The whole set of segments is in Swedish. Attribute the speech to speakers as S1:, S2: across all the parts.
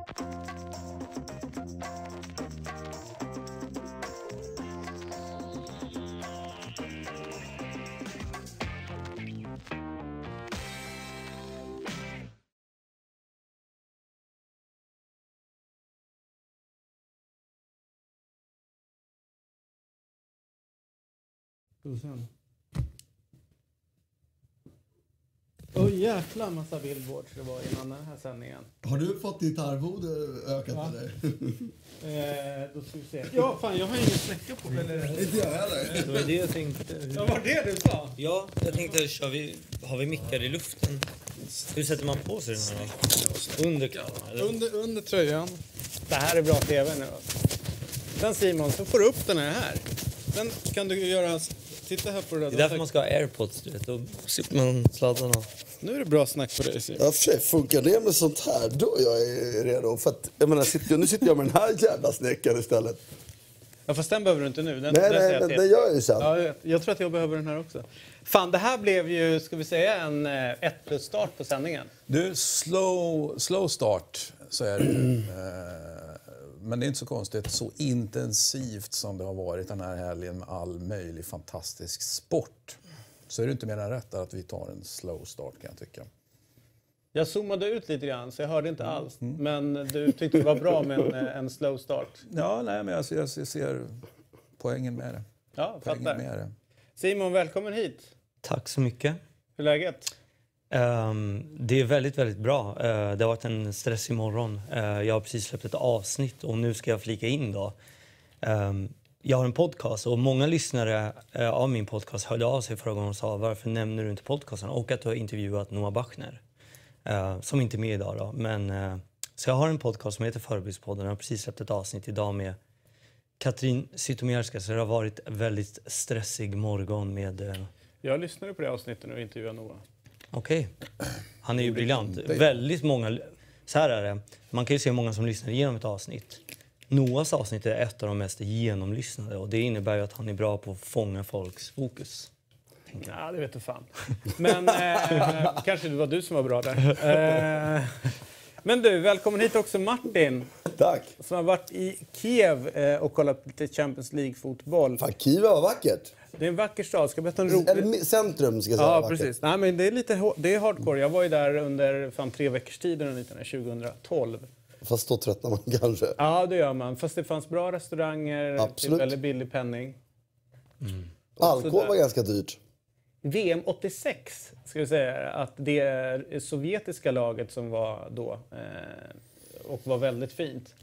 S1: Jäkla massa billboards det var innan den här sändningen.
S2: Har du fått ditt arvode ökat eller?
S1: Då ska vi se. Ja, fan, jag har ingen snäcka på. Eller?
S2: Inte jag heller.
S3: Det var det jag tänkte.
S1: Ja, var det du sa?
S3: Ja, jag tänkte, har vi mickar i luften? Hur sätter man på sig den här då? Under kläderna?
S1: Under tröjan. Det här är bra tv nu. Sen Simon, så får du upp den här. Sen kan du göra... Titta här på det där.
S3: Det är därför man ska ha airpods, du vet. Då slipper man sladdarna.
S1: Nu är det bra snack på dig, Simon.
S2: Ja, för sig, funkar det med sånt här, då är jag redo. För att, jag menar, nu sitter jag med den här jävla snäckan istället.
S1: Ja, fast den behöver du inte nu.
S2: Nej, den gör jag ju sen.
S1: Ja, jag tror att jag behöver den här också. Fan, det här blev ju, ska vi säga, en 1+start på sändningen.
S4: Du, slow start så är det. Men det är inte så konstigt. Så intensivt som det har varit den här helgen med all möjlig fantastisk sport. Så är det inte mer än rätt att vi tar en slow start, kan jag tycka.
S1: Jag zoomade ut lite grann så jag hörde inte alls. Men du tyckte det var bra med en slow start.
S4: Ja, nej, men jag ser poängen med det.
S1: Ja,
S4: poängen
S1: fattar.
S4: med det.
S1: Simon, välkommen hit.
S3: Tack så mycket.
S1: Hur är läget?
S3: Det är väldigt, väldigt bra. Det har varit en stressig morgon. Jag har precis släppt ett avsnitt och nu ska jag flika in då. Jag har en podcast och många lyssnare av min podcast hörde av sig förra gången och sa varför nämner du inte podcasten? Och att du har intervjuat Noah Bachner, som inte är med idag då. Men, så jag har en podcast som heter Förebildspodden och har precis släppt ett avsnitt idag med Katrin Zytomierska. Så det har varit väldigt stressig morgon med...
S1: Jag lyssnade på det avsnittet och intervjuade Noah.
S3: Okej. Han är ju briljant. Väldigt många... Så här är det. Man kan ju se många som lyssnar igenom ett avsnitt. Noahs avsnitt är ett av de mest genomlyssnade. Och det innebär ju att han är bra på att fånga folks fokus.
S1: Ja, det vet du fan. Men kanske det var du som var bra där. Men du, välkommen hit också Martin.
S2: Tack.
S1: Som har varit i Kiev och kollat lite Champions League-fotboll.
S2: Fan, Kiev var vackert.
S1: Det är en vacker stad. Ska jag berätta en rolig...
S2: Eller centrum, ska jag säga.
S1: Ja,
S2: vackert.
S1: precis. Nej, men det är lite det är hardcore. Jag var ju där under 3 veckors tid 2012.
S2: Fast då tröttnar man kanske.
S1: Ja, det gör man. Fast det fanns bra restauranger.
S2: Absolut.
S1: Till väldigt billig penning.
S2: Alkohol var ganska dyrt.
S1: VM 86 ska vi säga att det är sovjetiska laget som var då och var väldigt fint.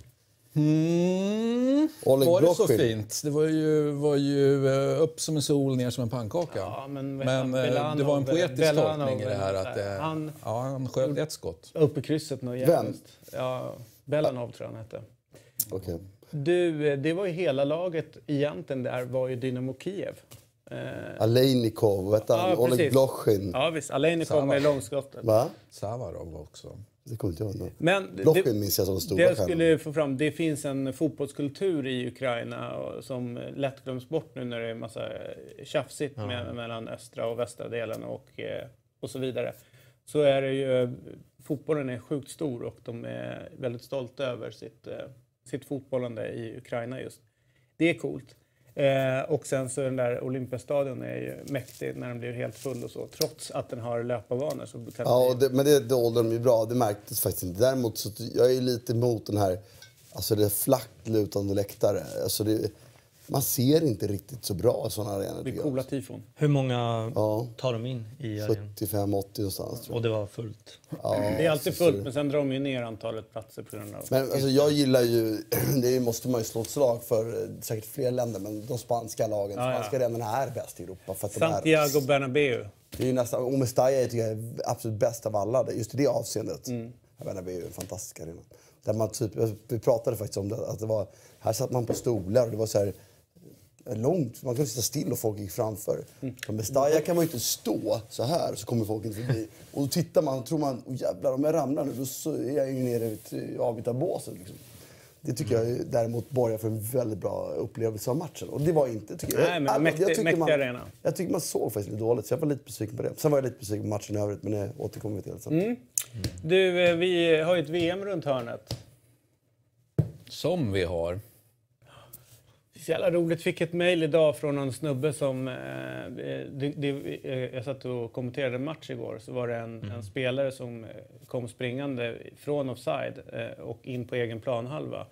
S4: Var det så fint? Det var ju upp som en sol, ner som en pannkaka.
S1: Ja, men
S4: Belanov, det var en poetisk tolkning i det här. Att han sköt ett skott.
S1: Uppe i krysset.
S2: Vem?
S1: Ja, Belanov tror jag han hette.
S2: Okay.
S1: Du, det var ju hela laget egentligen där var ju Dynamo Kiev.
S2: Alejnikov, vet du? Oleg Blochin.
S1: Ja, visst. Alejnikov med långskottet.
S2: Va?
S4: Savarov också.
S2: Det kommer inte jag ihåg.
S1: Men
S2: Blochin minns jag som stora
S1: jag skulle få fram, det finns en fotbollskultur i Ukraina som lätt glöms bort nu när det är massa tjafsigt mellan östra och västra delen och så vidare. Så är det ju, fotbollen är sjukt stor och de är väldigt stolta över sitt fotbollande i Ukraina just. Det är coolt. Och sen så den där Olympiastadion är ju mäktig när den blir helt full och så. Trots att den har löparbanor så kan
S2: men det dolde de ju bra. Det märktes faktiskt inte. Däremot så jag är lite emot den här, alltså det är flackt lutande läktare. Alltså man ser inte riktigt så bra sådana arenor.
S1: Det är coola tifon.
S3: Hur många tar de in i arenan?
S2: 75-80 någonstans tror jag.
S3: Och det var fullt.
S2: Ja,
S1: det är alltid fullt, men sen drar de ju ner antalet platser på grund av...
S2: Men alltså, jag gillar ju, det måste man ju slå ett slag för säkert fler länder, men de spanska lagen, spanska arenorna är bäst i Europa. För att
S1: Santiago Bernabéu.
S2: Det är ju nästan, och Mestalla tycker jag är absolut bäst av alla, just i det avseendet. Bernabéu är en fantastisk arena. Där man typ, vi pratade faktiskt om det, att det var, här satt man på stolar och det var så här långt, man kunde sitta still och folk gick framför. På Mestalla kan man ju inte stå så här så kommer folk inte förbi. Och då tittar man och tror man, jävlar om jag ramlar nu, då så är jag ju nere i avbytarbåset liksom. Det tycker jag däremot borgar för en väldigt bra upplevelse av matchen. Och det var inte, tycker jag.
S1: Nej, men mäktig arena.
S2: Jag tycker man såg faktiskt lite dåligt, så jag var lite besviken på det. Sen var jag lite besviken på matchen i övrigt, men det återkommer vi till sen.
S1: Du, vi har ju ett VM runt hörnet.
S4: Som vi har.
S1: Så jävla roligt. Fick ett mejl idag från en snubbe som... jag satt och kommenterade en match igår. Så var det en spelare som kom springande från offside och in på egen planhalva.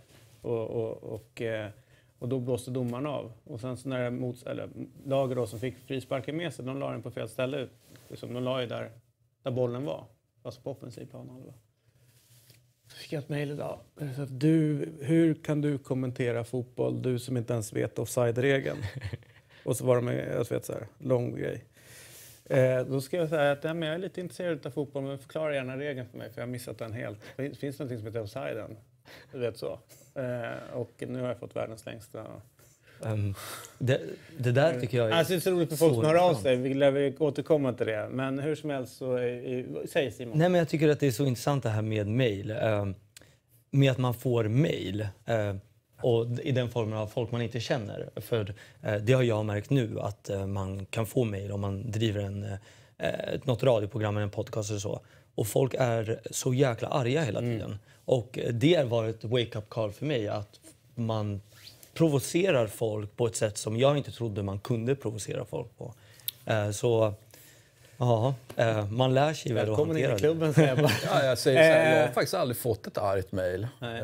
S1: Och då blåste domaren av. Och sen så när laget då som fick frisparken med sig, de la den på fel ställe. Liksom, de la ju där bollen var. Alltså på offensiv planhalva. Så fick jag ett mejl idag. Så att hur kan du kommentera fotboll, du som inte ens vet offside-regeln? Och så var det med, jag vet så här, lång grej. Då ska jag säga att jag är lite intresserad av fotboll, men förklara gärna regeln för mig, för jag har missat den helt. Finns det någonting som heter offsiden? Du vet så. Och nu har jag fått världens längsta...
S3: Det där tycker jag är...
S1: Alltså det är så roligt med folk som hör av sig. Vi lär återkomma till det. Men hur som helst så... Säg Simon.
S3: Nej, men jag tycker att det är så intressant det här med mejl. Med att man får mejl. Och i den formen av folk man inte känner. För det har jag märkt nu att man kan få mejl om man driver något radioprogram eller en podcast eller så. Och folk är så jäkla arga hela tiden. Och det har varit ett wake-up call för mig att man provocerar folk på ett sätt som jag inte trodde man kunde provocera folk på. Man lär sig väl att hantera det.
S1: Klubben, säger jag bara.
S4: Ja, jag säger så här, jag har faktiskt aldrig fått ett argt mejl.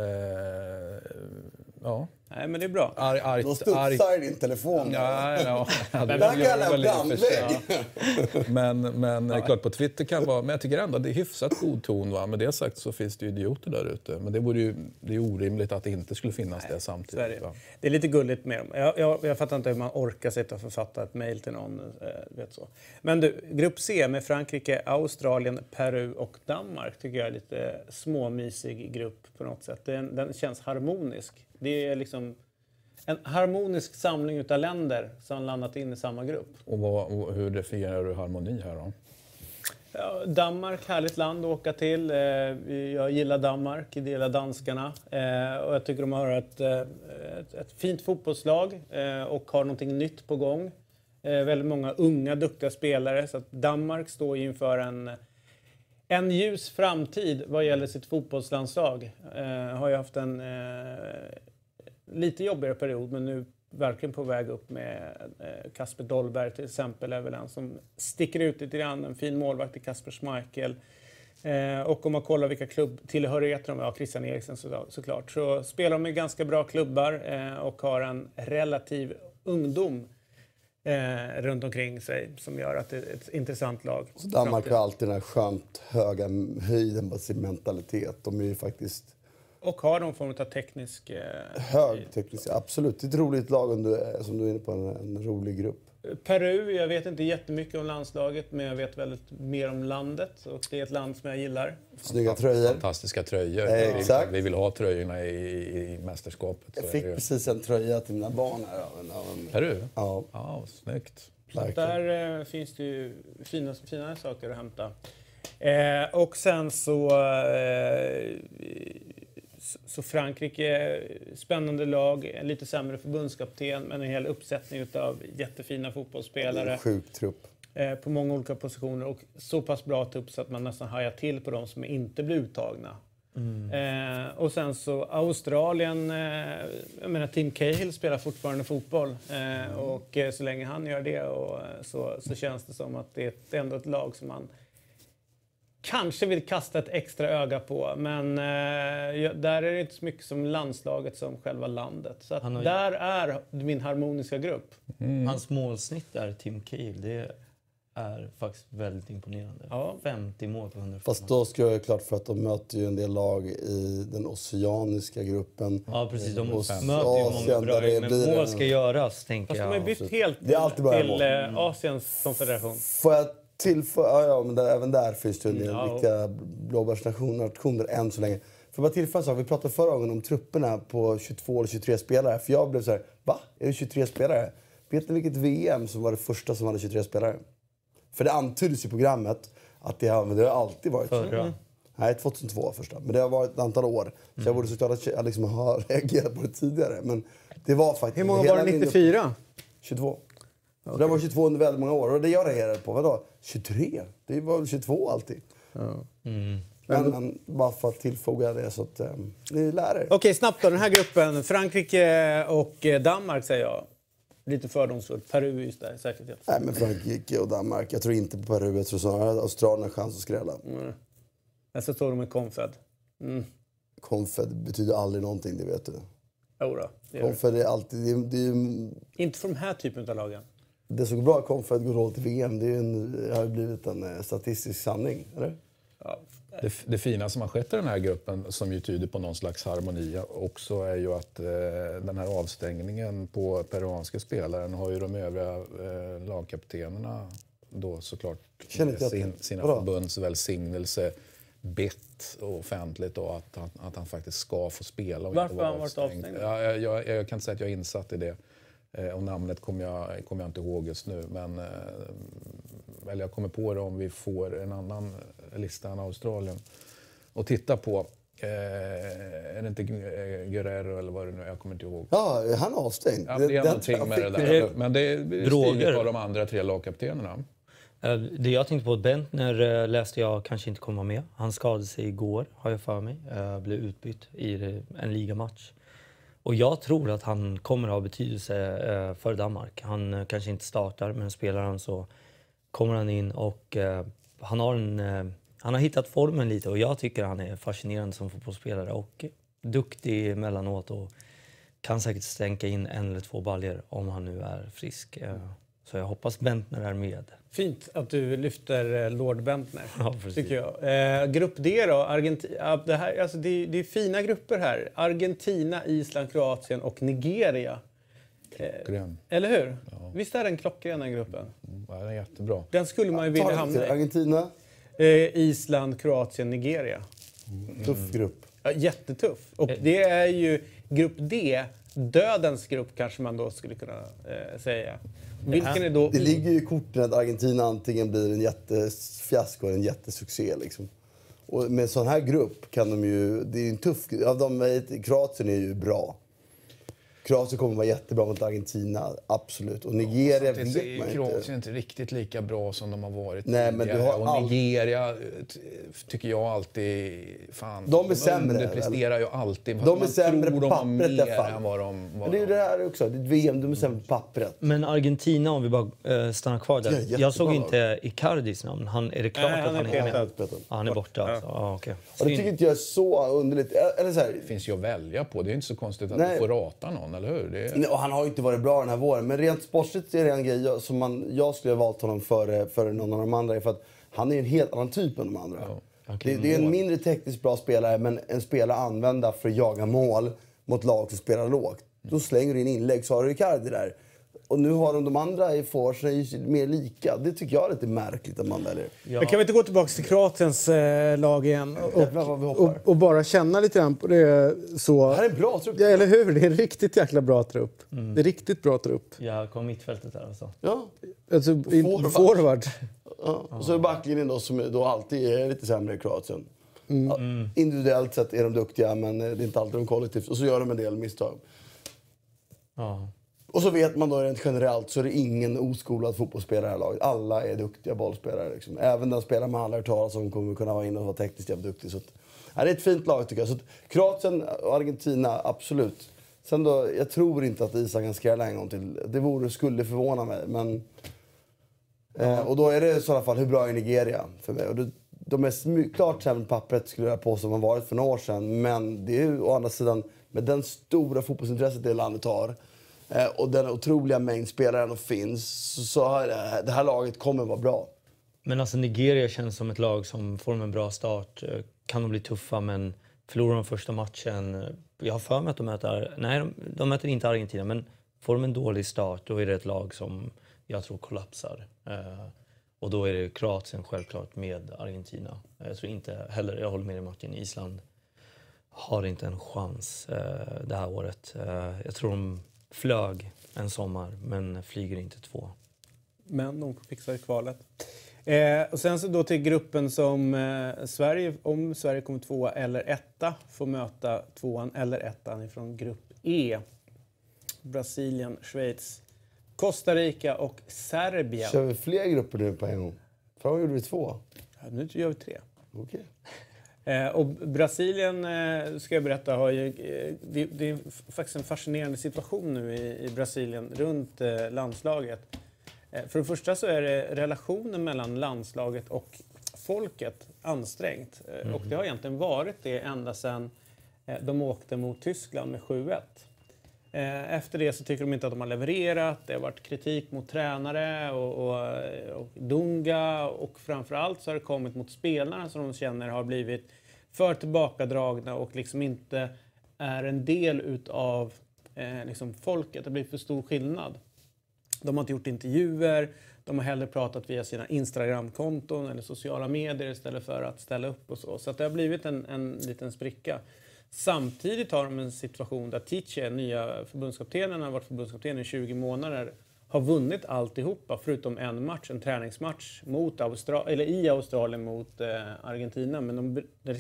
S4: Ja.
S1: Nej, men det är bra.
S2: Då studsar din telefon.
S4: Ja,
S2: där kan jag brandvägg.
S4: Men klart på Twitter kan vara... Men jag tycker ändå att det är hyfsat god ton. Va? Med det sagt så finns det ju idioter där ute. Men det är orimligt att det inte skulle finnas det samtidigt.
S1: Det är lite gulligt med dem. Jag fattar inte hur man orkar sitta och författa ett mejl till någon. Vet så. Men du, grupp C med Frankrike, Australien, Peru och Danmark tycker jag är lite småmysig grupp på något sätt. Den känns harmonisk. Det är liksom en harmonisk samling utav länder som landat in i samma grupp.
S4: Och hur definierar du harmoni här då?
S1: Ja, Danmark, härligt land att åka till. Jag gillar Danmark, jag gillar danskarna. Och jag tycker de har ett fint fotbollslag och har någonting nytt på gång. Väldigt många unga, duktiga spelare. Så att Danmark står inför en ljus framtid vad gäller sitt fotbollslandslag. Har ju haft en lite jobbigare period, men nu verkligen på väg upp med Kasper Dolberg till exempel, är väl en som sticker ut lite grann. En fin målvakt i Kasper Schmeichel. Och om man kollar vilka klubbtillhörigheter de har, Christian Eriksen såklart, så spelar de med ganska bra klubbar och har en relativ ungdom runt omkring sig som gör att det är ett intressant lag.
S2: Så Danmark har alltid den här skönt höga höjden på sin mentalitet. De är ju faktiskt...
S1: Och har någon form av teknisk...
S2: Hög teknisk, absolut. Det är ett roligt lag som du är inne på, en rolig grupp.
S1: Peru, jag vet inte jättemycket om landslaget, men jag vet väldigt mer om landet. Och det är ett land som jag gillar.
S2: Snygga tröjor.
S4: Fantastiska tröjor.
S2: Exakt.
S4: Vi vill ha tröjorna i mästerskapet.
S2: Jag fick precis en tröja till mina barn här.
S4: Peru?
S2: Ja.
S4: Ja, snyggt.
S1: Där finns det ju fina saker att hämta. Och sen så Frankrike, spännande lag, en lite sämre förbundskapten, men en hel uppsättning av jättefina fotbollsspelare.
S2: En sjuk trupp.
S1: På många olika positioner och så pass bra trupp så att man nästan hajar till på de som inte blir uttagna. Och sen så Australien, jag menar Tim Cahill spelar fortfarande fotboll och så länge han gör det och så känns det som att det är ändå ett lag som man kanske vill kasta ett extra öga på, men där är det inte så mycket som landslaget som själva landet. Så att där är min harmoniska grupp.
S3: Hans målsnitt där, Tim Cahill, det är faktiskt väldigt imponerande. Ja. 50 mål på 100.
S2: Fast då ska jag göra klart för att de möter ju en del lag i den oceaniska gruppen.
S3: Ja, precis. De möter ju många bra, men mål ska göras, tänker jag.
S1: Fast de har bytt helt till Asiens konfederation.
S2: Får jag tillföra, men även där finns det en del viktiga blåbärsnationer än så länge. För bara tillföra så, vi pratade förra gången om trupperna på 22 eller 23 spelare. För jag blev så här, va? Är det 23 spelare? Vet ni vilket VM som var det första som hade 23 spelare? För det antyddes i programmet att det har alltid varit så. Nej, 2002 första. Men det har varit ett antal år. Så jag borde såklart att jag liksom har reagerat på det tidigare. Men det var faktiskt...
S1: Hur många var det 94?
S2: 22. Okay. Det var 22 under väldigt många år. Och det jag reagerade på, vadå? 23? Det var väl 22 alltid. Men bara för att tillfoga det så att ni lär er.
S1: Okej, snabbt då. Den här gruppen. Frankrike och Danmark säger jag. Lite fördomsfullt. Peru just där, säkert.
S2: Nej, men Frankrike och Danmark. Jag tror inte på Peru. Jag tror snarare att Australien har chans att skrälla.
S1: Jag så står de med Confed.
S2: Confed betyder aldrig någonting, det vet du.
S1: Jodå,
S2: Confed är alltid... Det är
S1: inte för de här typen av lagen.
S2: det som går bra att Confed går roll till VM. Det har ju blivit en statistisk sanning, eller?
S1: Ja.
S4: Det fina som har skett i den här gruppen, som ju tyder på någon slags harmoni också, är ju att den här avstängningen på peruanska spelaren har ju de övriga lagkaptenerna då såklart sina förbunds välsignelse bett offentligt och att han faktiskt ska få spela. Och
S1: varför har han varit avstängd?
S4: Jag kan inte säga att jag är insatt i det. Och namnet kommer jag inte ihåg just nu. Men eller jag kommer på det om vi får en annan lista än Australien. Och titta på, är det inte Guerrero eller vad det nu är? Jag kommer inte ihåg.
S2: Ja, han är avstängd.
S4: Ja, det är någonting med det där. Men det är stiligt av de andra 3 lagkaptenerna.
S3: Det jag tänkte på, Bentner läste jag kanske inte kommer med. Han skadade sig igår, har jag för mig. Blev utbytt i en ligamatch. Och jag tror att han kommer att ha betydelse för Danmark. Han kanske inte startar, men spelar han så kommer han in. Och han har hittat formen lite och jag tycker han är fascinerande som fotbollsspelare. Och duktig emellanåt och kan säkert stänka in 1 eller 2 baljor om han nu är frisk. Så jag hoppas Bentner är med.
S1: Fint att du lyfter Lord Bentner,
S3: ja,
S1: tycker jag. Grupp D då, Argentina. Det är fina grupper här. Argentina, Island, Kroatien och Nigeria. Eller hur? Ja. Visst är den klockren, den gruppen?
S4: Ja, den är jättebra.
S1: Den skulle man ju vilja hamna i.
S2: Argentina?
S1: Island, Kroatien, Nigeria.
S2: Tuff grupp.
S1: Ja, jättetuff. Och det är ju grupp D, dödens grupp kanske man då skulle kunna säga. Vilken är då...
S2: Det ligger ju i korten att Argentina antingen blir en jättefiasko eller en jättesuccé. Liksom. Och med en sån här grupp kan de ju... Det är ju en tuff... Kroatien är ju bra. Kroatien kommer vara jättebra mot Argentina, absolut. Och Nigeria vet man inte.
S4: Kroatien är inte riktigt lika bra som de har varit.
S2: Nej, men du har
S4: och Nigeria tycker jag alltid... Fan,
S2: de är sämre.
S4: Underpresterar ju alltid.
S2: De är sämre på pappret i alla fall.
S4: Vad de
S2: det är ju det här också. Det är ett VM, de är sämre på pappret.
S3: Men Argentina, om vi bara stannar kvar där. Jag såg inte Icardis namn. Är det klart att han är med? Han är borta.
S2: Ja.
S3: Alltså. Okay.
S2: Och det tycker inte jag är så underligt. Eller så här,
S4: det finns ju att välja på. Det är inte så konstigt att du får rata någon, eller hur?
S2: Nej, och han har ju inte varit bra den här våren. Men rent sportsligt är det en grej som jag skulle ha valt honom före någon av de andra. För att han är en helt annan typ än de andra. Ja. Okay. Det är en mindre tekniskt bra spelare, men en spelare använda för att jaga mål mot lag som spelar lågt. Då slänger du in inlägg, så har du Icardi där. Och nu har de andra i forsen mer lika. Det tycker jag är lite märkligt att man väljer.
S1: Ja. Men kan vi inte gå tillbaka till Kroatiens lag igen och bara känna lite grann på det så...
S2: Det här är en bra trupp.
S1: Ja, eller hur? Det är en riktigt jäkla bra trupp. Det är riktigt bra trupp.
S3: Ja, kom mittfältet där alltså.
S2: Ja.
S1: Alltså, forward.
S2: Ja. Och så är backlinjen då som då alltid är lite sämre i Kroatien. Ja, individuellt sett är de duktiga, men det är inte alltid de kollektivt. Och så gör de en del misstag.
S3: Ja.
S2: Och så vet man då rent generellt så är det ingen oskolad fotbollsspelare i det här laget. Alla är duktiga bollspelare. Liksom. Även den spelare man aldrig hört talas om kommer kunna vara inne och vara tekniskt jävligt duktig. Så att, det är ett fint lag tycker jag. Så att, Kroatien och Argentina, absolut. Sen då, jag tror inte att Isak kan skrälla en gång till. Det skulle förvåna mig. Men, och då är det i sådana fall, hur bra är Nigeria för mig? Och de är klart sämre på pappret skulle jag påstå som de varit för några år sedan. Men det är ju å andra sidan, med den stora fotbollsintresset det landet har och den otroliga mängd spelare som finns, så det här laget kommer vara bra.
S3: Men alltså Nigeria känns som ett lag som får en bra start. Kan de bli tuffa, men förlorar de första matchen. Jag har för mig att de möter inte Argentina, men får de en dålig start, då är det ett lag som jag tror kollapsar. Och då är det Kroatien självklart med Argentina. Jag tror inte heller, jag håller med i Martin, Island har inte en chans det här året. Jag tror de flög en sommar, men flyger inte 2.
S1: Men de fixar kvalet. Och sen så då till gruppen som Sverige, om Sverige kommer 2 eller 1, får möta 2 eller 1 ifrån grupp E. Brasilien, Schweiz, Costa Rica och Serbien.
S2: Kör vi fler grupper nu på en gång? Förra gjorde vi 2.
S1: Ja, nu gör vi 3.
S2: Okej.
S1: Och Brasilien, ska jag berätta, har ju, det är faktiskt en fascinerande situation nu i Brasilien runt landslaget. För det första så är det relationen mellan landslaget och folket ansträngt. Och det har egentligen varit det ända sedan de åkte mot Tyskland med 7-1. Efter det så tycker de inte att de har levererat. Det har varit kritik mot tränare och Dunga. Och framförallt så har det kommit mot spelarna som de känner har blivit för tillbakadragna och liksom inte är en del utav liksom folket. Det blir för stor skillnad. De har inte gjort intervjuer. De har hellre pratat via sina Instagram-konton eller sociala medier istället för att ställa upp och så. Så att det har blivit en liten spricka. Samtidigt har de en situation där Tite, nya förbundskaptenen, har varit förbundskapten i 20 månader, har vunnit alltihopa förutom en match, en träningsmatch mot i Australien mot Argentina. Men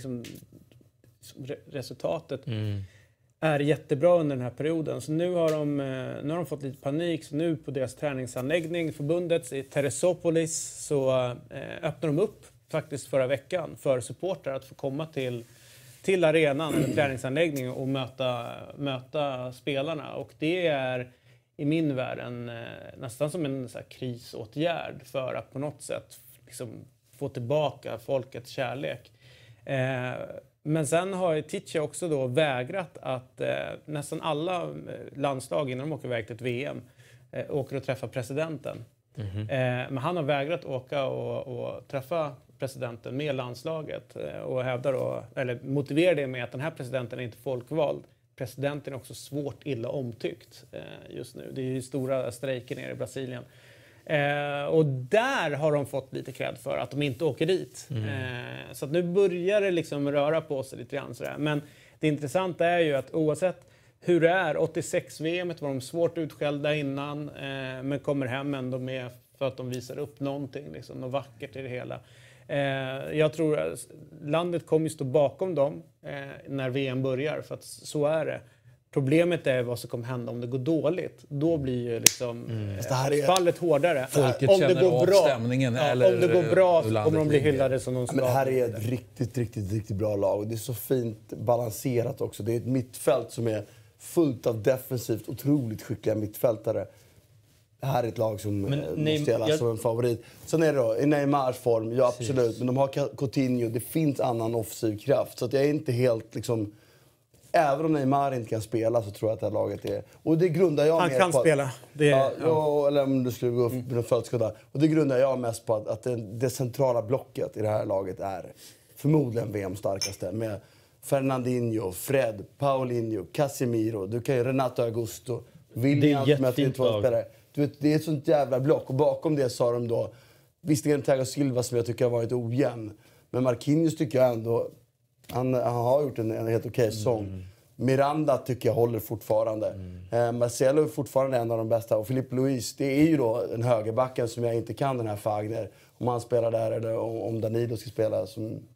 S1: resultatet är jättebra under den här perioden. Så nu har de fått lite panik. Så nu på deras träningsanläggning, förbundets i Teresópolis, så öppnar de upp faktiskt förra veckan för supportrar att få komma till arenan eller träningsanläggningen och möta spelarna. Och det är i min värld nästan som en så här krisåtgärd för att på något sätt liksom få tillbaka folkets kärlek. Men sen har Tite också då vägrat att nästan alla landslag innan de åker iväg till ett VM åker och träffar presidenten. Men han har vägrat åka och träffa presidenten med landslaget och hävdar då, eller motiverar det med att den här presidenten är inte folkvald. Presidenten är också svårt illa omtyckt just nu. Det är ju stora strejker nere i Brasilien. Och där har de fått lite cred för att de inte åker dit. Så att nu börjar det liksom röra på sig lite grann sådär. Men det intressanta är ju att oavsett hur det är, 86-VMet var de svårt utskällda innan, men kommer hem ändå med för att de visar upp någonting, liksom, något vackert i det hela. Jag tror att landet kommer stå bakom dem när VM börjar, för att så är det. Problemet är vad som kommer hända om det går dåligt. Då blir ju liksom fallet hårdare.
S4: Folket
S1: om det
S4: känner
S1: går
S4: av
S1: bra,
S4: stämningen. Eller
S1: om det går bra så kommer de bli hyllade som de ska.
S2: Men det här är ett riktigt bra lag. Och det är så fint balanserat också. Det är ett mittfält som är fullt av defensivt otroligt skickliga mittfältare. Det här är ett lag som måste gälla som en favorit. Sen är det då, i Neymars form, ja absolut. Precis. Men de har Coutinho, det finns annan offensiv kraft. Så att jag är inte helt liksom... Även om Neymar inte kan spela så tror jag att det här laget är... Och det grundar jag
S1: Han kan spela.
S2: Eller om du skulle gå upp med en födelsedag. Och det grundar jag mest på att det centrala blocket i det här laget är förmodligen VMs starkaste. Med Fernandinho, Fred, Paulinho, Casemiro. Du kan ju Renato Augusto. William som är två spelare. Du vet, det är ett sånt jävla block. Och bakom det så har de då... Visserligen Thiago Silva som jag tycker har varit ojämn. Men Marquinhos tycker jag ändå... Han har gjort en helt okej säsong. Miranda tycker jag håller fortfarande. Marcelo är fortfarande en av de bästa. Och Filipe Luis, det är ju då en högerbacken som jag inte kan, den här Fagner. Om han spelar där eller om Danilo ska spela.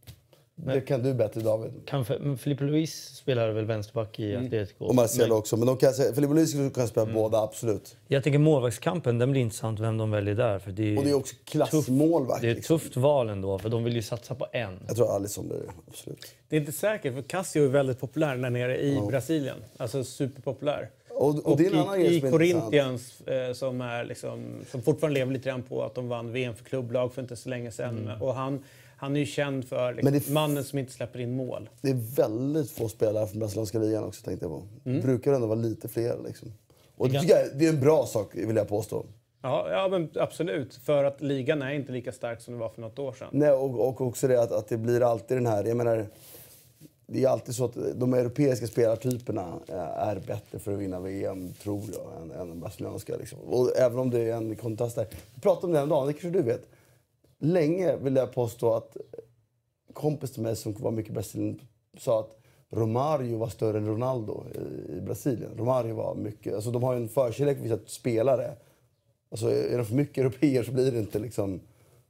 S2: Det kan du bättre, David.
S3: Men Filipe Luis spelar väl vänsterback i Atletico.
S2: Och Marcelo också. Men Filipe Luis kan spela båda, absolut.
S3: Jag tänker målvaktskampen, den blir intressant vem de väljer där. För det är
S2: och det är också klassmålvakt.
S3: Det är ett tufft val ändå, för de vill ju satsa på en.
S2: Jag tror Alisson blir det, absolut.
S1: Det är inte säkert, för Casio är väldigt populär där nere i Brasilien. Alltså superpopulär.
S2: Och det är en annan
S1: i Corinthians som fortfarande lever lite grann på att de vann VM för klubblag för inte så länge sedan. Och han är ju känd för mannen som inte släpper in mål. Det är
S2: väldigt få spelare från brasilianska ligan också, tänkte jag på. Det brukar ändå vara lite fler liksom. Och det är en bra sak, vill jag påstå.
S1: Ja, men absolut. För att ligan är inte lika stark som det var för något år sedan.
S2: Nej, och också det att det blir alltid den här... Jag menar, det är alltid så att de europeiska spelartyperna är bättre för att vinna VM, tror jag, än de brasilianska. Liksom. Och även om det är en kontrast där. Vi pratade om det en dag, det kanske du vet. Länge vill jag påstå att kompis till mig som var mycket i Brasilien sa att Romario var större än Ronaldo i Brasilien. Romario var mycket... Alltså de har ju en förkärlek för vissa spelare. Alltså är de för mycket europeer så blir det inte liksom...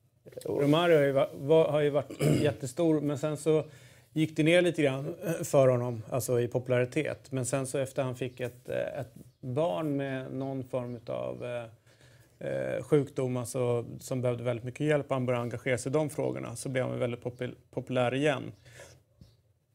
S1: Romario har ju varit jättestor, men sen så gick det ner lite grann för honom, alltså i popularitet. Men sen så efter han fick ett barn med någon form av sjukdom, alltså, som behövde väldigt mycket hjälp, han började engagera sig i de frågorna, så blev han väldigt populär igen.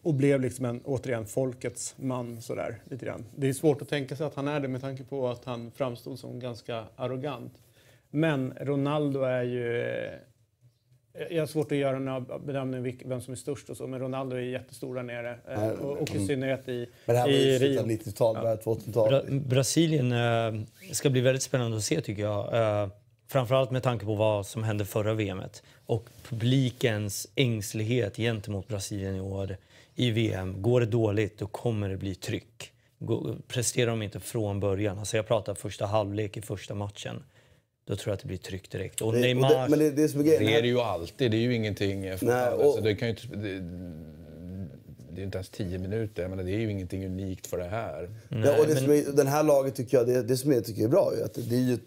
S1: Och blev liksom återigen folkets man sådär lite grann. Det är svårt att tänka sig att han är det med tanke på att han framstod som ganska arrogant. Men Ronaldo är ju... Jag har svårt att göra en bedömning vem som är störst och så, men Ronaldo är jättestor där nere. Och i synnerhet i Rio.
S2: 90-tal, 2000-tal.
S3: Brasilien ska bli väldigt spännande att se tycker jag. Framförallt med tanke på vad som hände förra VMet. Och publikens ängslighet gentemot Brasilien i år i VM. Går det dåligt, då kommer det bli tryck. Presterar de inte från början. Alltså jag pratar första halvlek i första matchen. Då tror jag att det blir tryck direkt. Och Neymar...
S2: Men det som är grejen.
S4: Det är det ju alltid. Det är ju ingenting...
S2: Nej,
S4: alltså, det kan ju inte... Det är inte ens 10 minuter, men det är ju ingenting unikt för det här.
S3: Nej,
S2: ja, och det som är, den här laget tycker jag, det som jag tycker är bra är att det är ju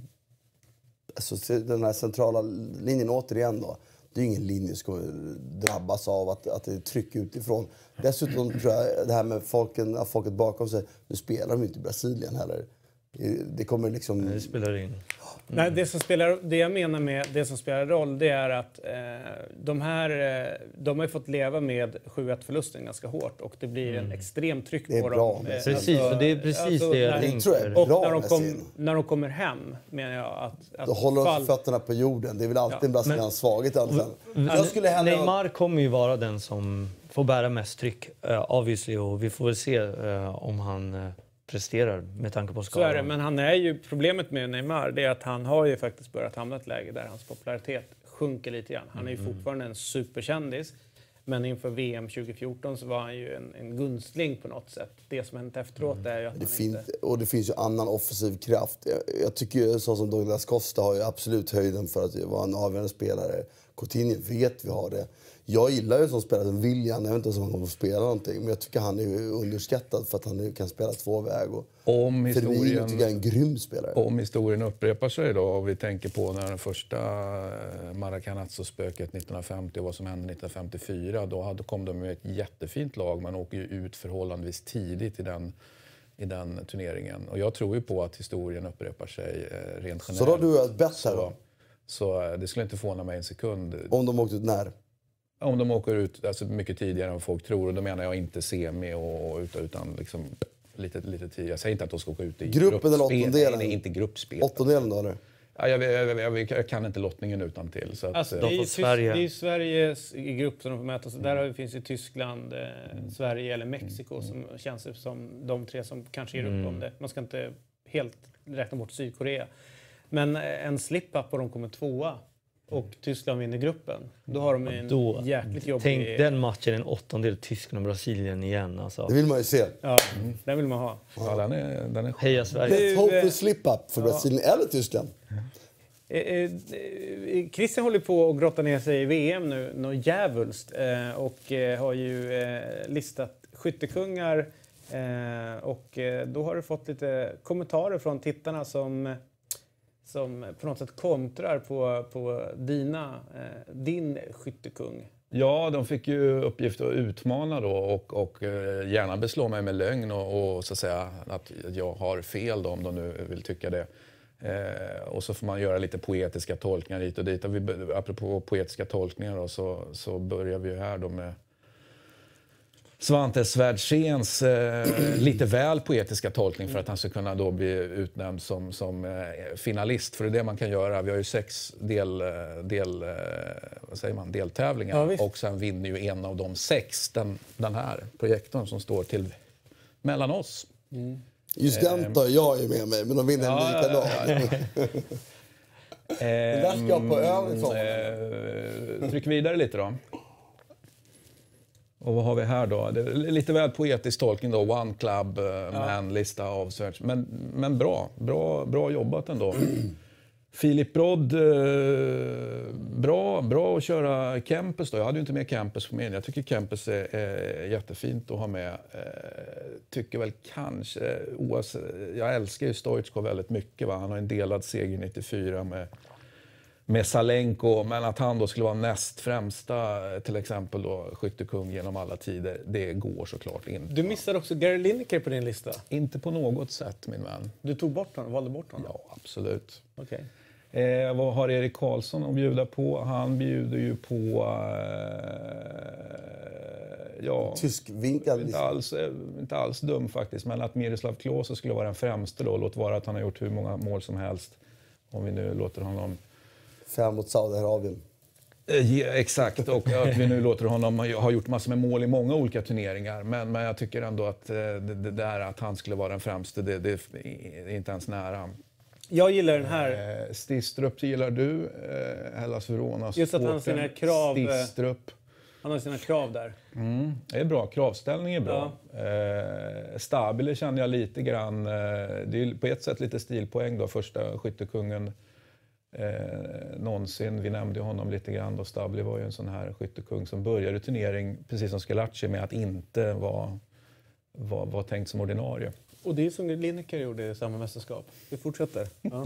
S2: alltså, den här centrala linjen återigen då. Det är ju ingen linje som kommer drabbas av att det är tryck utifrån. Dessutom tror jag det här med folket bakom sig, nu spelar de inte i Brasilien heller. Det kommer liksom...
S3: Det spelar in.
S1: Nej, det jag menar med det som spelar roll, det är att de har ju fått leva med 7-1-förlusten ganska hårt och det blir en extrem tryck på dem.
S3: Precis, och det är precis det jag tänker.
S1: Och när de kommer hem menar jag att
S2: då håller de fötterna på jorden. Det är väl alltid en brasiliansk svaghet.
S3: Neymar kommer ju vara den som får bära mest tryck, obviously, och vi får väl se om han... presterar med tanke på skadan.
S1: Så är det, men han är ju, problemet med Neymar det är att han har ju faktiskt börjat hamna i ett läge där hans popularitet sjunker lite grann. Han är ju fortfarande en superkändis, men inför VM 2014 så var han ju en gunstling på något sätt. Det som hänt efteråt är ju att
S2: och det finns ju annan offensiv kraft. Jag tycker ju så som Douglas Costa har ju absolut höjden för att vara en avgörande spelare. Coutinho vet vi har det. Jag gillar ju som spelare William, jag vet inte om han kommer att spela någonting, men jag tycker han är underskattad för att han kan spela två väg.
S4: Om historien,
S2: tycker jag är en grym spelare.
S4: Om historien upprepar sig då, och vi tänker på när den första Maracanã-spöket 1950 och vad som hände 1954, då kom de med ett jättefint lag, man åker ju ut förhållandevis tidigt i den turneringen. Och jag tror ju på att historien upprepar sig rent generellt.
S2: Så då har du ett bett här då?
S4: Så det skulle inte förvåna mig en sekund.
S2: Om de åkte ut när?
S4: Om de åker ut alltså mycket tidigare än folk tror, och då menar jag inte semi utan liksom lite tidigare. Jag säger inte att de ska åka ut i
S2: gruppen eller åttondelen?
S4: Nej, inte gruppspel.
S2: Åttondelen då eller?
S4: Ja, jag kan inte lottningen utan till. Så att,
S1: alltså, det är ju Sveriges grupp som de får möta. Så där finns ju Tyskland, Sverige eller Mexiko som känns som de tre som kanske ger upp om det. Man ska inte helt räkna bort Sydkorea. Men en slip-up och de kommer tvåa och Tyskland vinner gruppen. Då har de en jäkligt jobbig...
S3: Tänk den matchen, en åttondel Tyskland och Brasilien igen. Alltså.
S2: Det vill man ju se.
S1: Ja, den vill man ha.
S4: Ja, den är
S3: Heja Sverige.
S2: Let's hope for slip-up för Brasilien eller Tyskland.
S1: Christian håller på att grotta ner sig i VM nu, något jävulst. Och har ju listat skyttekungar. Och då har du fått lite kommentarer från tittarna som på något sätt kontrar på din skyttekung.
S4: Ja, de fick ju uppgift att utmana då och gärna beslå mig med lögn och så att säga att jag har fel då, om de nu vill tycka det. Och så får man göra lite poetiska tolkningar hit och dit. Och apropå poetiska tolkningar då, så börjar vi ju här då med Svante Svärdséns lite väl poetiska tolkning för att han ska kunna då bli utnämnd som finalist. För det är det man kan göra. Vi har ju 6 deltävlingar. Ja, och sen vinner ju en av de 6 den här projektorn som står till mellan oss.
S2: Just den tar jag ju med mig, men de vinner en likadan. Det där ska jag på övrigt.
S4: Tryck vidare lite då. Och vad har vi här då? Det är lite väl poetisk tolkning då. One Club, man-lista av Sverige. Men bra jobbat ändå. Filip Brodd, bra att köra Kempes då. Jag hade ju inte med Kempes på mig. Jag tycker Kempes är jättefint att ha med. Tycker väl kanske, jag älskar ju Stoichkov väldigt mycket. Va? Han har en delad seger 94 med Salenko, men att han då skulle vara näst främsta till exempel då skyttekung genom alla tider, det går såklart inte.
S1: Du missade också Gary Lineker på din lista.
S4: Inte på något sätt, min vän.
S1: Du tog bort honom, valde bort honom?
S4: Ja, absolut.
S1: Okej.
S4: Vad har Erik Karlsson att bjuda på? Han bjuder ju på
S2: Tysk vinkel.
S4: Inte alls dum faktiskt, men att Miroslav Klose skulle vara den främste då, låt vara att han har gjort hur många mål som helst. Om vi nu låter honom...
S2: 5 mot Saudiarabien.
S4: Exakt, och att vi nu låter honom ha gjort massor med mål i många olika turneringar. Men jag tycker ändå att det där att han skulle vara den främste, det är inte ens nära.
S1: Jag gillar den här.
S4: Stistrup gillar du. Hellas Verona.
S1: Just att han har sina krav.
S4: Stistrup.
S1: Han har sina krav där.
S4: Det är bra. Kravställning är bra. Ja. Stabile känner jag lite grann. Det är på ett sätt lite stilpoäng då. Första skyttekungen någonsin. Vi nämnde honom lite grann då. Stabile var ju en sån här skyttekung som började turnering, precis som Schillaci, med att inte var tänkt som ordinarie.
S1: Och det är som Lineker gjorde i samma mästerskap. Vi fortsätter. Ja.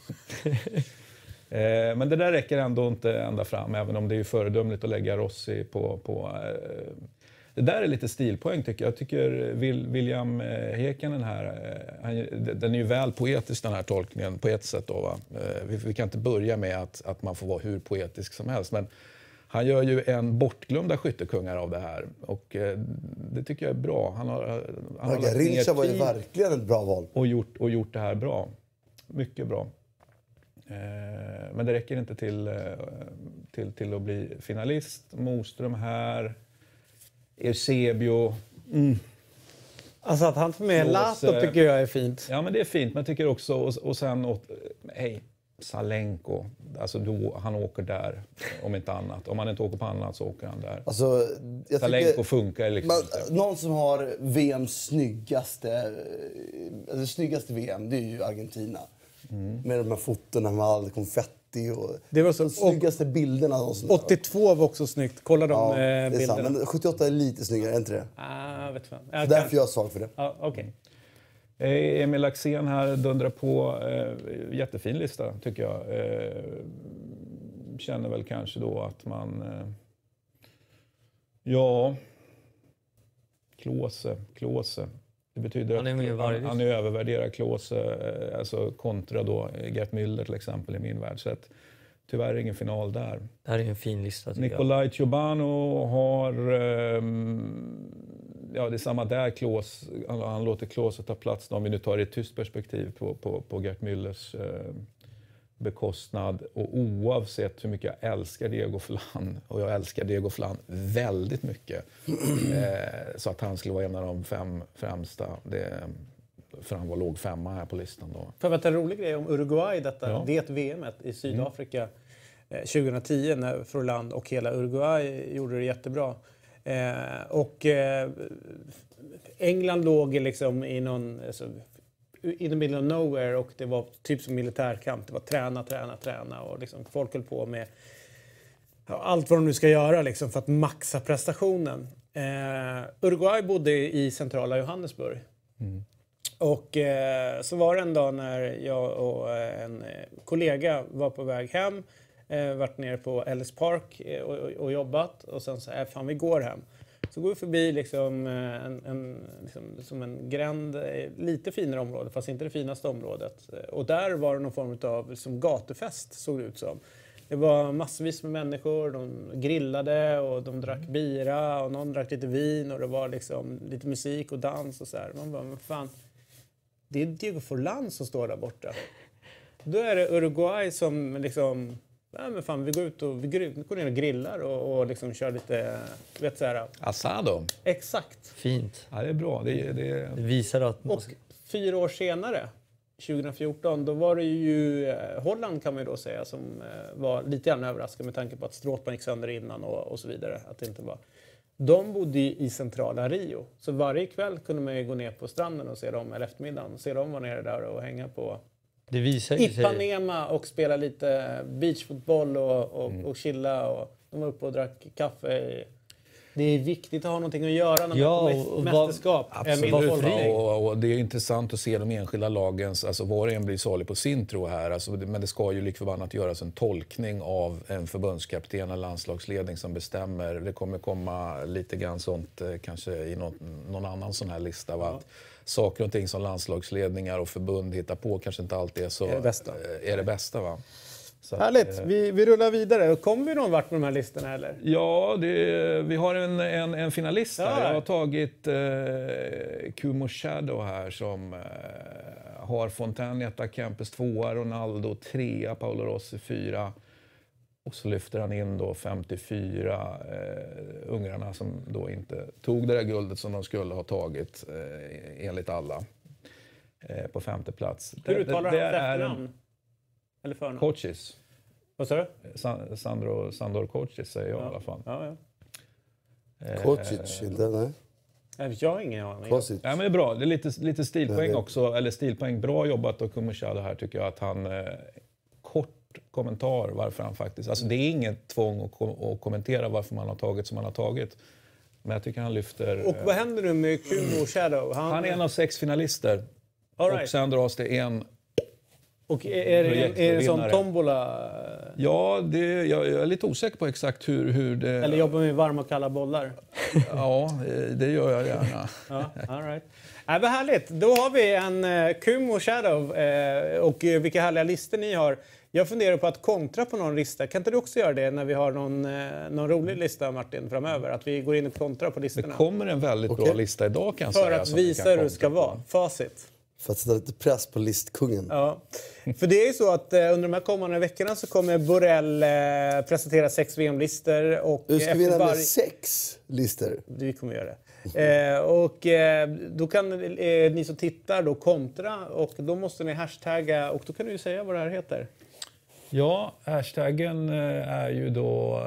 S4: Men det där räcker ändå inte ända fram, även om det är föredömligt att lägga Rossi på det där är lite stilpoäng tycker jag. Jag tycker William Heiskanen här, den är ju väl poetisk den här tolkningen på ett sätt då, va? Vi kan inte börja med att man får vara hur poetisk som helst, men han gör ju en bortglömda skyttekungar av det här, och det tycker jag är bra. Han har
S2: Garincha var ju verkligen ett bra val.
S4: Och gjort det här bra. Mycket bra. Men det räcker inte till att bli finalist. Moström här. Eusebio.
S1: Alltså att han får med Lato tycker jag är fint.
S4: Ja, men det är fint. Men jag tycker också, och sen Salenko. Alltså han åker där, om inte annat. Om han inte åker på annat så åker han där.
S2: Alltså,
S4: Salenko funkar liksom
S2: inte. Någon som har VMs snyggaste VM, det är ju Argentina. Med de här fotona med all konfetti och
S1: det var så
S2: snyggaste bilderna.
S1: 82 var också snyggt. Kolla de bilderna.
S2: Men 78 är lite snyggare, är inte det?
S1: Vet fan.
S2: Därför jag är svag för det.
S1: Okay.
S4: Emil Axén här dundrar på. Jättefin lista tycker jag. Känner väl kanske då att man... Klose. Det betyder att han är övervärderad, Klose, alltså kontra då Gert Müller till exempel i min värld. Så att, tyvärr ingen final där.
S3: Det här är en fin lista tycker
S4: Nikolaj Ciobanu har... det är samma där. Klose, han låter Klose ta plats om vi nu tar det i ett tyst perspektiv på Gert Müllers bekostnad. Och oavsett hur mycket jag älskar Diego Forlán, och jag älskar Diego Forlán väldigt mycket, så att han skulle vara en av de 5 främsta, för han låg 5 här på listan då.
S1: För att en rolig grej om Uruguay, det VM:et i Sydafrika 2010 när Forlán och hela Uruguay gjorde det jättebra. England låg liksom i någon... in the middle of nowhere, och det var typ som militärkamp. Det var träna och liksom folk höll på med allt vad de nu ska göra liksom för att maxa prestationen. Uruguay bodde i centrala Johannesburg. Och så var det en dag när jag och en kollega var på väg hem, varit nere på Ellis Park och jobbat, och sen så fan vi går hem. Så går vi förbi liksom som en gränd, lite finare område, fast inte det finaste området. Och där var det någon form av liksom gatufest, såg det ut som. Det var massvis med människor, de grillade och de drack bira och någon drack lite vin, och det var liksom lite musik och dans och så här. Man bara, men fan, det är Diego Forlán som står där borta. Då är det Uruguay som liksom... Ja, men fan, vi går ut och går ner och grillar och liksom kör lite, vet så här.
S4: Asado.
S1: Exakt.
S3: Fint.
S4: Ja, det är bra. Det
S3: visar att...
S1: Och 4 år senare, 2014, då var det ju Holland kan man ju då säga som var lite grann överraskad med tanke på att Stråtman gick sönder innan och så vidare. Att det inte var. De bodde i centrala Rio. Så varje kväll kunde man ju gå ner på stranden och se dem, eller eftermiddagen, se dem vara nere där och hänga på...
S3: Det visar
S1: Ipanema och spela lite beachfotboll och chilla, och de var uppe och drack kaffe. Det är viktigt att ha någonting att göra när man får mästerskap.
S4: Och det är intressant att se de enskilda lagens, alltså var och en blir salig på sin tro här. Alltså, men det ska ju likförbannat göras en tolkning av en förbundskapten och landslagsledning som bestämmer. Det kommer komma lite grann sånt kanske i någon annan sån här lista. Va? Att saker och ting som landslagsledningar och förbund hittar på kanske inte alltid är det bästa. Va? Så
S1: Härligt, vi rullar vidare. Kommer vi någon vart med de här listorna eller?
S4: Ja, vi har en finalist här.
S1: Ja.
S4: Jag har tagit Kumo Shadow här som har Fontanieta, Kempes 2, Ronaldo 3, Paolo Rossi 4. Och så lyfter han in då 54 ungrarna som då inte tog det där guldet som de skulle ha tagit enligt alla på 5:e plats.
S1: Hur uttalar han efternamn? Eller förnamn?
S4: Coaches.
S1: Vad sa du?
S4: Sandor Coaches säger jag i alla fall.
S1: Ja.
S2: Kocic, inte? Nej.
S1: Jag har ingen aning.
S2: Kocic.
S4: Ja, men det är bra. Det är lite stilpoäng också. Eller stilpoäng. Bra jobbat av Kumashado här tycker jag. Att han... kort kommentar varför han faktiskt... Alltså det är inget tvång att kommentera varför man har tagit som man har tagit. Men jag tycker han lyfter...
S1: Och vad händer nu med Kumo Shadow?
S4: Han är en av 6 finalister.
S1: All right.
S4: Och sen dras det en...
S1: Och är det som tombola?
S4: Ja, jag är lite osäker på exakt hur det...
S1: Eller jobbar med varma och kalla bollar?
S4: Ja, det gör jag gärna.
S1: Ja, all right. Vad härligt. Då har vi en Kumo Shadow och vilka härliga listor ni har. Jag funderar på att kontra på någon lista. Kan inte du också göra det när vi har någon rolig lista, Martin, framöver? Att vi går in och kontrar på listorna.
S4: Det kommer en väldigt bra lista idag kan jag
S1: För
S4: säga.
S1: att visa hur det ska vara. Facit.
S2: För att sätta lite press på listkungen.
S1: Ja, för det är ju så att under de här kommande veckorna så kommer Borrell presentera 6 VM-listor. Och
S2: Du ska vinna med 6 listor.
S1: Vi kommer göra det. Och då kan ni som tittar då kontra och då måste ni hashtagga och då kan du ju säga vad det här heter.
S4: Ja, hashtaggen är ju då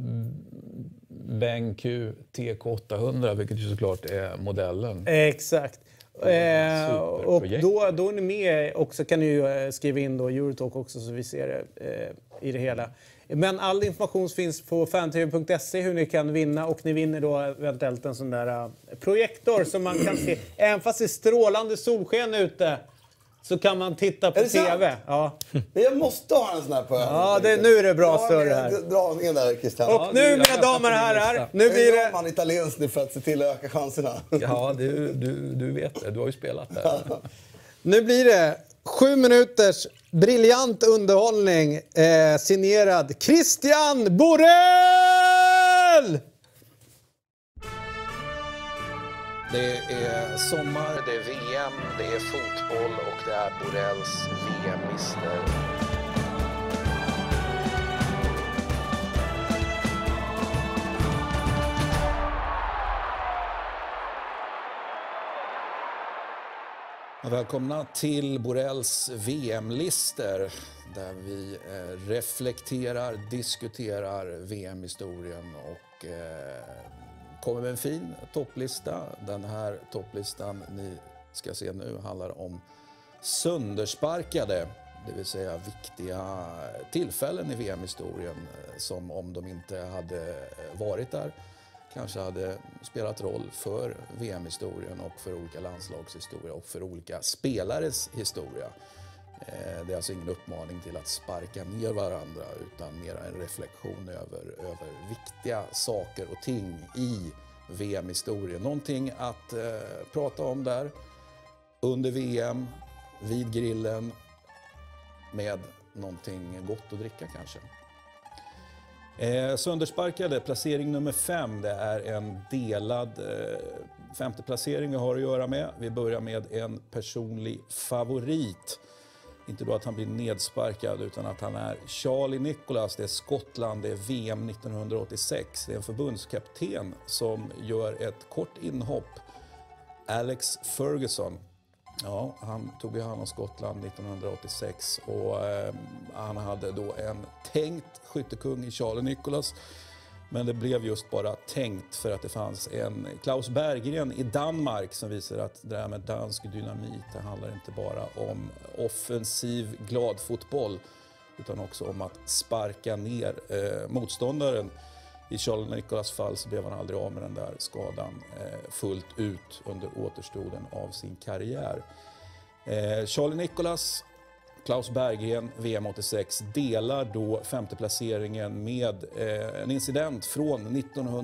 S4: BenQ-TK800 vilket ju såklart är modellen.
S1: Exakt. Och då är ni med och så kan ni ju skriva in då Eurotalk också så vi ser det i det hela. Men all information finns på fantv.se hur ni kan vinna och ni vinner då eventuellt en sån där projektor som man kan se. Även fast det är strålande solsken ute så kan man titta på TV. Ja.
S2: Jag måste ha en sån här på.
S1: Ja, nu är det bra större här.
S2: Dragningen där, Christian.
S1: Och nu, mina damer och herrar, nu blir det...
S2: man italiensk nu för att se till att öka chanserna.
S4: Ja, du vet det. Du har ju spelat där.
S1: Nu blir det 7 minuters briljant underhållning signerad Christian Borrell!
S4: Det är sommar, det är VM, det är fotboll och det är Borrells VM-listor. Välkomna till Borrells VM-listor där vi reflekterar, diskuterar VM-historien och kommer med en fin topplista. Den här topplistan ni ska se nu handlar om söndersparkade, det vill säga viktiga tillfällen i VM-historien som om de inte hade varit där kanske hade spelat roll för VM-historien och för olika landslagshistoria och för olika spelares historia. Det är alltså ingen uppmaning till att sparka ner varandra utan mer en reflektion över viktiga saker och ting i VM-historien. Någonting att prata om där under VM, vid grillen med någonting gott att dricka kanske. Söndersparkade, placering nummer 5, det är en delad femte placering vi har att göra med. Vi börjar med en personlig favorit. Inte då att han blir nedsparkad utan att han är Charlie Nicholas, det är Skottland, det är VM 1986. Det är en förbundskapten som gör ett kort inhopp. Alex Ferguson. Ja, han tog ju hand om Skottland 1986 och han hade då en tänkt skyttekung i Charlie Nicholas. Men det blev just bara tänkt för att det fanns en Klaus Berggren i Danmark som visar att det här med dansk dynamit, det handlar inte bara om offensiv glad fotboll utan också om att sparka ner motståndaren. I Charlie Nicholas fall så blev han aldrig av med den där skadan fullt ut under återstoden av sin karriär. Charlie Nicholas, Klaus Berggren, VM 86 delar då femte placeringen med en incident från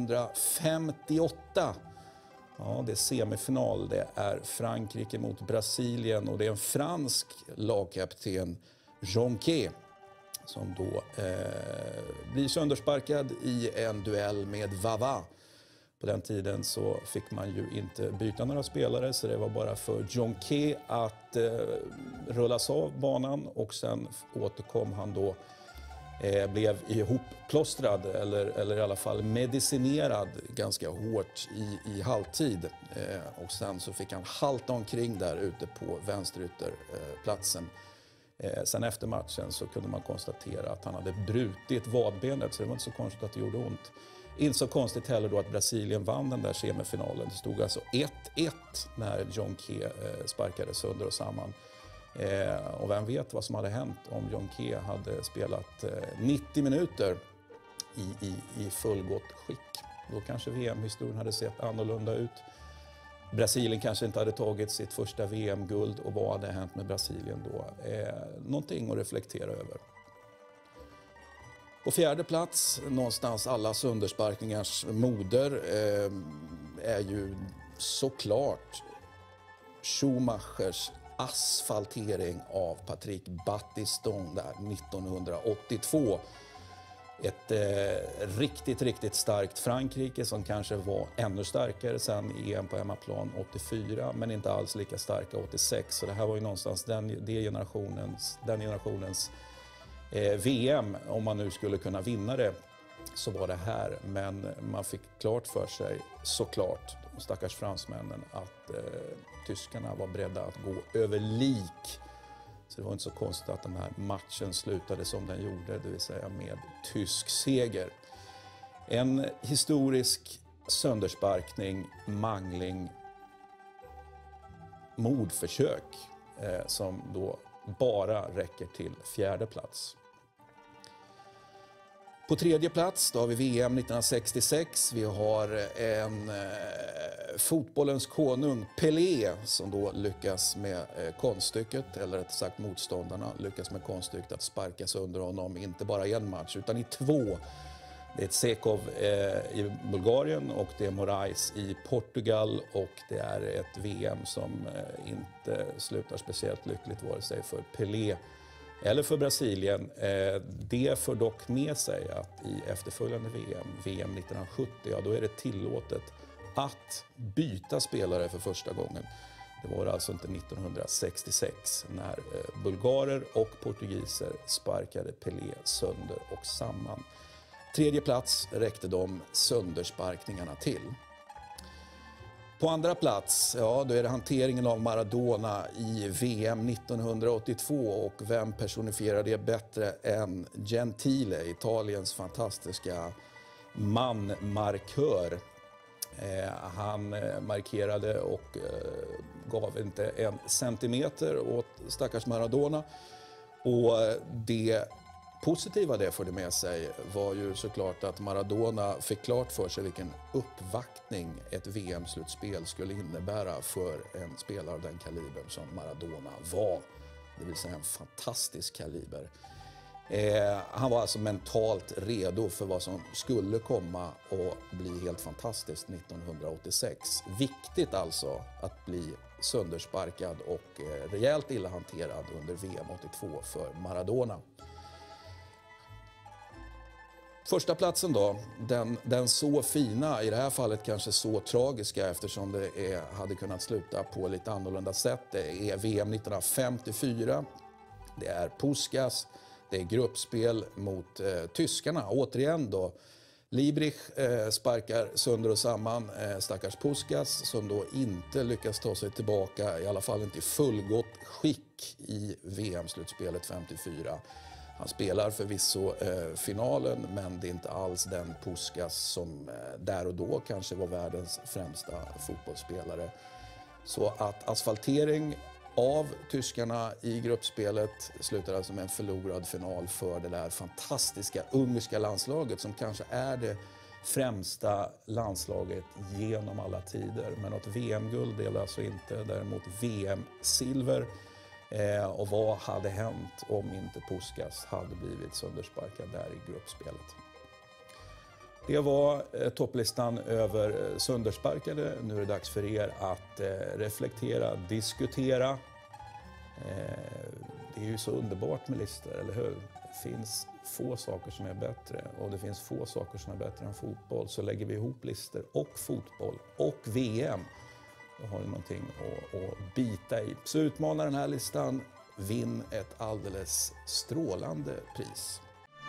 S4: 1958. Ja, det är semifinal, det är Frankrike mot Brasilien och det är en fransk lagkapten, Jonquet, som då blir söndersparkad i en duell med Vava. På den tiden så fick man ju inte byta några spelare, så det var bara för Jonquet att rullas av banan, och sen återkom han då, blev ihopplåstrad eller i alla fall medicinerad ganska hårt i halvtid. Och sen så fick han halta omkring där ute på vänsterytterplatsen. Sen efter matchen så kunde man konstatera att han hade brutit vadbenet, så det var inte så konstigt att det gjorde ont. Inte så konstigt heller då att Brasilien vann den där semifinalen. Det stod alltså 1-1 när Jonquet sparkade sönder och samman. Och vem vet vad som hade hänt om Jonquet hade spelat 90 minuter i fullgott skick. Då kanske VM-historien hade sett annorlunda ut. Brasilien kanske inte hade tagit sitt första VM-guld, och vad hade hänt med Brasilien då? Någonting att reflektera över. På fjärde plats, någonstans alla söndersparkningars moder, är ju såklart Schumachers asfaltering av Patrick Battiston där 1982. Ett riktigt starkt Frankrike som kanske var ännu starkare sen i EM på hemmaplan 84, men inte alls lika starka 86. Så det här var ju någonstans den generationens VM. Om man nu skulle kunna vinna det, så var det här. Men man fick klart för sig, såklart, de stackars fransmännen, att tyskarna var beredda att gå över lik. Så det var inte så konstigt att den här matchen slutade som den gjorde, det vill säga med tysk seger. En historisk söndersparkning, mangling, mordförsök som då bara räcker till fjärde plats. På tredje plats då har vi VM 1966. Vi har en fotbollens konung, Pelé, som då lyckas med konststycket, eller rättare sagt motståndarna lyckas med konststycket att sparka sönder honom, inte bara i en match utan i två. Det är ett Sekov i Bulgarien och det är Moraes i Portugal, och det är ett VM som inte slutar speciellt lyckligt vare sig för Pelé eller för Brasilien. Det för dock med sig att i efterföljande VM 1970, ja, då är det tillåtet att byta spelare för första gången. Det var alltså inte 1966 när bulgarer och portugiser sparkade Pelé sönder och samman. Tredje plats räckte de söndersparkningarna till. På andra plats, ja, då är det hanteringen av Maradona i VM 1982, och vem personifierar det bättre än Gentile, Italiens fantastiska manmarkör. Han markerade och gav inte en centimeter åt stackars Maradona, och det positiva det förde med sig var ju såklart att Maradona fick klart för sig vilken uppvaktning ett VM-slutspel skulle innebära för en spelare av den kalibern som Maradona var. Det vill säga en fantastisk kaliber. Han var alltså mentalt redo för vad som skulle komma och bli helt fantastiskt 1986. Viktigt alltså att bli söndersparkad och rejält illa hanterad under VM 82 för Maradona. Första platsen då, den så fina, i det här fallet kanske så tragiska eftersom det hade kunnat sluta på lite annorlunda sätt. Det är VM 1954, det är Puskás, det är gruppspel mot tyskarna. Återigen då, Liebrich sparkar sönder och samman stackars Puskás som då inte lyckas ta sig tillbaka, i alla fall inte i fullgott skick i VM-slutspelet 54. Han spelar förvisso finalen, men det är inte alls den Puskás som där och då kanske var världens främsta fotbollsspelare. Så att asfaltering av tyskarna i gruppspelet slutar alltså med en förlorad final för det där fantastiska ungerska landslaget som kanske är det främsta landslaget genom alla tider. Men något VM-guld blev alltså inte, däremot VM-silver. Och vad hade hänt om inte Puskás hade blivit söndersparkad där i gruppspelet? Det var topplistan över söndersparkade. Nu är det dags för er att reflektera, diskutera. Det är ju så underbart med listor, eller hur? finns få saker som är bättre och det finns få saker som är bättre än fotboll. Så lägger vi ihop listor och fotboll och VM, då har du någonting att bita i. Så utmana den här listan, vinn ett alldeles strålande pris.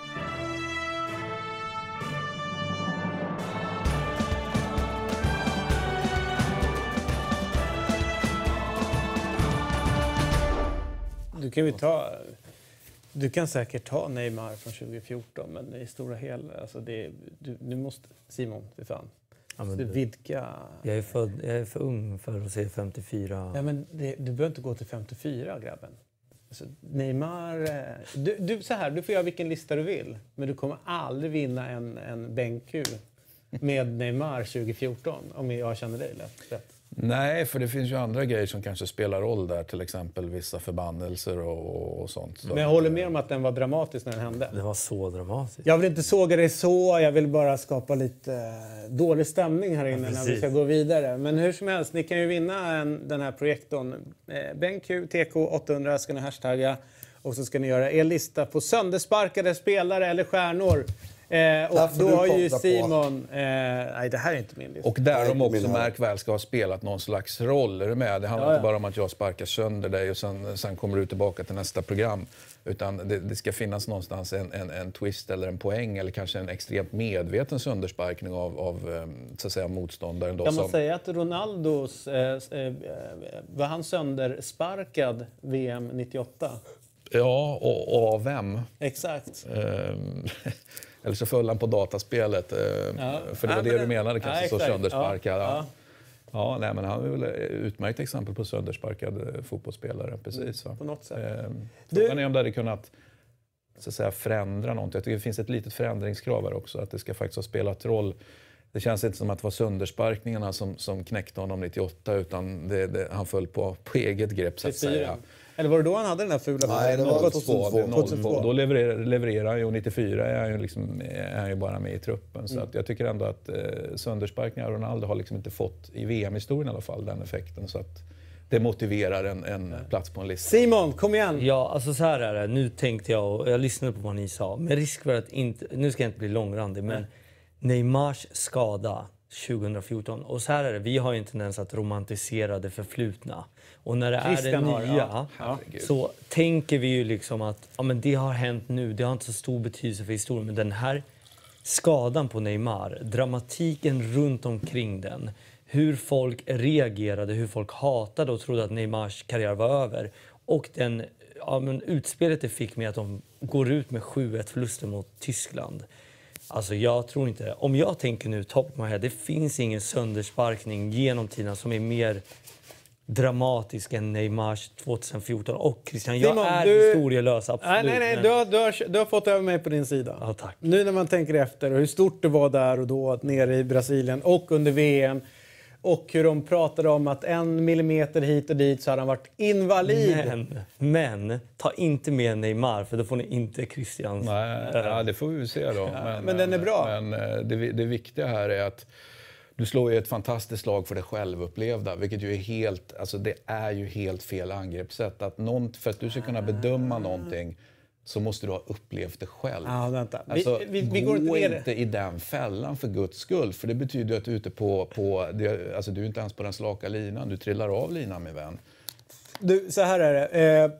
S1: Du kan säkert ta Neymar från 2014, men i stora hela, alltså du måste, Simon, för fan. Ja, du vidga.
S3: Jag är för ung för att se 54.
S1: Ja, men du behöver inte gå till 54, grabben. Alltså, Neymar, du får göra vilken lista du vill, men du kommer aldrig vinna en BenQ med Neymar 2014, om jag känner dig rätt.
S4: Nej, för det finns ju andra grejer som kanske spelar roll där, till exempel vissa förbannelser och sånt. Så.
S1: Men jag håller med om att den var dramatisk när den hände.
S3: Det var så dramatiskt.
S1: Jag vill inte såga dig så, jag vill bara skapa lite dålig stämning här inne när vi ska gå vidare. Men hur som helst, ni kan ju vinna den här projektorn. BenQ TK 800 ska ni hashtagga och så ska ni göra er lista på söndersparkade spelare eller stjärnor. Och då har ju Simon... nej, det här är inte min lista.
S4: Och där de också, märk väl, ska ha spelat någon slags roll. Är du med? Det handlar inte bara om att jag sparkar sönder dig och sen kommer du tillbaka till nästa program. Utan det ska finnas någonstans en twist eller en poäng eller kanske en extremt medveten söndersparkning av så att säga, motståndaren. Då,
S1: kan man säga att Ronaldos... var han söndersparkad VM 98?
S4: Ja, och av vem?
S1: Exakt.
S4: Eller så föll han på dataspelet. För det var det du menade, kanske så söndersparkad. Ja, nej, men han är väl ett utmärkt exempel på söndersparkad fotbollsspelare. Precis, va?
S1: På något sätt.
S4: Frågan är om det hade kunnat så att säga, förändra någonting. Jag tycker det finns ett litet förändringskrav här också. Att det ska faktiskt ha spelat roll. Det känns inte som att det var söndersparkningarna som knäckte honom 98, utan han föll på eget grepp, så att säga.
S1: Eller var det då han hade den här fula...
S2: Nej, det var
S4: 2002. Då levererar han ju, och 94 är han ju bara med i truppen. Så att jag tycker ändå att söndersparkningar av Ronaldo har liksom inte fått, i VM-historien i alla fall, den effekten. Så att det motiverar en plats på en lista.
S1: Simon, kom igen!
S3: Ja, alltså så här är det. Nu tänkte jag, och jag lyssnade på vad ni sa, med risk för att inte... Nu ska jag inte bli långrandig, men Neymars skada 2014. Och så här är det, vi har ju en tendens att romantisera det förflutna. Och när det är det nya så tänker vi ju liksom att men det har hänt nu, det har inte så stor betydelse för historien. Men den här skadan på Neymar, dramatiken runt omkring den, hur folk reagerade, hur folk hatade och trodde att Neymars karriär var över. Och utspelet det fick med att de går ut med 7-1 förluster mot Tyskland. Alltså jag tror inte, om jag tänker nu top my head, det finns ingen söndersparkning genom tiden som är mer dramatisk än Neymars 2014 och Christian. Jag är historielös, absolut.
S1: Nej, du har fått över mig på din sida.
S3: Ja, tack.
S1: Nu när man tänker efter och hur stort det var där och då nere i Brasilien och under VM och hur de pratade om att 1 millimeter hit och dit så hade han varit invalid.
S3: Men ta inte med Neymar, för då får ni inte Christians...
S4: Nej, det får vi se då.
S1: Men den är bra.
S4: Men det viktiga här är att du slår ju ett fantastiskt slag för det självupplevda, vilket ju är helt, alltså det är ju helt fel angreppssätt. För att du ska kunna bedöma någonting så måste du ha upplevt det själv.
S1: Ja, vänta.
S4: Alltså,
S1: vi går
S4: inte i den fällan för Guds skull. För det betyder att du är ute alltså du är inte ens på den slaka linan. Du trillar av linan, min vän.
S1: Du, så här är det.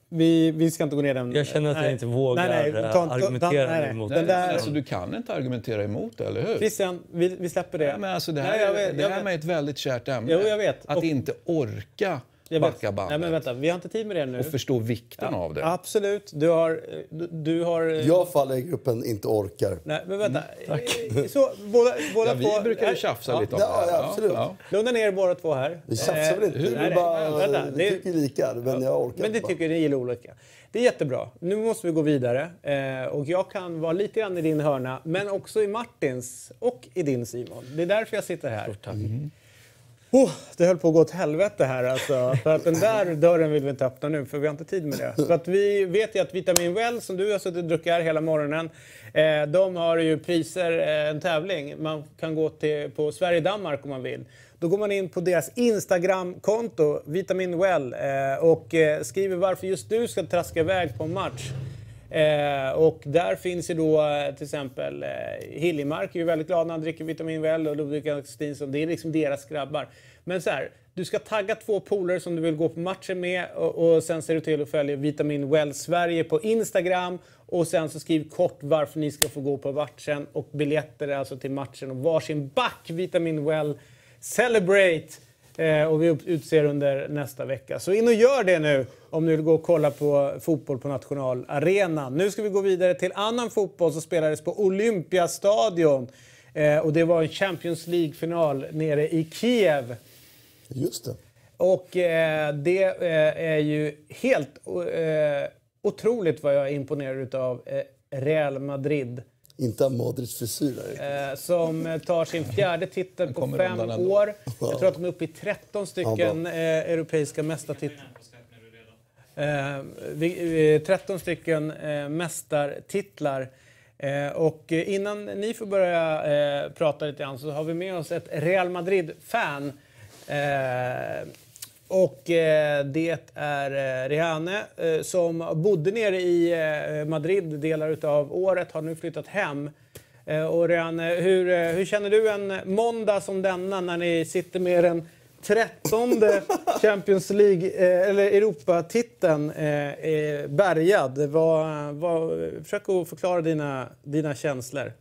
S1: Vi ska inte gå ner den.
S3: Jag känner att jag inte vågar argumentera emot
S4: det. Alltså, du kan inte argumentera emot det, eller hur?
S1: Christian, vi släpper det.
S4: Ja, men alltså, det här är ett väldigt kärt ämne.
S1: Jo, jag vet.
S4: Att inte orka backa bandet.
S1: Nej, men vänta, vi har inte tid med det nu.
S4: Och förstå vikten av det.
S1: Absolut. Du har...
S2: Jag faller i gruppen inte orkar.
S1: Nej, men vänta. Så, båda
S4: vi brukar ju tjafsa lite om det.
S2: Ja, absolut.
S1: Lugna ner er båda två här.
S2: Vi tjafsar väl inte? Vi tycker lika, men jag orkar.
S1: Men det tycker ni är olika. Det är jättebra. Nu måste vi gå vidare. Och jag kan vara lite grann i din hörna, men också i Martins och i din, Simon. Det är därför jag sitter här. Det höll på att gå åt helvete här alltså. För att den där dörren vill vi inte öppna nu, för vi har inte tid med det. För att vi vet ju att Vitamin Well, som du har suttit och druckit här hela morgonen, de har ju priser, en tävling. Man kan gå på Sverige-Danmark om man vill. Då går man in på deras Instagram-konto, Vitamin Well, och skriver varför just du ska traska iväg på en match. Och där finns ju då till exempel Hiljemark är ju väldigt glad när han dricker Vitamin Well och Ludvig Augustinsson. Det är liksom deras grabbar. Men så här, du ska tagga 2 polare som du vill gå på matchen med och sen ser du till att följa Vitamin Well Sverige på Instagram och sen så skriv kort varför ni ska få gå på matchen och biljetter alltså till matchen och varsin back Vitamin Well Celebrate. Och vi utser under nästa vecka. Så in och gör det nu om ni vill gå och kolla på fotboll på nationalarenan. Nu ska vi gå vidare till annan fotboll som spelades på Olympiastadion. Och det var en Champions League-final nere i Kiev.
S2: Just det.
S1: Och det är ju helt otroligt vad jag är imponerad av Real Madrid.
S2: Inte av Modric frisyr.
S1: Som tar sin 4:e titel på 5 år. Jag tror att de är uppe i 13 stycken europeiska mästartitlar. 13 stycken mästartitlar. Och innan ni får börja prata lite grann så har vi med oss ett Real Madrid-fan. Och det är Rehane som bodde nere i Madrid delar utav året, har nu flyttat hem. Och Rehane, hur känner du en måndag som denna när ni sitter med den 13:e Champions League eller Europatiteln bärgad? Försök att förklara dina känslor.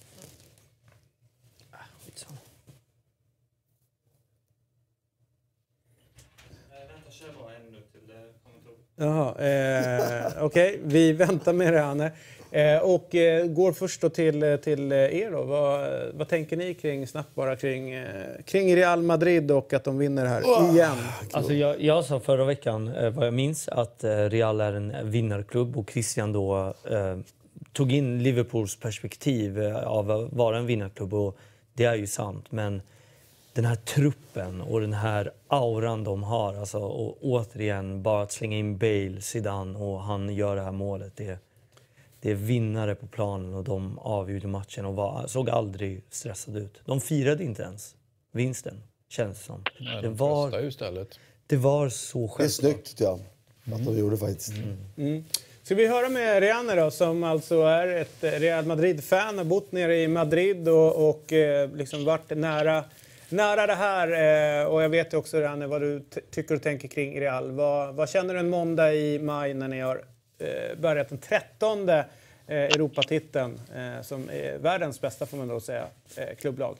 S1: Jaha, okej. Vi väntar med det, Anne. Och går först då till er då. Vad tänker ni kring Real Madrid och att de vinner här igen?
S3: Alltså jag sa förra veckan vad jag minns att Real är en vinnarklubb och Christian då tog in Liverpools perspektiv av att vara en vinnarklubb och det är ju sant, men den här truppen och den här auran de har, alltså, och återigen bara att slänga in Bale, Zidane och han gör det här målet, det är vinnare på planen och de avgjorde matchen och såg aldrig stressade ut. De firade inte ens vinsten, känns det som.
S4: Nej,
S3: det var så skönt.
S2: Det är snyggt tycker jag att de gjorde faktiskt.
S1: Ska vi höra med Rehane då, som alltså är ett Real Madrid-fan, har bott nere i Madrid och liksom varit nära det här. Och jag vet också, Rehane, vad du tycker och tänker kring Real. Vad känner du en måndag i maj när ni har börjat den 13:e Europatiteln som är världens bästa, får man då säga, klubblag?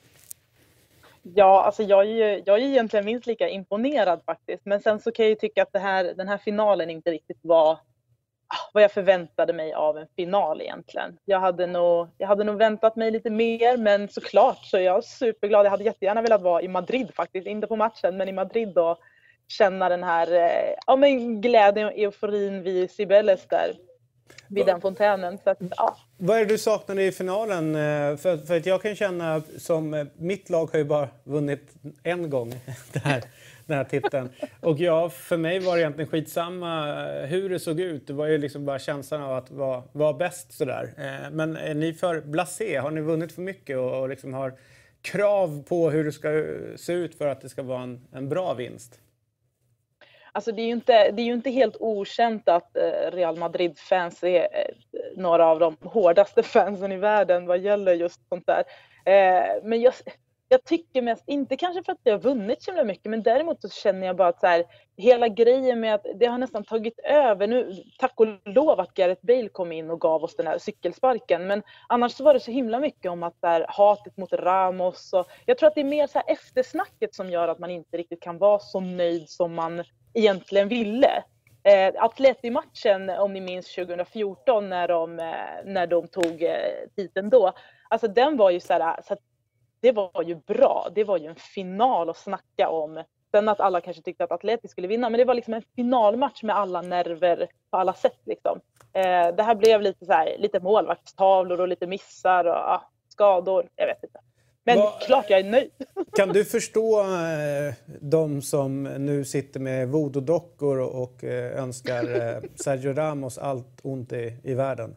S5: Ja, alltså jag är egentligen minst lika imponerad faktiskt. Men sen så kan jag ju tycka att den här finalen inte riktigt var vad jag förväntade mig av en final egentligen. Jag hade nog väntat mig lite mer, men såklart så är jag superglad. Jag hade jättegärna velat vara i Madrid faktiskt, inte på matchen, men i Madrid då känna den här glädjen och euforin vid Cibeles där, vid den fontänen. Så att, ja.
S1: Vad är det du saknade i finalen? För att jag kan känna som mitt lag har ju bara vunnit en gång den här titeln. Och för mig var det egentligen skitsamma hur det såg ut. Det var ju liksom bara känslan av att vara bäst sådär. Men är ni för blasé? Har ni vunnit för mycket och liksom har krav på hur det ska se ut för att det ska vara en bra vinst?
S5: Alltså det är ju inte helt okänt att Real Madrid-fans är några av de hårdaste fansen i världen vad gäller just sånt där. Men jag tycker mest, inte kanske för att vi har vunnit så himla mycket, men däremot så känner jag bara att så här, hela grejen med att det har nästan tagit över nu. Tack och lov att Gareth Bale kom in och gav oss den här cykelsparken, men annars så var det så himla mycket om att där, hatet mot Ramos, och jag tror att det är mer så här eftersnacket som gör att man inte riktigt kan vara så nöjd som man egentligen ville. Atleti-matchen, om ni minns 2014 när de tog titeln då, alltså den var ju så att det var ju bra. Det var ju en final att snacka om. Sen att alla kanske tyckte att Atleti skulle vinna, men det var liksom en finalmatch med alla nerver på alla sätt liksom. Det här blev lite målvaktstavlor och lite missar och skador, jag vet inte. Men klart jag är nöjd.
S1: Kan du förstå de som nu sitter med voodoo-dockor och önskar Sergio Ramos allt ont i världen?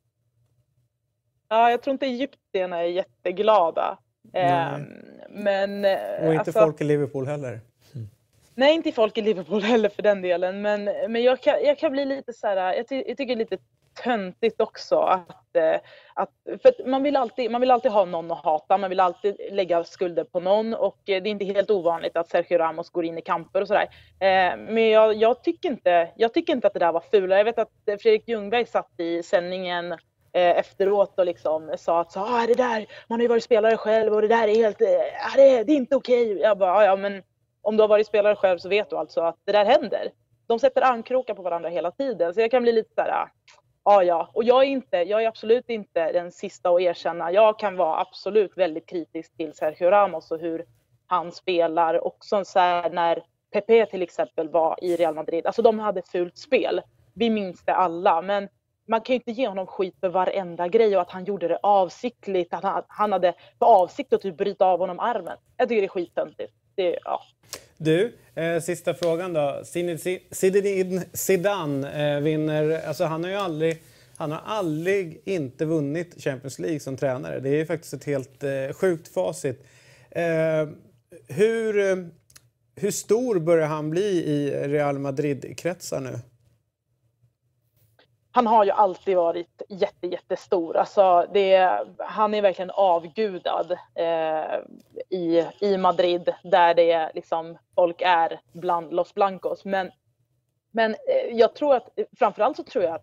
S5: Ja, jag tror inte egyptierna är jätteglada. Men,
S1: och inte folk i Liverpool heller?
S5: Nej, inte folk i Liverpool heller för den delen. Men jag kan bli lite så här, jag tycker lite töntigt också för att man vill alltid ha någon att hata, man vill alltid lägga skulder på någon, och det är inte helt ovanligt att Sergio Ramos går in i kamper och sådär. Men jag tycker inte att det där var fult. Jag vet att Fredrik Ljungberg satt i sändningen efteråt och liksom sa att det där, man har ju varit spelare själv och det där är helt, det är inte okej. Jag bara, ja men om du har varit spelare själv så vet du alltså att det där händer. De sätter armkrokar på varandra hela tiden, så jag kan bli lite sådär, ja. Och jag är absolut inte den sista att erkänna. Jag kan vara absolut väldigt kritisk till Sergio Ramos och hur han spelar. Också så här, när Pepe till exempel var i Real Madrid. Alltså de hade fult spel. Vi minns det alla. Men man kan ju inte ge honom skit för varenda grej och att han gjorde det avsiktligt. Att han hade för avsikt att typ bryta av honom armen. Jag tycker det är skittöntigt.
S1: Du, sista frågan då. Zinedine Zidane vinner, alltså han har aldrig inte vunnit Champions League som tränare. Det är faktiskt ett helt sjukt facit. Hur stor börjar han bli i Real Madrid-kretsar nu?
S5: Han har ju alltid varit jättestor. Alltså han är verkligen avgudad i Madrid, där det liksom folk är bland Los Blancos. Men jag tror att framförallt så tror jag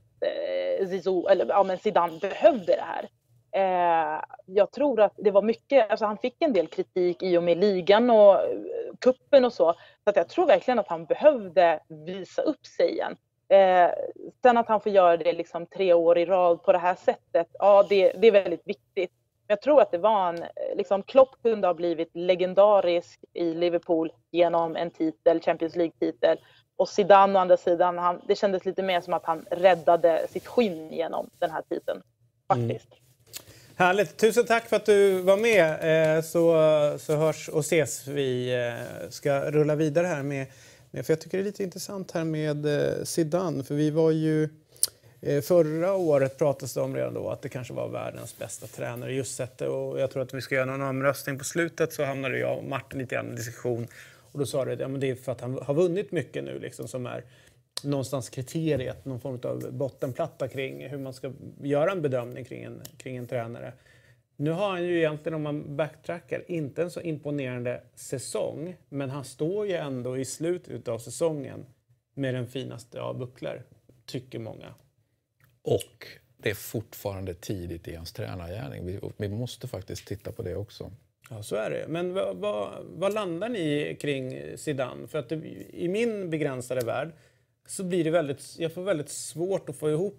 S5: att Zidane behövde det här. Jag tror att det var mycket, alltså han fick en del kritik i och med ligan och kuppen och så att jag tror verkligen att han behövde visa upp sig igen. Sen att han får göra det liksom 3 år i rad på det här sättet, det är väldigt viktigt. Jag tror att det var Klopp kunde ha blivit legendarisk i Liverpool genom en titel, Champions League-titel. Och Zidane å andra sidan, det kändes lite mer som att han räddade sitt skinn genom den här titeln, faktiskt.
S1: Härligt. Tusen tack för att du var med. Så hörs och ses. Vi ska rulla vidare här med, för jag tycker det är lite intressant här med Zidane. För vi var ju förra året pratades det om redan då att det kanske var världens bästa tränare just sättet. Och jag tror att vi ska göra någon omröstning på slutet, så hamnade jag och Martin lite grann i diskussion. Och då sa det att det är för att han har vunnit mycket nu liksom, som är någonstans kriteriet, någon form av bottenplatta kring hur man ska göra en bedömning kring en tränare. Nu har han ju egentligen, om man backtrackar, inte en så imponerande säsong, men han står ju ändå i slutet av säsongen med den finaste av bucklor, tycker många.
S4: Och det är fortfarande tidigt i hans tränargärning. Vi måste faktiskt titta på det också.
S1: Ja, så är det. Men vad landar ni kring Zidane? För att i min begränsade värld så blir jag får väldigt svårt att få ihop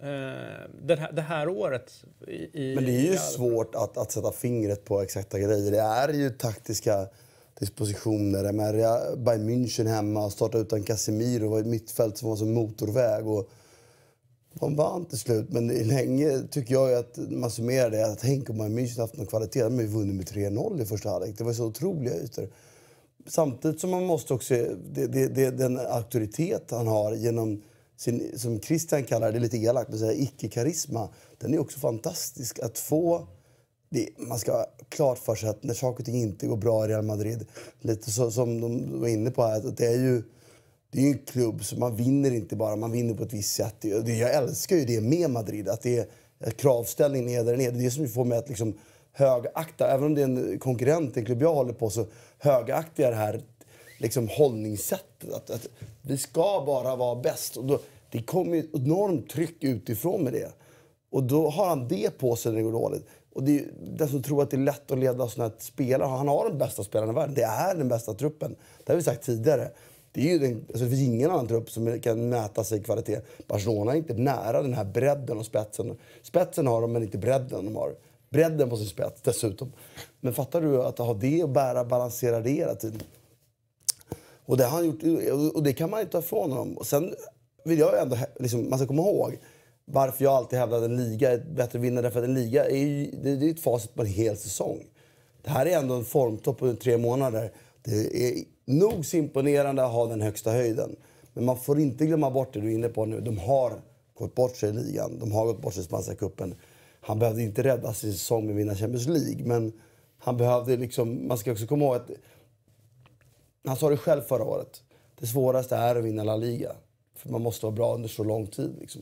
S1: det här året.
S2: Men det är ju svårt att sätta fingret på exakta grejer. Det är ju taktiska dispositioner. Med Bayern München hemma och starta utan Casemiro och ett mittfält som var som motorväg. Och de vann till slut. Men länge tycker jag att man summerar det. Tänk om Bayern München haft någon kvalitet. De har ju vunnit med 3-0 i första halvlek. Det var så otroliga ytor. Samtidigt som man måste också den auktoritet han har genom sin, som Christian kallar det lite elakt, men icke-karisma, den är också fantastisk att få. Man ska ha klart för sig att när saker och ting inte går bra i Real Madrid, lite så som de var inne på här, att det är ju en klubb som man vinner inte bara, man vinner på ett visst sätt. Jag älskar ju det med Madrid, att det är kravställning ner. Det är det som får mig att liksom högakta, även om det är en konkurrent, en klubb jag håller på, så högaktar jag det här liksom hållningssättet. Att vi ska bara vara bäst. Och det kommer ju ett enormt tryck utifrån med det. Och då har han det på sig när det går dåligt. Och det är den som tror att det är lätt att leda sådana här spelare. Han har den bästa spelaren i världen. Det är den bästa truppen. Det har vi sagt tidigare. Det är ju det finns ingen annan trupp som kan mäta sig i kvalitet. Barcelona är inte nära den här bredden och spetsen. Spetsen har de, men inte bredden. De har bredden på sin spets dessutom. Men fattar du att ha det och balansera det hela tiden? Och det har han gjort, och det kan man inte ta ifrån honom. Och sen vill jag ändå, liksom, man ska komma ihåg varför jag alltid hävdar att en liga är ett bättre vinnare, därför att en liga är ju, det är ett facit på en hel säsong. Det här är ändå en formtopp under 3 månader. Det är nog så imponerande att ha den högsta höjden. Men man får inte glömma bort det du är inne på nu. De har gått bort sig i ligan. De har gått bort sig i Spanska cupen. Han behövde inte rädda sin säsong med vinna Champions League. Men han behövde liksom, man ska också komma ihåg att han sa det själv förra året. Det svåraste är att vinna La Liga. För man måste vara bra under så lång tid. Liksom.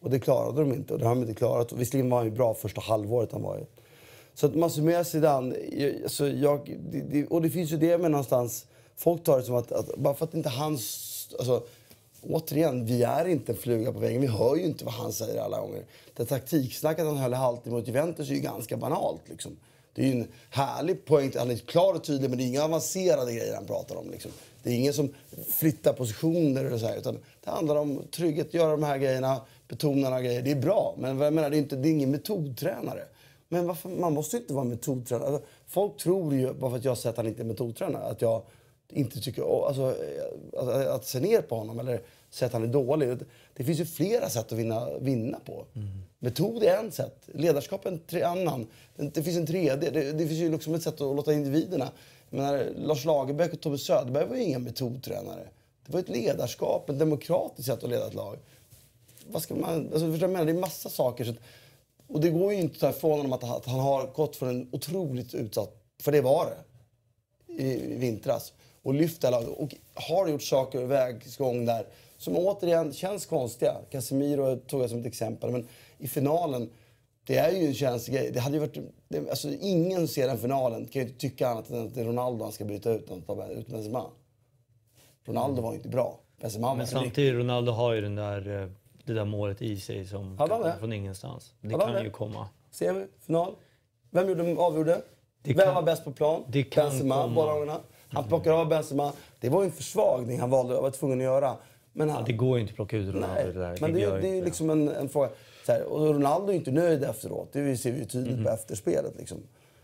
S2: Och det klarade de inte. Och det har de inte klarat. Och visserligen var han ju bra första halvåret han var ju. Så att man summerar Zidane. Och det finns ju det med någonstans. Folk tar det som att bara för att inte hans... Alltså, återigen, vi är inte en fluga på väggen. Vi hör ju inte vad han säger alla gånger. Det taktiksnacket han höll alltid mot Juventus är ju ganska banalt. Liksom. Det är ju en härlig poäng. Han är klar och tydlig, men det är inga avancerade grejer han pratar om. Liksom. Det är ingen som flyttar positioner eller så här, utan det handlar om trygghet, göra de här grejerna, betona några grejer. Det är bra, men vad jag menar, det är ingen metodtränare. Men varför, man måste ju inte vara metodtränare. Alltså, folk tror ju, bara för att jag säger att han inte är metodtränare, att jag inte tycker att se ner på honom eller säga att han är dålig. Det finns ju flera sätt att vinna på. Metod är en sätt, ledarskap är en annan. Det finns en tredje. Det finns ju liksom ett sätt att låta individerna. Men Lars Lagerbäck och Tobbe Söderberg var ju inga metodtränare. Det var ett ledarskap, ett demokratiskt sätt att leda ett lag. Vad ska man, alltså, förstår jag, det är massa saker. Så att, och det går ju inte att ta ifrån honom att han har gått för en otroligt utsatt, för det var det, i vintras. Och lyfta laget. Och har gjort saker i vägsgång där som återigen känns konstiga. Casemiro tog jag som ett exempel. Men i finalen, det är ju en känslig grej. Det hade ju varit, alltså, ingen ser den finalen kan ju inte tycka annat än att det är Ronaldo han ska byta ut Benzema. Ronaldo var ju inte bra. Benzema
S3: men samtidigt, Ronaldo har ju det där målet i sig som kommer från ingenstans. Det kan ju komma.
S2: Ser vi? Final. Vem avgjorde? Vem var bäst på plan? Benzema, bollarna. Han plockar av Benzema. Det var ju en försvagning han var tvungen att göra. Men
S3: det går ju inte att plocka ut Ronaldo.
S2: Nej,
S3: det där.
S2: Men det är ju liksom en fråga. Så här, och Ronaldo är inte nöjd efteråt. Det ser vi ju tydligt på efterspelet. Liksom.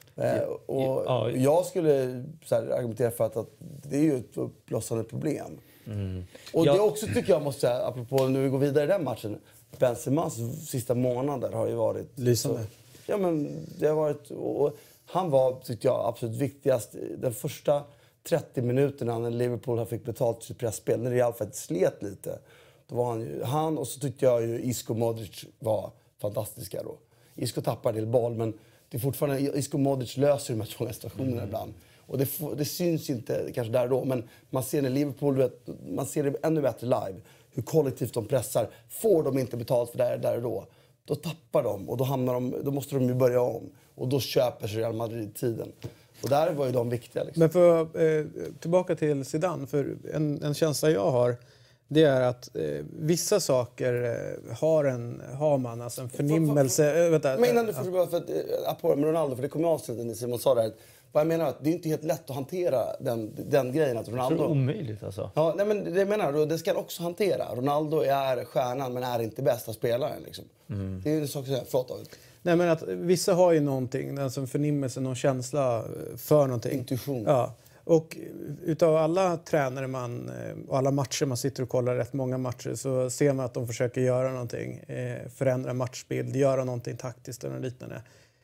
S2: Jag skulle så här, argumentera för att det är ju ett uppblossande problem. Och det också tycker jag måste säga, apropå nu vi går vidare i den matchen. Benzemas sista månader har ju varit...
S1: Lysande.
S2: Ja, men det har varit... Och han var, tyckte jag, absolut viktigast. Den första 30 minuterna när Liverpool fick betalt sitt pressspel, när Real faktiskt slet lite. Då var han och så tyckte jag ju Isco Modric var fantastiska då. Isco tappar en del boll, men det är fortfarande... Isco Modric löser de här två situationerna ibland. Och det syns inte kanske där då, men man ser när Liverpool, man ser det ännu bättre live. Hur kollektivt de pressar. Får de inte betalt för det där och då tappar de och då måste de ju börja om. Och då köper sig Real Madrid tiden. Och där var ju de viktiga. Liksom.
S1: Men för tillbaka till Zidane, för en känsla jag har, det är att vissa saker har man alltså en förnimmelse.
S2: Men innan du får bara för med Ronaldo, för det kommer avsnittet när Simon sa där. Vad jag menar är att det är inte helt lätt att hantera den grejen att Ronaldo...
S3: Det är omöjligt alltså.
S2: Ja, nej, men det menar du, det ska han också hantera. Ronaldo är stjärnan men är inte bästa spelaren liksom. Det är en sak att säga. Förlåt David.
S1: Nej, men att vissa har ju någonting, alltså en förnimmelse, någon känsla för någonting.
S2: Intuition.
S1: Ja. Och utav alla tränare och alla matcher man sitter och kollar, rätt många matcher, så ser man att de försöker göra någonting, förändra matchbild, göra någonting taktiskt eller liknande.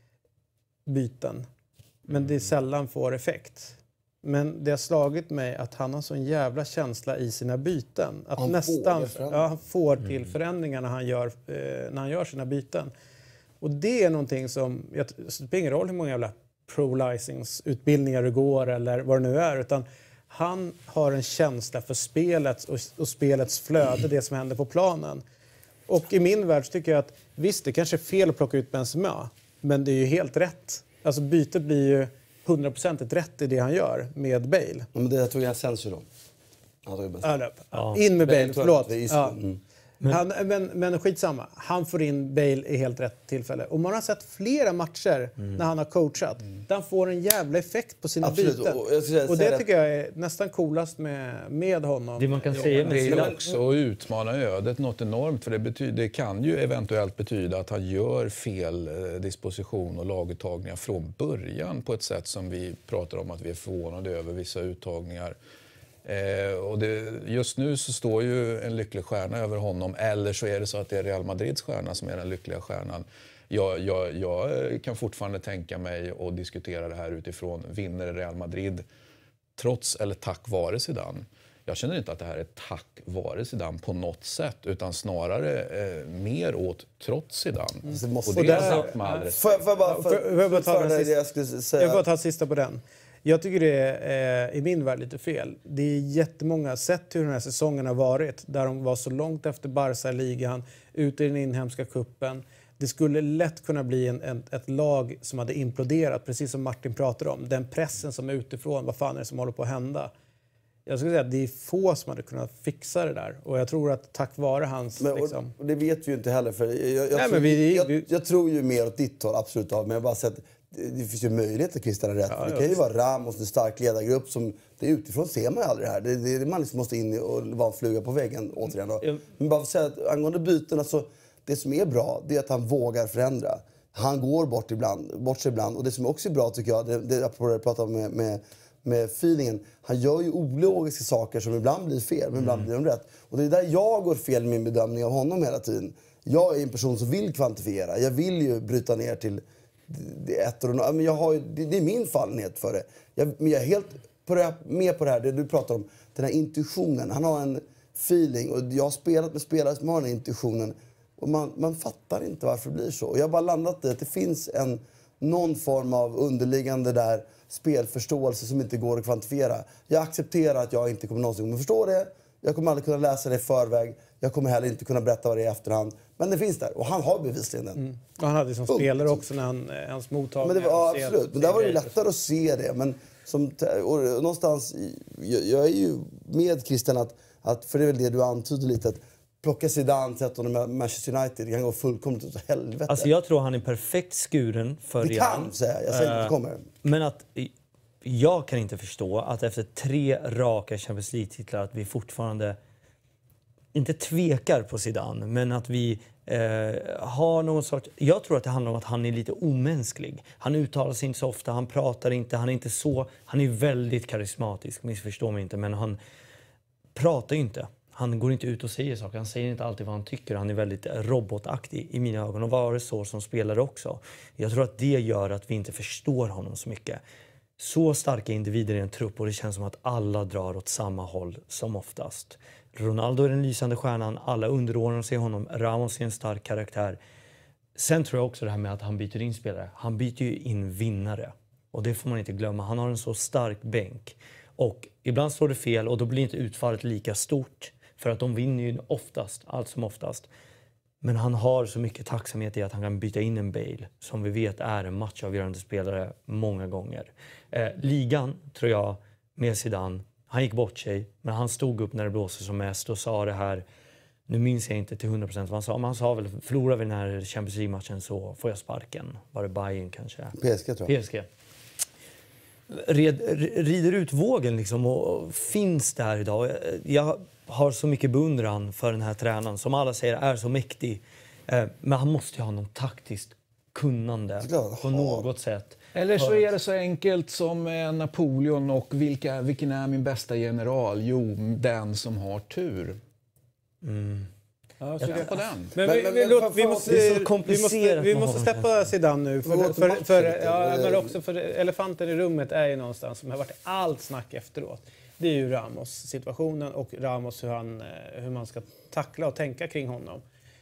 S1: Byten. Men det sällan får effekt. Men det har slagit mig att han har sån jävla känsla i sina byten. Att han får till förändringar när han gör sina byten. Och det är någonting som, det spelar ingen roll hur många jävla pro-licensutbildningar det går eller vad det nu är, utan han har en känsla för spelet och spelets flöde, det som händer på planen. Och i min värld tycker jag att visst, det kanske är fel att plocka ut Benzema, men det är ju helt rätt. Alltså bytet blir ju 100% rätt i det han gör med Bale.
S2: Ja, men det tog jag Asensio då.
S1: In med Bale, förlåt.
S2: Ja.
S1: Men skitsamma. Han får in Bale i helt rätt tillfälle. Och man har sett flera matcher när han har coachat. Där han får en jävla effekt på sina byten. Och det tycker jag är nästan coolast med honom.
S3: Det man kan säga
S4: det är också att utmana ödet något enormt. För det kan ju eventuellt betyda att han gör fel disposition och laguttagningar från början på ett sätt som vi pratar om att vi är förvånade över vissa uttagningar. Och just nu så står ju en lycklig stjärna över honom, eller så är det så att det är Real Madrids stjärna som är den lyckliga stjärnan. Jag kan fortfarande tänka mig och diskutera det här utifrån, vinner Real Madrid trots eller tack vare Zidane. Jag känner inte att det här är tack vare Zidane på något sätt, utan snarare mer åt trots Zidane.
S2: Det måste
S1: och där,
S2: Får jag bara ta sista på den?
S1: Jag tycker det är i min värld lite fel. Det är jättemånga, sett hur den här säsongen har varit, där de var så långt efter Barca i ligan, ute i den inhemska kuppen. Det skulle lätt kunna bli ett lag som hade imploderat, precis som Martin pratade om. Den pressen som är utifrån, vad fan är det som håller på att hända? Jag skulle säga att det är få som hade kunnat fixa det där. Och jag tror att tack vare hans...
S2: Men, och det vet vi ju inte heller. För jag tror ju mer åt ditt håll, absolut. Men jag bara säger att det finns ju möjlighet att Christian har rätt. Ja, det kan ju vara Ramos, en stark ledargrupp. Som, det utifrån ser man ju aldrig det här. Det man liksom måste in och vara en fluga på väggen återigen. Då. Men bara för att säga att angående byten, alltså, det som är bra, det är att han vågar förändra. Han går bort sig ibland. Och det som också är bra tycker jag, det jag pratar med feelingen. Han gör ju ologiska saker som ibland blir fel, men ibland blir de rätt. Och det är där jag går fel i min bedömning av honom hela tiden. Jag är en person som vill kvantifiera. Jag vill ju bryta ner till ett och men det är min fallenhet för det. Men jag är helt med på det här, det du pratar om. Den här intuitionen. Han har en feeling. Och jag har spelat med spelare som har den här intuitionen. Och man fattar inte varför det blir så. Och jag har bara landat i att det finns någon form av underliggande där spelförståelse som inte går att kvantifiera. Jag accepterar att jag inte kommer någonsin att förstå det. Jag kommer aldrig kunna läsa det i förväg. Jag kommer heller inte kunna berätta vad det är i efterhand. Men det finns där. Och han har bevisligen den.
S1: Och han hade det som spelare också när hans mottagning...
S2: Men det var absolut. Men där var det lättare att se det. Men någonstans... Jag är ju med Christian att... För det är väl det du antyder lite. Att plocka Zidane, sätta honom med Manchester United. Det kan gå fullkomligt åt helvete.
S3: Alltså jag tror han är perfekt skuren för
S2: Real. Det kan säga. Jag säger inte att det kommer.
S3: Men att... Jag kan inte förstå att efter 3 raka Champions League-titlar att vi fortfarande inte tvekar på Zidane, men att vi har någon sorts... Jag tror att det handlar om att han är lite omänsklig. Han uttalar sig inte så ofta, han pratar inte, han är inte så... Han är väldigt karismatisk, missförstå mig inte, men han pratar ju inte. Han går inte ut och säger saker, han säger inte alltid vad han tycker. Han är väldigt robotaktig i mina ögon och var det så som spelare också. Jag tror att det gör att vi inte förstår honom så mycket. Så starka individer i en trupp och det känns som att alla drar åt samma håll som oftast. Ronaldo är den lysande stjärnan, alla underordnar sig honom. Ramos är en stark karaktär. Sen tror jag också det här med att han byter in spelare. Han byter ju in vinnare. Och det får man inte glömma. Han har en så stark bänk. Och ibland står det fel och då blir inte utfallet lika stort. För att de vinner ju oftast, allt som oftast. Men han har så mycket tacksamhet i att han kan byta in en Bale. Som vi vet är en matchavgörande spelare många gånger. Ligan tror jag med Zidane. Han gick bort sig. Men han stod upp när det blåste som mest och sa det här. Nu minns jag inte till 100% vad han sa. Men han sa väl, förlorar vi den här Champions League-matchen så får jag sparken. Var det Bayern kanske?
S2: PSG tror jag.
S3: PSG. Rider ut vågen liksom och finns där idag. Jag har så mycket beundran för den här tränaren som alla säger är så mäktig. Men han måste ju ha någon taktiskt kunnande på något sätt.
S4: Eller så är det så enkelt som Napoleon och vilken är min bästa general? Jo, den som har tur. Ja, så på den.
S1: Men vi måste släppa Zidane nu. Men också för elefanten i rummet är ju någonstans som har varit allt snack efteråt. Det är ju Ramos-situationen och Ramos hur man ska tackla och tänka kring honom.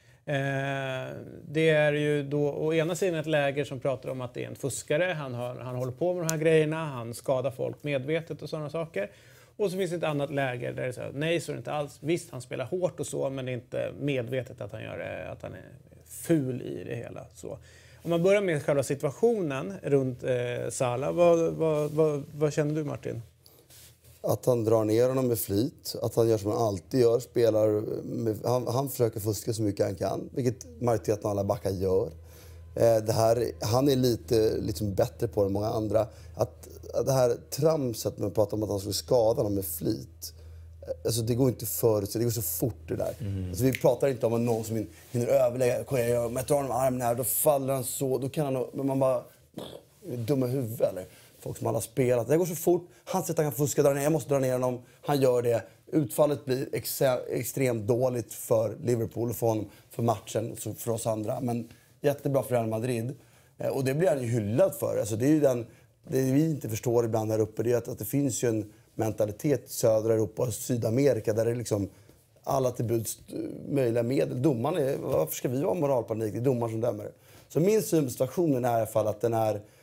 S1: Det är ju då å ena sidan ett läger som pratar om att det är en fuskare. Han håller på med de här grejerna. Han skadar folk medvetet och sådana saker. Och så finns det ett annat läger där det är så här, nej så är det inte alls. Visst, han spelar hårt och så, men det är inte medvetet att han gör det, att han är ful i det hela. Så. Om man börjar med själva situationen runt Salah, vad känner du, Martin?
S2: Att han drar ner honom med flit, att han gör som han alltid gör, han försöker fuska så mycket han kan, vilket majoriteten av alla backar gör. Han är lite liksom bättre på det än många andra. Att det här tramset med att prata om att han skulle skada honom med flit, alltså det går inte förut, det går så fort det där. Alltså vi pratar inte om någon som hinner överlägga, om jag drar honom armen här, då faller han så, då kan han, men man bara dumma huvud eller folk som alla har spelat. Det går så fort, han säger att han kan fuska, dra ner, jag måste dra ner honom, han gör det. Utfallet blir extremt dåligt för Liverpool och för honom, för matchen, för oss andra, men jättebra för Real Madrid. Och det blir han ju hyllad för. Alltså det är ju det vi inte förstår ibland här uppe, det är att det finns ju en mentalitet i södra Europa och Sydamerika där det är liksom alla tillbuds möjliga medel. Varför ska vi vara moralpanik? Det är domaren som dömer. Så min syn på situationen är i alla fall att den är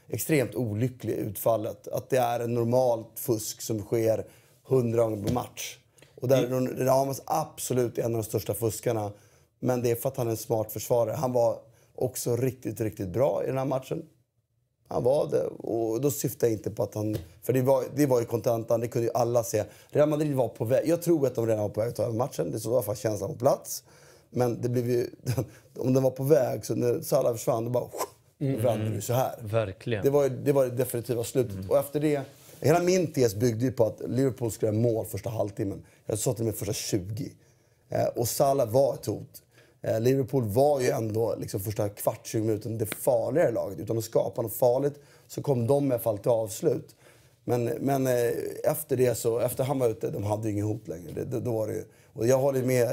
S2: extremt olycklig utfallet. Att det är en normalt fusk som sker 100 gånger på match. Och där Ramos absolut är en av de största fuskarna. Men det är för att han är en smart försvarare. Han var också riktigt, riktigt bra i den här matchen. Han var det. Och då syftar jag inte på att han... För det var ju kontentan, det kunde ju alla se. Real Madrid var på väg. Jag tror att de redan var på väg att ta matchen. Det så var faktiskt känslan på plats. Men det blev ju... Om den var på väg, så när Salah försvann, då bara... Då brann det så här.
S3: Verkligen.
S2: Det var det definitiva slutet. Och efter det... Hela min tes byggde ju på att Liverpool skulle ha mål första halvtimmen. Jag sa till mig första 20. Och Salah var ett hot. Liverpool var ju ändå liksom första 20 minuter det farligare laget. Utan att skapa något farligt så kom de i alla fall till avslut. Men efter det så, efter han var ute, de hade ju ingen hot längre. Då var det ju, och jag håller med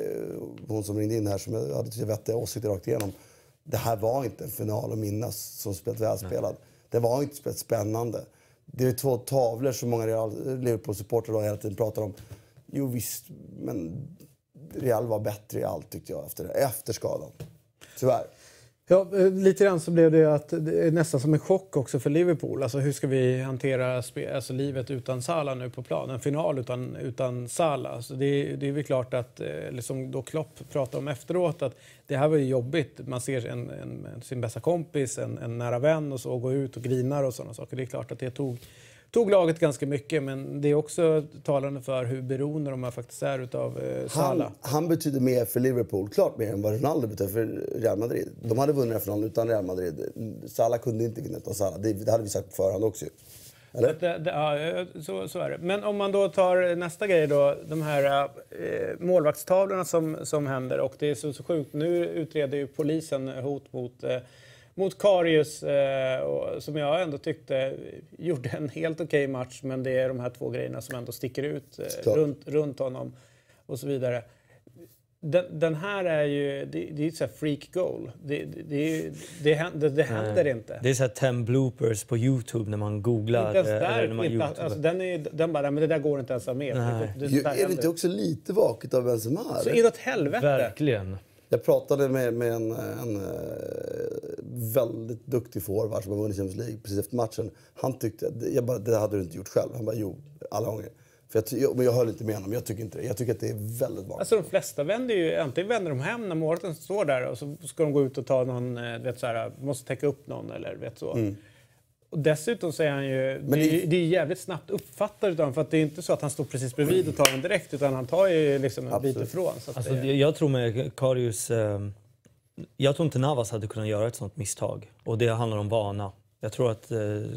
S2: hon som ringde in här som jag hade vettiga åsikter rakt igenom. Det här var inte en final att minnas som spelat välspelad. Det var inte spelat spännande. Det är 2 tavlor som många Liverpool-supportrar hela tiden pratar om. Jo visst, men Real var bättre i allt tyckte jag efter skadan. Tyvärr.
S1: Ja, lite grann så blev det att det är nästan som en chock också för Liverpool. Alltså hur ska vi hantera livet utan Salah nu på plan? En final utan Salah. Så det är väl klart att, liksom då Klopp pratar om efteråt, att det här var ju jobbigt. Man ser sin bästa kompis, en nära vän och så, gå ut och grinar och sådana saker. Det är klart att det tog laget ganska mycket, men det är också talande för hur beroende de faktiskt är utav Salah.
S2: Han betyder mer för Liverpool, klart mer än vad Ronaldo betyder för Real Madrid. De hade vunnit finalen utan Real Madrid. Salah kunde inte vinna utan Salah. Det hade vi sagt på förhand också. Eller?
S1: Ja, så är det. Men om man då tar nästa grej då, de här målvaktstavlorna som händer, och det är så sjukt. Nu utreder ju polisen hot mot Karius, som jag ändå tyckte gjorde en helt okej match, men det är de här 2 grejerna som ändå sticker ut runt honom och så vidare. Den här är ju, det är ett så här freak goal. Det händer inte.
S3: Det är så här 10 bloopers på YouTube när man googlar.
S1: Inte ens där, alltså, den bara, men det där går inte ens av med.
S2: Är det inte också lite vaket av Benzema?
S1: Så inåt helvete.
S3: Verkligen.
S2: Jag pratade med en väldigt duktig forward som har vunnit Champions League precis efter matchen. Han tyckte, det hade du inte gjort själv. Han bara, jo, alla gånger. Men jag höll inte med honom, jag tycker inte det. Jag tycker att det är väldigt vanligt.
S1: Alltså de flesta antingen vänder de hem när målvakten står där och så ska de gå ut och ta någon, måste täcka upp någon eller vet så. Mm. Och dessutom säger han ju, det är jävligt snabbt uppfattat utan, för att det är inte så att han står precis bredvid och tar den direkt, utan han tar ju liksom en bit ifrån. Så att
S3: alltså, jag tror med Karius, jag tror inte Navas hade kunnat göra ett sånt misstag. Och det handlar om vana. Jag tror att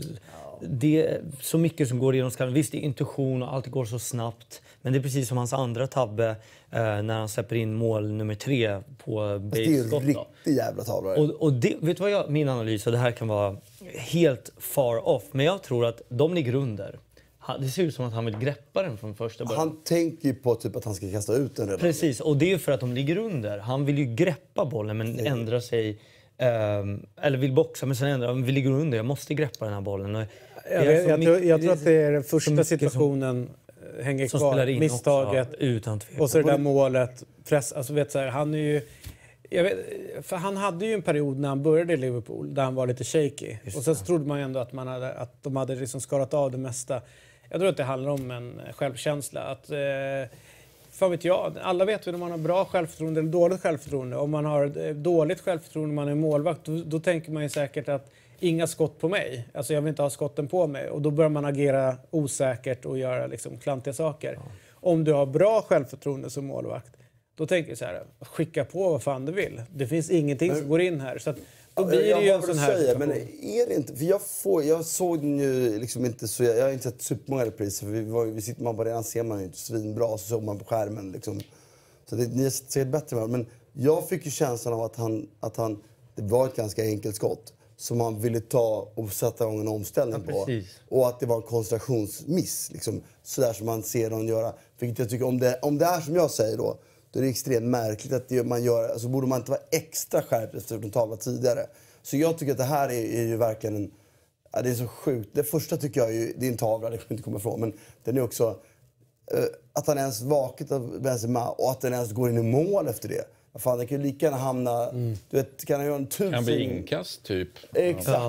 S3: det är så mycket som går igenom skallen. Visst, det är intuition och allt går så snabbt. Men det är precis som hans andra tabbe när han släpper in mål nummer 3 på Bales.
S2: Det är ju en riktig jävla tavla.
S3: Och det, vet du vad min analys, och det här kan vara helt far off, men jag tror att de ligger under. Det ser ut som att han vill greppa den från första början.
S2: Han tänker ju på typ att han ska kasta ut den redan.
S3: Precis, och det är för att de ligger under. Han vill ju greppa bollen men ändra sig. Eller vill boxa men sen ändrar han. Vi ligger under, jag måste greppa den här bollen.
S1: Jag tror att det är den första situationen hänger kvar. Misstaget.
S3: Utan tvekan.
S1: Och så det där målet. Alltså vet så här, han är ju... för han hade ju en period när han började i Liverpool där han var lite shaky. Och sen så trodde man ju ändå att de hade liksom skarat av det mesta. Jag tror att det handlar om en självkänsla. Att, fan vet jag, alla vet ju om man har bra självförtroende eller dåligt självförtroende. Om man har dåligt självförtroende när man är målvakt, då tänker man ju säkert att inga skott på mig. Alltså jag vill inte ha skotten på mig. Och då börjar man agera osäkert och göra liksom klantiga saker. Ja. Om du har bra självförtroende som målvakt, då tänker jag så här, skicka på vad fan du vill. Det finns ingenting som går in här. Så att, då blir det ju en sån här situation.
S2: Men är det inte, för jag såg ju liksom inte så, jag har inte sett supermånga repriser. Vi sitter man på redan ser man ju inte svinbra, så såg man på skärmen liksom. Så ni ser bättre, men jag fick ju känslan av att han det var ett ganska enkelt skott som han ville ta och sätta igång en omställning på.
S3: Precis.
S2: Och att det var en koncentrationsmiss liksom, sådär som man ser dem göra. Vilket jag tycker, om det är som jag säger då är det extremt märkligt att man gör, alltså borde man inte vara extra skärpt efter att de talat tidigare. Så jag tycker att det här är ju verkligen, det är så sjukt. Det första tycker jag är det är en tavla, det kan inte komma ifrån, men den är också att han ens vaket av Benzema och att den ens går in i mål efter det. Fan, det kan ju lika gärna hamna, du vet, kan han göra en tusen...
S4: Kan bli inkast typ.
S2: Exakt. Ja.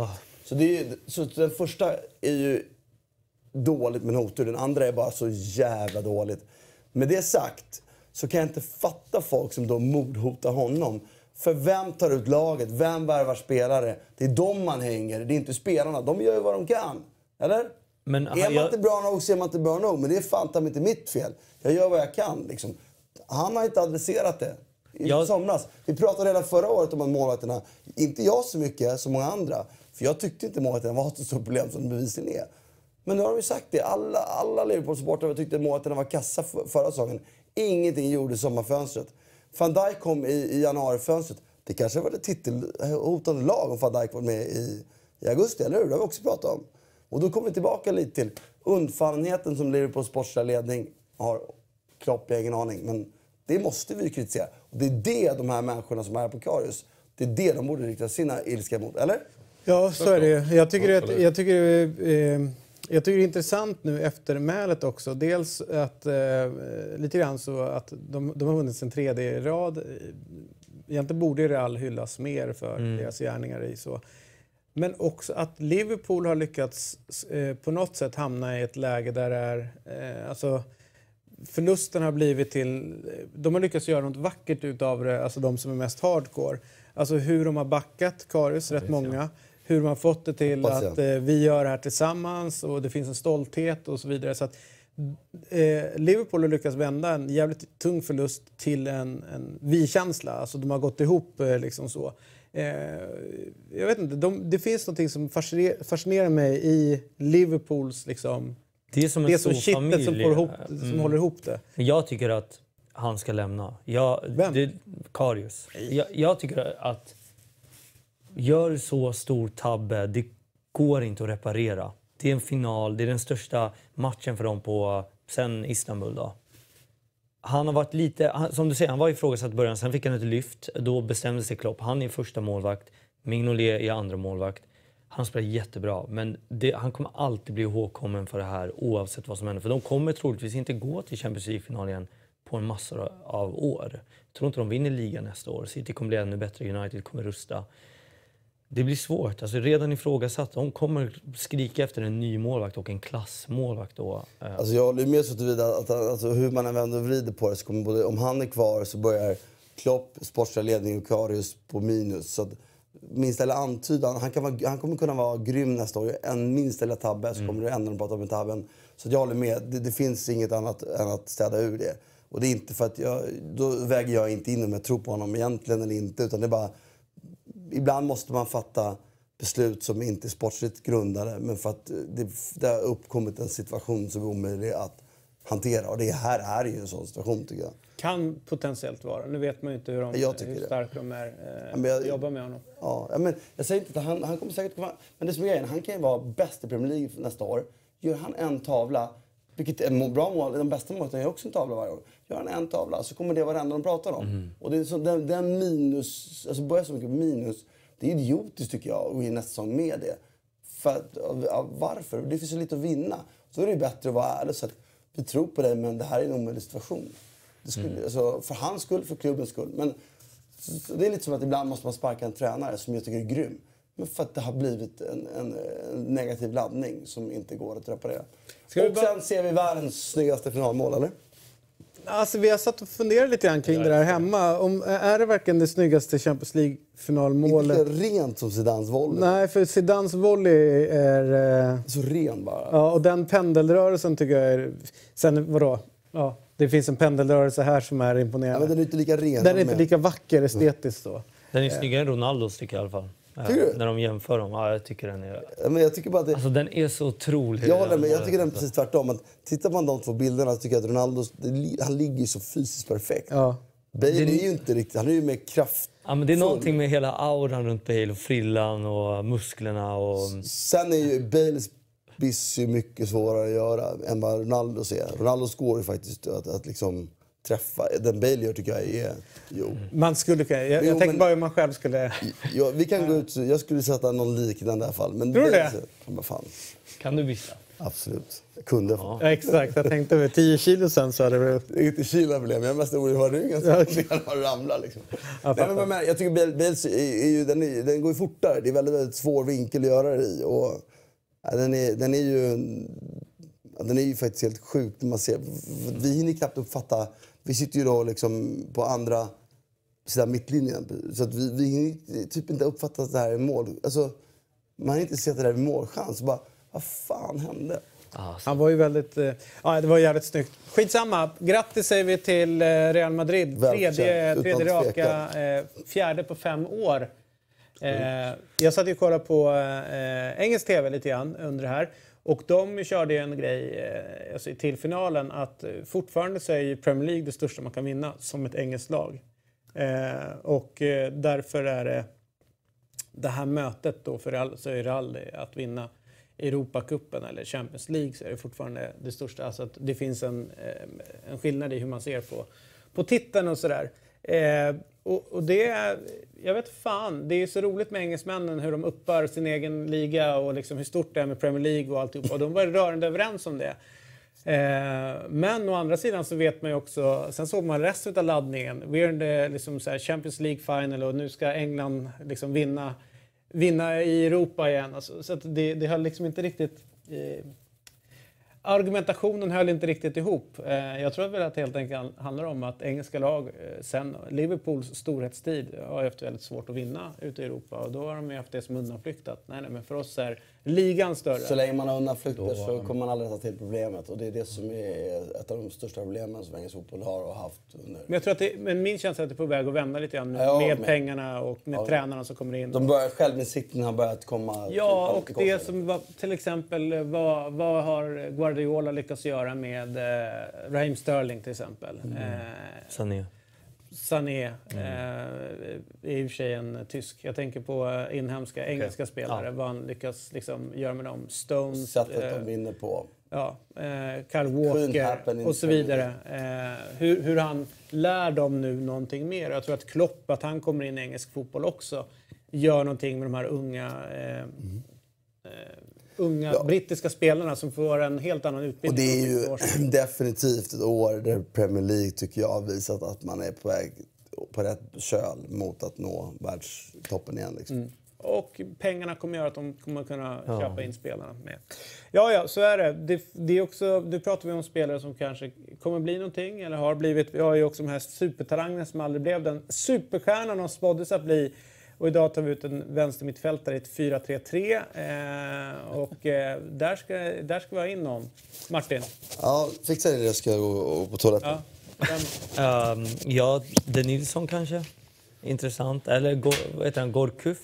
S2: Så, så den första är ju dåligt med en otur. Den andra är bara så jävla dåligt. Med det sagt så kan jag inte fatta folk som då mordhotar honom. För vem tar ut laget? Vem värvar spelare? Det är dem man hänger. Det är inte spelarna. De gör ju vad de kan. Eller? Men är man inte bra nog så är man inte bra nog. Men det är fan inte mitt fel. Jag gör vad jag kan. Liksom. Han har inte adresserat det. I somras. Vi pratade redan förra året om att målvakterna, inte jag så mycket som många andra. För jag tyckte inte målvakterna var ett så stort problem som det bevisligen är. Men nu har vi sagt det. Alla Liverpool-supportrar tyckte att målvakterna var kassa förra säsongen. Ingenting gjorde i sommarfönstret. Van Dijk kom i januarifönstret. Det kanske var det titelhotande lag om Van Dijk var med i augusti, eller hur? Det har vi också pratat om. Och då kommer vi tillbaka lite till undfallenheten som Liverpools sportsliga ledning har. Klopp, jag har ingen aning. Men det måste vi kritisera. Och det är det de här människorna som är på Karius, det är det de borde rikta sina ilska mot, eller?
S1: Ja, så är det. Jag tycker det är intressant nu eftermälet också. Dels att lite grann så att de har vunnit sin 3D rad. Egentligen borde Real hyllas mer för deras gärningar i så. Men också att Liverpool har lyckats på något sätt hamna i ett läge där det är alltså förlusten har blivit till, de har lyckats göra något vackert utav det, alltså de som är mest hardcore. Alltså hur de har backat Karius, rätt många. Hur de har fått det till att vi gör det här tillsammans och det finns en stolthet och så vidare. Så att Liverpool har lyckats vända en jävligt tung förlust till en vi-känsla. Alltså de har gått ihop liksom så. Jag vet inte, det finns något som fascinerar mig i Liverpools liksom.
S3: Det är som en stor familj
S1: som håller ihop det.
S3: Jag tycker att han ska lämna. Karius. Jag tycker att gör så stor tabbe, det går inte att reparera. Det är en final, det är den största matchen för dem sen Istanbul då. Han har varit lite, som du säger, han var ifrågasatt i början, sen fick han ett lyft. Då bestämde sig Klopp, han är första målvakt, Mignolet är andra målvakt. Han spelar jättebra, men han kommer alltid bli ihågkommen för det här oavsett vad som händer. För de kommer troligtvis inte gå till Champions League-final igen på en massa av år. Jag tror inte de vinner ligan nästa år. City kommer bli ännu bättre, United kommer rusta. Det blir svårt. Alltså redan ifrågasatt. De kommer skrika efter en ny målvakt och en klassmålvakt då.
S2: Alltså jag håller med så tillvida att alltså hur man än vänder och vrider på det så kommer både, om han är kvar så börjar Klopp, sportsliga ledning och Karius på minus. Så att minsta eller antydan, han kommer kunna vara grym nästa år. En minsta eller tabbe så kommer det ändå prata om en tabben. Så jag håller med. Det finns inget annat än att städa ur det. Och det är inte för att då väger jag inte in om jag tror på honom egentligen eller inte. Utan det är bara, ibland måste man fatta beslut som inte är sportsligt grundade. Men för att det har uppkommit en situation som är omöjlig att hantera. Och det här är ju en sån situation tycker jag.
S1: Kan potentiellt vara. Nu vet man ju inte hur starka de är att jobba med honom.
S2: Ja, men jag säger inte att han kommer säkert komma. Men det som är grejen, han kan ju vara bäst i Premier League nästa år. Gör han en tavla, vilket är en bra mål, de bästa målen gör också en tavla varje år. Gör han en tavla så kommer det vara det enda de pratar om. Och det är så, den minus, alltså börjar så mycket minus. Det är idiotiskt tycker jag att gå in nästa säsong med det. För varför? Det finns så lite att vinna. Så är det bättre att vara ärlig så att vi tror på dig men det här är en omöjlig situation. Det skulle, alltså, för hans skull, för klubbens skull. Men det är lite som att ibland måste man sparka en tränare som jag tycker är grym. Men för att det har blivit en negativ laddning som inte går att reparera. Sen ser vi världens snyggaste finalmål, eller?
S1: Alltså vi har satt och funderat lite grann kring det där hemma. Är det verkligen det snyggaste Champions League-finalmålet?
S2: Inte rent som Zidans volley.
S1: Nej, för Zidans volley är...
S2: Så ren bara.
S1: Ja, och den pendelrörelsen tycker jag är... Sen vadå? Ja, det finns en pendelrörelse här som är imponerande.
S2: Ja, men den är inte lika ren.
S1: Den är inte lika vacker estetiskt då.
S3: Den är snyggare än Ronaldos tycker jag i alla fall. När de jämför dem. Ja, jag tycker den är...
S2: Ja, men jag tycker bara att
S3: alltså den är så otrolig.
S2: Jag tycker den är precis tvärtom. Att tittar man de två bilderna så tycker jag att Ronaldo, han ligger så fysiskt perfekt.
S1: Ja.
S2: Bale är ju inte riktigt, han är ju mer kraft.
S3: Ja, men det är någonting med hela auran runt Bale och frillan och musklerna och...
S2: Sen är ju Bales biss mycket svårare att göra än vad Ronaldo ser. Ronaldo går ju faktiskt att liksom träffa. Den Bale gör tycker jag är... Jo.
S1: Man skulle kunna... Jag tänker bara hur man själv skulle...
S2: Ja, vi kan gå ut... Jag skulle sätta någon liknande i alla fall. Men
S1: tror du det?
S2: Men fan.
S3: Kan du vissa?
S2: Absolut. Jag kunde.
S1: Ja, exakt. Jag tänkte över 10 kilo sen så hade det...
S2: Det är inte kilo-problem. Jag är mest orolig för ryggen som ramlar. Liksom. Jag tycker Bales den går ju fortare. Det är väldigt, väldigt svår vinkel att göra det i. Och, den är ju faktiskt helt sjuk när man ser. Vi hinner knappt uppfatta. Vi sitter ju då liksom på andra sidan mittlinjen. Så att vi hinner typ inte uppfatta att det här är mål. Alltså, man har inte sett det där i målchans. Bara, vad fan hände?
S1: Han var ju väldigt... det var jävligt snyggt. Skitsamma. Grattis säger vi till Real Madrid. Tredje raka, fjärde på 5 år. Jag satt ju och kollade på engelsk tv lite grann under det här. Och de körde ju en grej alltså till finalen att fortfarande så är ju Premier League det största man kan vinna som ett engelskt lag. Och därför är det här mötet då för Real att vinna Europacupen eller Champions League så är det fortfarande det största. Alltså att det finns en skillnad i hur man ser på titeln och sådär. Och det, jag vet fan, det är så roligt med engelsmännen hur de uppbär sin egen liga och liksom hur stort det är med Premier League och alltihop. Och de var rörande överens om det. Men å andra sidan så vet man ju också, sen såg man resten av laddningen. We're in the liksom så här Champions League final och nu ska England liksom vinna i Europa igen. Alltså, så att det höll liksom inte riktigt... Argumentationen höll inte riktigt ihop. Jag tror väl att det helt enkelt handlar om att engelska lag sen Liverpools storhetstid har haft väldigt svårt att vinna ute i Europa. Och då har de ju haft det som undanflyktat. Nej, men för oss är ligan större.
S2: Så länge man har undanflykter så kommer man aldrig ta till problemet. Och det är det som är ett av de största problemen som engelsk fotboll har och haft under...
S1: Men jag tror att men min känsla är att det är på väg att vända lite grann med pengarna och med tränarna som kommer in.
S2: Självinsikten har börjat komma...
S1: Ja, och det som var, till exempel, vad har Guardiola lyckats göra med Raheem Sterling till exempel? Sané är i och för sig en tysk. Jag tänker på inhemska engelska spelare. Vad han lyckas liksom göra med dem. Stones.
S2: Sättet de vinner på.
S1: Ja, Kyle Walker och så vidare. Hur han lär dem nu någonting mer. Jag tror att Klopp, att han kommer in i engelsk fotboll också, gör någonting med de här unga brittiska spelarna som får en helt annan utbildning.
S2: Och det är ju definitivt ett år där Premier League tycker jag har visat att man är på väg på rätt köl mot att nå världstoppen igen. Liksom.
S1: Och pengarna kommer göra att de kommer kunna köpa in spelarna med. Ja, så är det. Det är också, nu pratar vi om spelare som kanske kommer bli någonting eller har blivit. Vi har ju också de här supertalangerna som aldrig blev den superstjärnan de spåddes att bli. Och idag tar vi ut en vänstermittfältare i ett 4-3-3. Och där ska vi ha in någon. Martin?
S2: Ja, fixa det. Jag ska gå på toaletten.
S3: Ja, De Nilsson kanske. Intressant. Eller vad heter han? Gourcuff.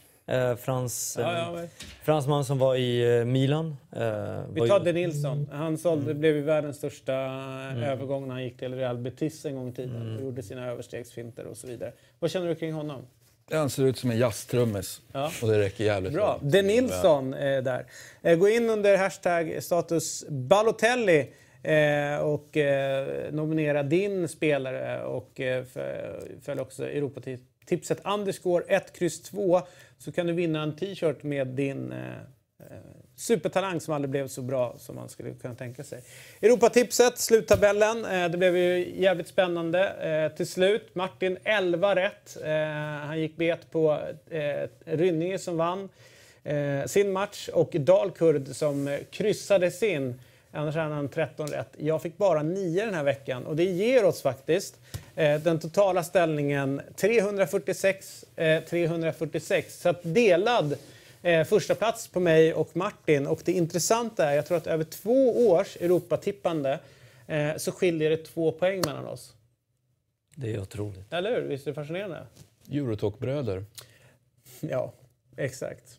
S3: Fransman som var i Milan.
S1: Vi tar De Nilsson. Han blev ju världens största övergång när han gick till Real Betis en gång i tiden. Och gjorde sina överstegsfinter och så vidare. Vad känner du kring honom?
S4: Han ser ut som en jazztrummis. Och det räcker jävligt
S1: bra. De Nilsson är där. Gå in under hashtag status Balotelli och nominera din spelare och följ också Europatipset _1X2 så kan du vinna en t-shirt med din supertalang som aldrig blev så bra som man skulle kunna tänka sig. Europatipset, sluttabellen. Det blev ju jävligt spännande till slut. Martin 11 rätt. Han gick bet på Rynninge som vann sin match och Dalkurd som kryssade sin. Annars hade han 13 rätt. Jag fick bara 9 den här veckan och det ger oss faktiskt den totala ställningen 346. Så att delad första plats på mig och Martin. Och det intressanta är, jag tror att över 2 års Europatippande så skiljer det 2 poäng mellan oss.
S3: Det är otroligt.
S1: Eller hur? Visst är det fascinerande?
S4: Eurotalk-bröder.
S1: Ja, exakt.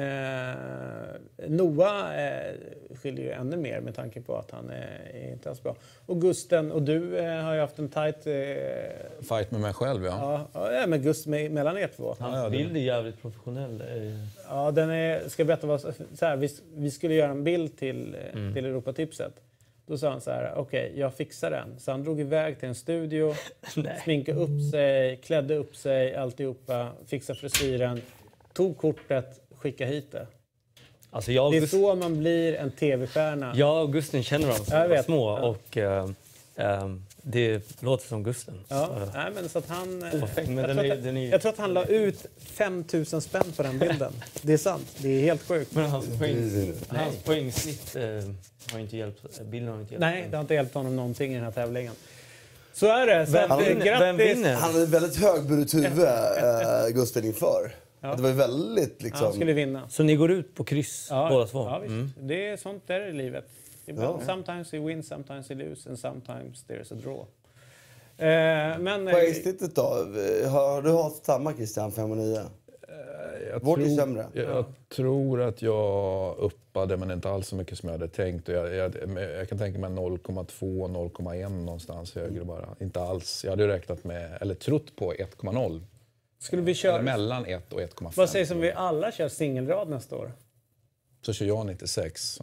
S1: Noah skiljer ju ännu mer med tanke på att han är inte alls bra. Och Gusten och du har ju haft en tight
S4: fight med mig själv,
S1: ja. Ja, men Gust mellan er två.
S3: Hans bild är jävligt professionell.
S1: Ja, den är, ska jag berätta vad så här, vi skulle göra en bild till Europatipset. Då sa han så här: okej, jag fixar den. Så han drog iväg till en studio, sminkade upp sig, klädde upp sig, alltihopa, fixade frisyren, tog kortet, skicka hit det.
S3: Alltså
S1: Det är så man blir en tv-stjärna.
S3: Jag och Gusten känner varandra
S1: Jag
S3: som var
S1: vet.
S3: små
S1: Ja.
S3: och det låter som Gusten.
S1: Ja, nej, men så att han...
S3: Men
S1: jag tror att han la ut 5 000 spänn på den bilden. Det är sant. Det är helt sjukt.
S3: Men hans poängsnitt har inte hjälpt. Bilden har inte hjälpt.
S1: Nej, det har inte hjälpt honom någonting i den här tävlingen. Så är det. Så
S3: Vem vinner?
S2: Han hade ett väldigt högburet huvud, Gusten, inför. Det var ju väldigt liksom...
S1: Han skulle vinna.
S3: Så ni går ut på kryss båda två?
S1: Ja, visst. Det är sånt där i livet. Sometimes you win, sometimes you lose, and sometimes there's a draw. Men...
S2: Poängsnittet då? Har du haft samma, Christian, 5 och 9? Vårt är sämre.
S4: Jag tror att jag uppade, men inte alls så mycket som jag hade tänkt. Jag kan tänka mig 0,2, 0,1 någonstans högre bara. Inte alls. Jag hade räknat med, eller trott på 1,0.
S1: Skulle vi köra...
S4: Eller mellan 1 och 1,5.
S1: Vad sägs om vi alla kör singelrad nästa år?
S4: Så kör jag 96.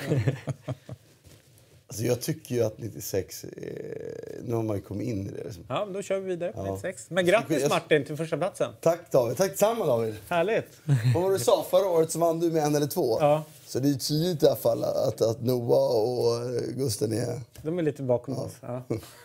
S2: Alltså jag tycker ju att 96, nu har man ju kommit in i det. Liksom.
S1: Ja, då kör vi vidare på 96. Men grattis Martin till första platsen.
S2: Tack David, tack detsamma David.
S1: Härligt.
S2: Vad var du sa, förra året så vann du med 1 eller 2.
S1: Ja.
S2: Så det är ju tydligt i alla fall att Noah och Gusten är...
S1: De är lite bakom oss. Ja.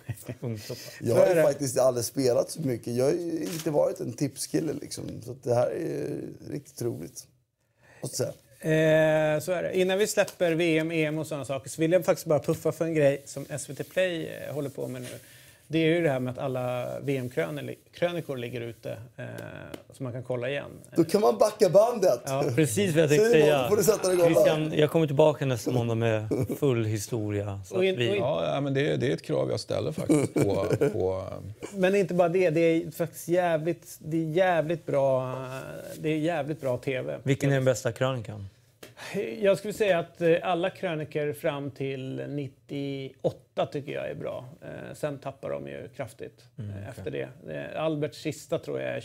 S2: Jag har ju faktiskt aldrig spelat så mycket. Jag har ju inte varit en tipskille liksom. Så att det här är riktigt roligt. Måste säga.
S1: Så är det. Innan vi släpper VM, EM och sådana saker så vill jag faktiskt bara puffa för en grej som SVT Play håller på med nu. Det är ju det här med att alla VM-krönikor ligger ute så man kan kolla igen.
S2: Då kan man backa bandet.
S3: Ja, precis vad jag tänkte säga.
S2: Får du sätta igång.
S3: Christian, jag kommer tillbaka nästa måndag med full historia. Så att vi...
S4: Ja, men det är ett krav jag ställer faktiskt på...
S1: Men inte bara det. Det är faktiskt jävligt bra. Det är jävligt bra TV.
S3: Vilken är den bästa krönikan?
S1: Jag skulle säga att alla kröniker fram till 98 tycker jag är bra. Sen tappar de ju kraftigt efter det. Alberts sista tror jag är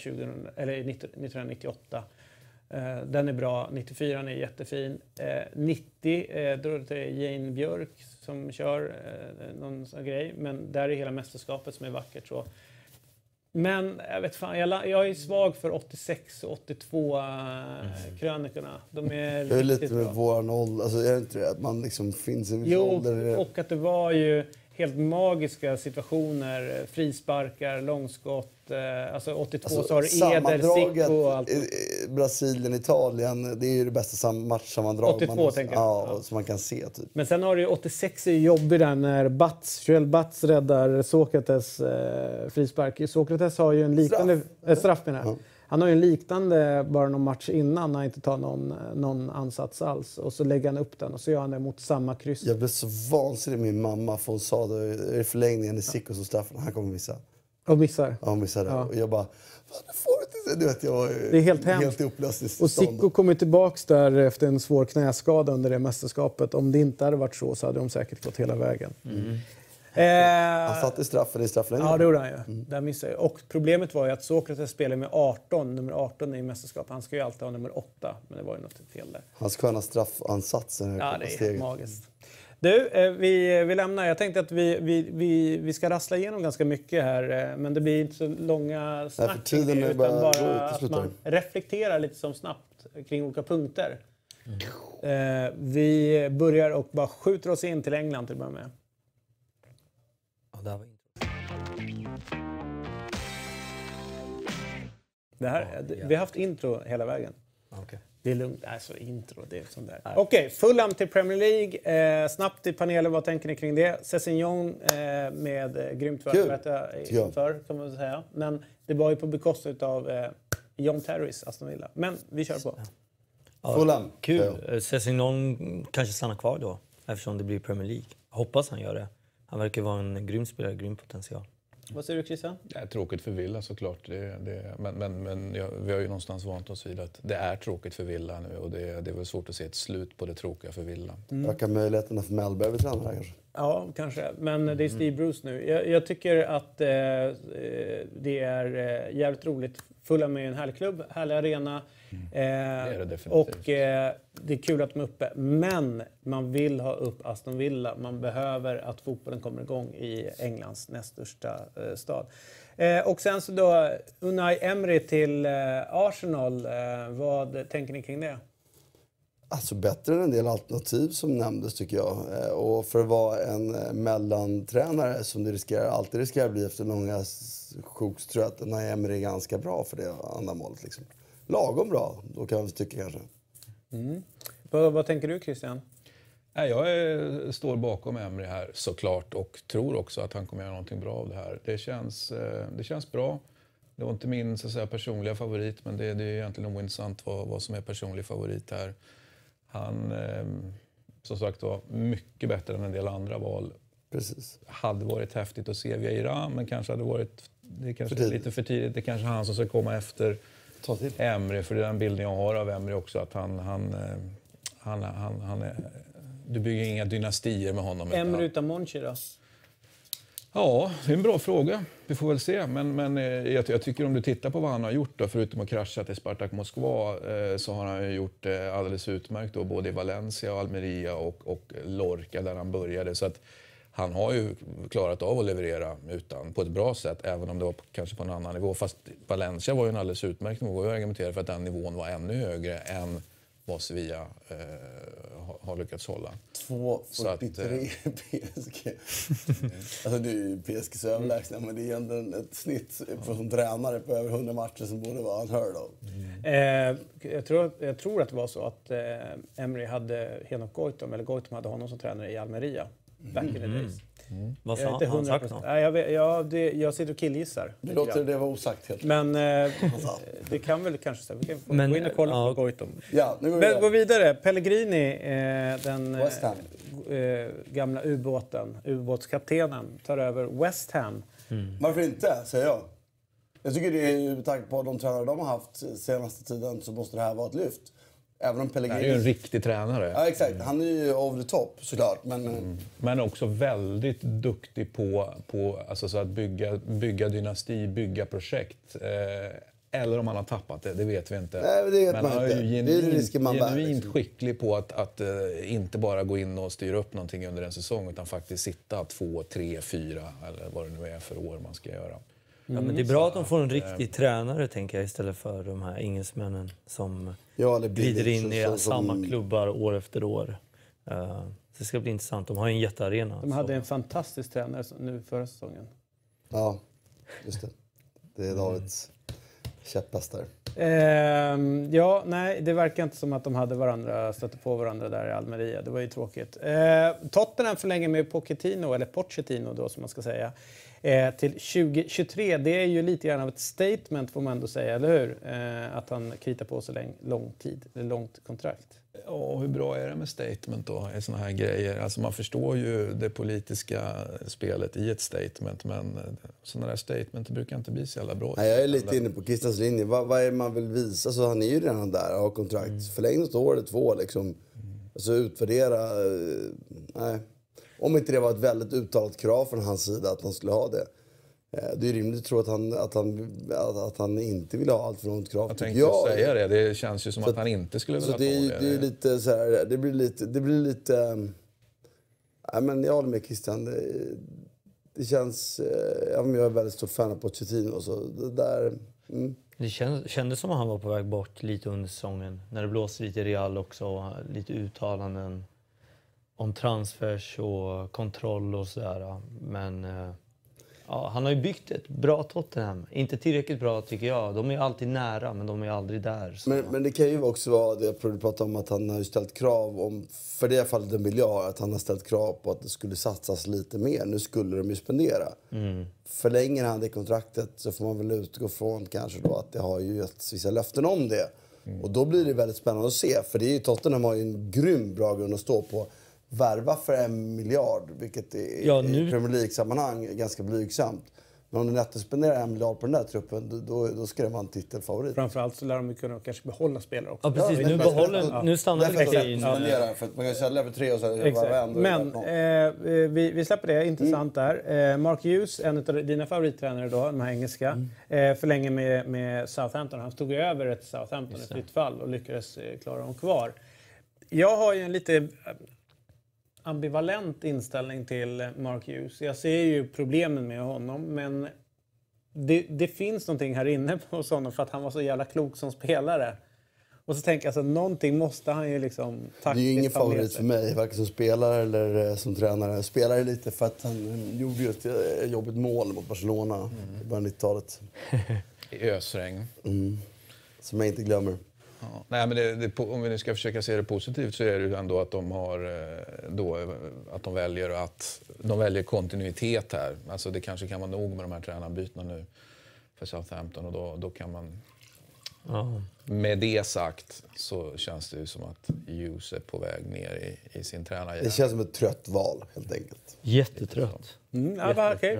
S1: 1998. Den är bra. 94 är jättefin. 90 då är det Jane Björk som kör någon sån grej. Men där är hela mästerskapet som är vackert så. Men jag vet fan, jag är svag för 86 och 82 krönikorna. De är
S2: det är lite
S1: riktigt
S2: med
S1: bra.
S2: våran ålder, alltså är det inte det? Att man liksom finns i viss ålder?
S1: Och att det var ju helt magiska situationer. Frisparkar, långskott. Alltså 82 så har du Eder, Zico och allt.
S2: Brasilien, Italien, det är ju det bästa matchsammandrag
S1: 82 tänker jag.
S2: som man kan se typ.
S1: Men sen har du ju 86 är jobbig där när Joel Batz räddar Sokrates frispark. Sokrates har ju en liknande straff menar jag. Han har ju en liknande bara någon match innan när han inte tar någon ansats alls. Och så lägger han upp den och så gör han det mot samma kryss.
S2: Jag blev så vansinnig min mamma för hon sa det i förlängningen i Zico som straffen. Han kommer missa.
S1: Och missar.
S2: Ja, han missade. Ja. Och jag bara, vad får du inte? Du vet, jag var
S1: det är helt
S2: upplöst i
S1: och Zico kom ju tillbaks där efter en svår knäskada under det mästerskapet. Om det inte hade varit så hade de säkert gått hela vägen.
S2: Han satte straffen i strafflängden.
S1: Ja, det gjorde han ju. Där missade jag. Och problemet var ju att Sokrates spelade med 18. Nummer 18 i mästerskap. Han ska ju alltid ha nummer 8. Men det var ju något fel där.
S2: Hans sköna straffansatser.
S1: Ja, det är magiskt. Du, vi lämnar. Jag tänkte att vi ska rassla igenom ganska mycket här. Men det blir inte så långa snack kring det. Utan bara att man reflekterar lite som snabbt kring olika punkter. Vi börjar och bara skjuter oss in till England till att börja med.
S3: Där var
S1: Det här, vi har haft intro hela vägen.
S3: okay.
S1: Det är lugnt. Alltså intro, det är sånt där. Okej, Fulham till Premier League. Snabbt i panelen, vad tänker ni kring det? Sessignon med grymt förarbete inför, kan man säga. Men det var ju på bekostnad av John Terrys Aston Villa. Men vi kör på.
S2: Fulham.
S3: Kul. Sessignon kanske stannar kvar då, eftersom det blir Premier League. Hoppas han gör det. Han verkar vara en grym spelare, grym potential.
S1: Vad säger du, Christian?
S4: Det är tråkigt för Villa såklart. Men vi har ju någonstans vant oss vid att det är tråkigt för Villa nu. Och det är väl svårt att se ett slut på det tråkiga för Villa.
S2: Ökar möjligheterna för Mellberg vid tränare kanske?
S1: Ja, kanske. Men det är Steve Bruce nu. Jag tycker att det är jävligt roligt. Fulla med en härlig klubb, härlig arena.
S4: Det är det definitivt.
S1: Och det är kul att de är uppe. Men man vill ha upp Aston Villa. Man behöver att fotbollen kommer igång i Englands näst största stad. Och sen så då Unai Emery till Arsenal. Vad tänker ni kring det?
S2: Alltså bättre än en del alternativ som nämndes tycker jag. Och för att vara en mellantränare som det alltid riskerar att bli efter långa sjuks, tror jag att Unai Emery är ganska bra för det andra målet. Liksom. Lagom bra, då kan vi tycka kanske.
S1: Vad tänker du, Christian?
S4: Jag står bakom Emery här såklart och tror också att han kommer göra någonting bra av det här. Det känns bra. Det var inte min så att säga, personliga favorit, men det är egentligen ointressant vad som är personlig favorit här. Han, som sagt, var mycket bättre än en del andra val.
S2: Precis.
S4: Hade varit häftigt att se Vieira, men kanske hade varit lite för tidigt. Det är kanske han som ska komma efter Emery, för det är den bilden jag har av Emery också, att han är, du bygger inga dynastier med honom.
S1: Emery utan Monchi då?
S4: Ja, det är en bra fråga. Vi får väl se. Men jag tycker om du tittar på vad han har gjort då, förutom att krascha till Spartak Moskva, så har han gjort det alldeles utmärkt då, både i Valencia och Almeria och Lorca där han började. Så att han har ju klarat av att leverera på ett bra sätt, även om det var kanske på en annan nivå. Fast Valencia var ju en alldeles utmärkt nivå. Jag argumenterar för att den nivån var ännu högre än vad Sevilla har lyckats hålla.
S2: 2,43 PSG. Alltså det är ju PSGs överlägsna, men det är ändå ett snitt som tränare på över 100 matcher som borde vara unheard of.
S1: Jag tror att det var så att Emery hade Henok Goitom, eller Goitom hade honom som tränare i Almeria. Back in the days.
S3: Vad sa han?
S1: Jag sitter och killgissar.
S2: Det låter det var osagt helt.
S1: Men det kan väl kanske så. Vi kan gå in och kolla på Goitom.
S2: Ja, nu går vi
S1: gå vidare. Pellegrini, den
S2: West Ham.
S1: Gamla ubåtskaptenen, tar över West Ham.
S2: Varför inte, säger jag. Jag tycker det är ju, med tanke på de tränare de har haft senaste tiden, så måste det här vara ett lyft. Även om Pellegrini...
S4: Han är ju en riktig tränare.
S2: Ja, exakt. Han är ju over the top, såklart.
S4: Men också väldigt duktig på alltså, så att bygga dynasti, bygga projekt. Eller om han har tappat det vet vi inte.
S2: Nej, det vet
S4: men
S2: man
S4: han
S2: inte.
S4: är ju
S2: Det är risken man bär,
S4: genuint
S2: liksom.
S4: skicklig på att inte bara gå in och styra upp någonting under en säsong, utan faktiskt sitta 2, 3, 4 eller vad det nu är för år man ska göra.
S3: Ja, men det är bra att de får en riktig tränare, tänker jag, istället för de här engelsmännen som glider in i samma klubbar år efter år. Det ska bli intressant. De har en jättearena.
S1: De hade en fantastisk tränare nu förra säsongen.
S2: Ja, just det. Det är Davids käpphästar.
S1: Det verkar inte som att de hade stötte på varandra där i Almeria. Det var ju tråkigt. Tottenham förlänger med Pochettino då, som man ska säga, till 2023. Det är ju lite grann av ett statement, får man ändå säga, eller hur? Att han kritar på så långt kontrakt.
S4: Ja, hur bra är det med statement då i såna här grejer? Alltså man förstår ju det politiska spelet i ett statement, men sådana där statement brukar inte bli så jävla bra.
S2: Nej, jag är lite inne på Christians linje. Vad är det man vill visa? Så han är ju redan där och har kontrakt. Förläng något år eller 2 liksom. Alltså utvärdera. Nej. Om inte det var ett väldigt uttalat krav från hans sida att han skulle ha det. Det är rimligt att tro att han inte vill ha allt för något krav.
S4: Jag tänkte säga det. Det känns ju som att han inte skulle vilja
S2: ha det. Det är lite så här, det blir lite nej, men jag håller med Christian. Det känns jag är väldigt stort fan av Pochettino, så det där.
S3: Det kändes som att han var på väg bort lite under säsongen, när det blåste lite i Real också, och lite uttalanden om transfers och kontroll och sådär. Men ja, han har ju byggt ett bra Tottenham. Inte tillräckligt bra, tycker jag. De är alltid nära, men de är aldrig där. Så.
S2: Men det kan ju också vara det jag pratade om, att han har ställt krav om, för det fallet en miljard, att han har ställt krav på att det skulle satsas lite mer. Nu skulle de ju spendera. Förlänger han det kontraktet, så får man väl utgå från kanske då att det har ju getts vissa löften om det. Och då blir det väldigt spännande att se, för det är ju, Tottenham har ju en grym bra grund att stå på. Värva för 1 miljard, vilket i Premier League-sammanhang ganska blygsamt. Men om du nettospenderar 1 miljard på den där truppen, då ska det vara en titelfavorit.
S1: Framförallt så lär de kunna kanske behålla spelare också.
S3: Ja, precis. Nu stannar
S2: Pellegrini. För att man kan sälja för 3 och så
S1: Men vi släpper det. Intressant där. Mark Hughes, en av dina favorittränare då, de här engelska, förlänger med Southampton. Han stod över ett Southampton i fritt fall och lyckades klara dem kvar. Jag har ju en lite ambivalent inställning till Mark Hughes. Jag ser ju problemen med honom, men det finns någonting här inne hos honom för att han var så jävla klok som spelare. Och så tänker jag, alltså, någonting måste han ju liksom
S2: Det är ju ingen favorit för mig, varken som spelare eller som tränare. Spelar lite för att han gjorde ju ett jobbigt mål mot Barcelona i början av 90-talet.
S4: I ösregn.
S2: Som jag inte glömmer.
S4: Ja. Nej, men om vi nu ska försöka se det positivt så är det ju ändå att de har att de väljer kontinuitet här. Alltså det kanske kan vara nog med de här tränarbytena nu för Southampton, och då kan man med det sagt så känns det ju som att Hughes är på väg ner i sin tränare.
S2: Det känns som ett trött val helt enkelt.
S3: Jättetrött.
S1: Okej.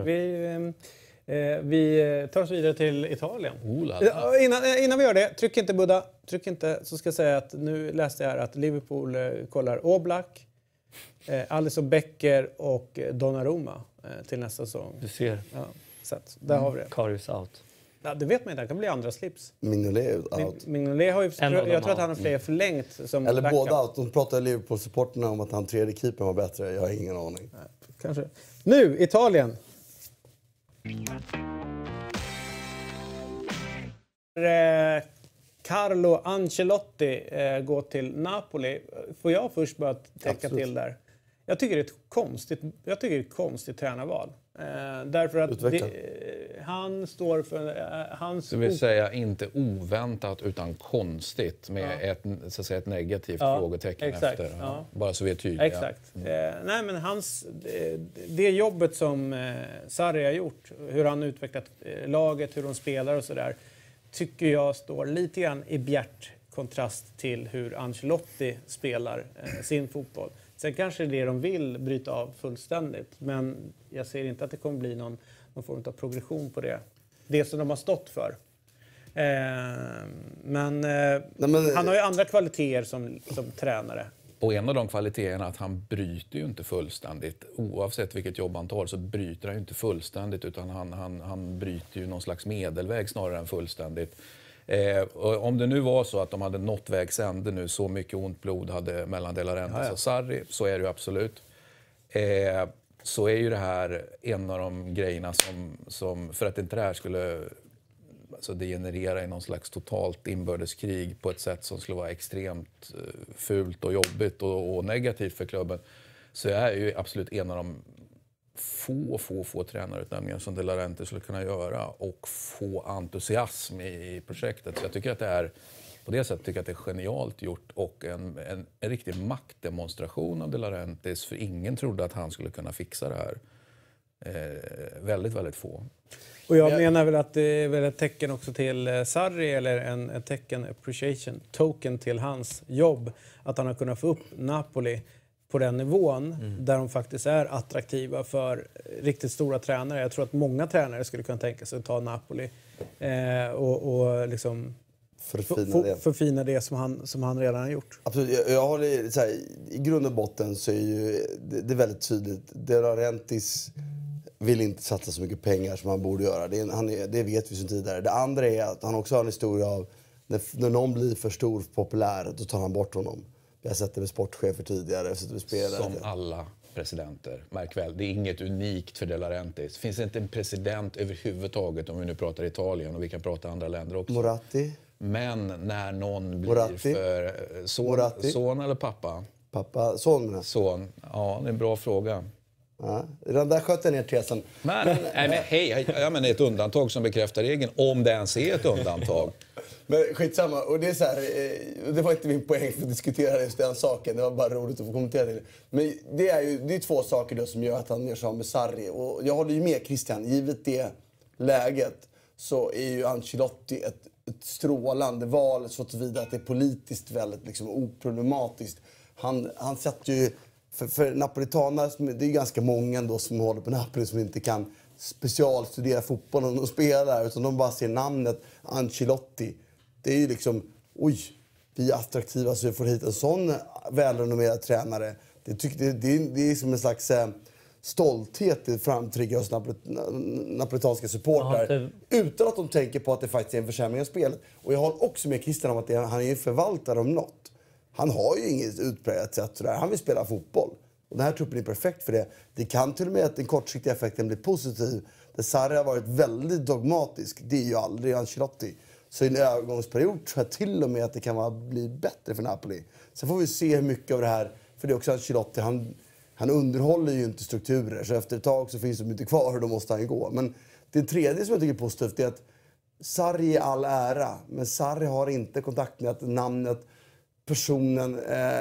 S1: Vi tar oss vidare till Italien. Innan vi gör det, tryck inte Buddha, så ska jag säga att nu läste jag här att Liverpool kollar Oblak, Alisson Becker och Donnarumma till nästa säsong.
S3: Du ser.
S1: Ja, så att, där har vi det.
S3: Karius out.
S1: Ja, det vet man inte, det kan bli andra slips.
S2: Mignolet out.
S1: Mignolet har ju, jag tror att han har fler förlängt som
S2: eller
S1: backup.
S2: båda out. De pratar Liverpool-supporterna om att han tredje keeper var bättre. Jag har ingen aning.
S1: Nej, kanske. Nu, Italien. Carlo Ancelotti går till Napoli. Får jag först bara täcka till där? Jag tycker det är ett konstigt tränarval. Därför att han står för hans...
S4: Det vill säga inte oväntat utan konstigt med ett negativt frågetecken efter. Ja. Bara så vi är tydliga.
S1: Exakt. Nej, men det jobbet som Sarri har gjort, hur han utvecklat laget, hur de spelar och sådär, tycker jag står lite grann i bjärt kontrast till hur Ancelotti spelar sin fotboll. Sen kanske det de vill bryta av fullständigt, men jag ser inte att det kommer bli någon form av progression på det. Det som de har stått för. Men han har ju andra kvaliteter som tränare.
S4: Och en av de kvaliteterna är att han bryter ju inte fullständigt. Oavsett vilket jobb han tar så bryter han ju inte fullständigt, utan han bryter ju någon slags medelväg snarare än fullständigt. Om det nu var så att de hade nått vägs ände nu, så mycket ont blod hade mellan De Laurentiis och Sarri, så är det ju absolut. Så är ju det här en av de grejerna som för att inte det här skulle degenerera i någon slags totalt inbördeskrig på ett sätt som skulle vara extremt fult och jobbigt och negativt för klubben, så är ju absolut en av de få tränarutnämningar som De Laurentiis skulle kunna göra och få entusiasm i projektet. Så jag tycker att det är på det sättet tycker jag att det är genialt gjort och en riktig maktdemonstration av De Laurentiis, för ingen trodde att han skulle kunna fixa det här. Väldigt, väldigt få.
S1: Och jag menar väl att det är väl ett tecken också till Sarri, eller ett tecken, appreciation, token till hans jobb, att han har kunnat få upp Napoli på den nivån där de faktiskt är attraktiva för riktigt stora tränare. Jag tror att många tränare skulle kunna tänka sig att ta Napoli och liksom förfina det som han redan har gjort.
S2: Absolut. Jag håller så här, i grund och botten så är ju det är väldigt tydligt. De Laurentiis vill inte satsa så mycket pengar som han borde göra. Det vet vi sedan tidigare. Det andra är att han också har en historia av när någon blir för stor och populär, då tar han bort honom. Jag har sett det med sportchefer tidigare.
S4: Som alla presidenter, märk väl. Det är inget unikt för De Laurentiis. Det finns inte en president överhuvudtaget, om vi nu pratar Italien, och vi kan prata andra länder också.
S2: Moratti.
S4: Men när någon blir för son eller pappa? Son. Ja, det är en bra fråga.
S2: Ja, redan där sköt jag ner tesen.
S4: Men hej, men det är ett undantag som bekräftar regeln, om det ens är ett undantag.
S2: Men skitsamma, och det är så här, det var inte min poäng för att diskutera just den saken, det var bara roligt att få kommentera det. Men det är två saker då som gör att han gör så med Sarri, och jag håller ju med Christian, givet det läget så är ju Ancelotti ett strålande val, så tillvida att det är politiskt väldigt liksom oproblematiskt. Han sätter ju för napolitaner, det är ganska många ändå som håller på Napoli som inte kan specialstudera fotbollen och spela, utan de bara ser namnet Ancelotti. Det är ju liksom, vi är attraktiva så vi får hit en sån välrenommerad tränare. Det är som en slags stolthet det framtriggar hos napolitanska supportrar, utan att de tänker på att det faktiskt är en försämring av spelet. Och jag håller också med Christian om att han är en förvaltare om något. Han har ju inget utpräglat sätt sådär. Han vill spela fotboll. Och den här truppen är perfekt för det. Det kan till och med att den kortsiktiga effekten blir positiv. Där Sarri har varit väldigt dogmatisk. Det är ju aldrig Ancelotti. Så i en övergångsperiod tror jag till och med att det kan bli bättre för Napoli. Sen får vi se hur mycket av det här, för det är också Ancelotti, han underhåller ju inte strukturer. Så efter ett tag så finns det inte kvar och då måste han ju gå. Men det tredje som jag tycker är positivt är att Sarri är all ära. Men Sarri har inte kontaktnät, namnet, personen,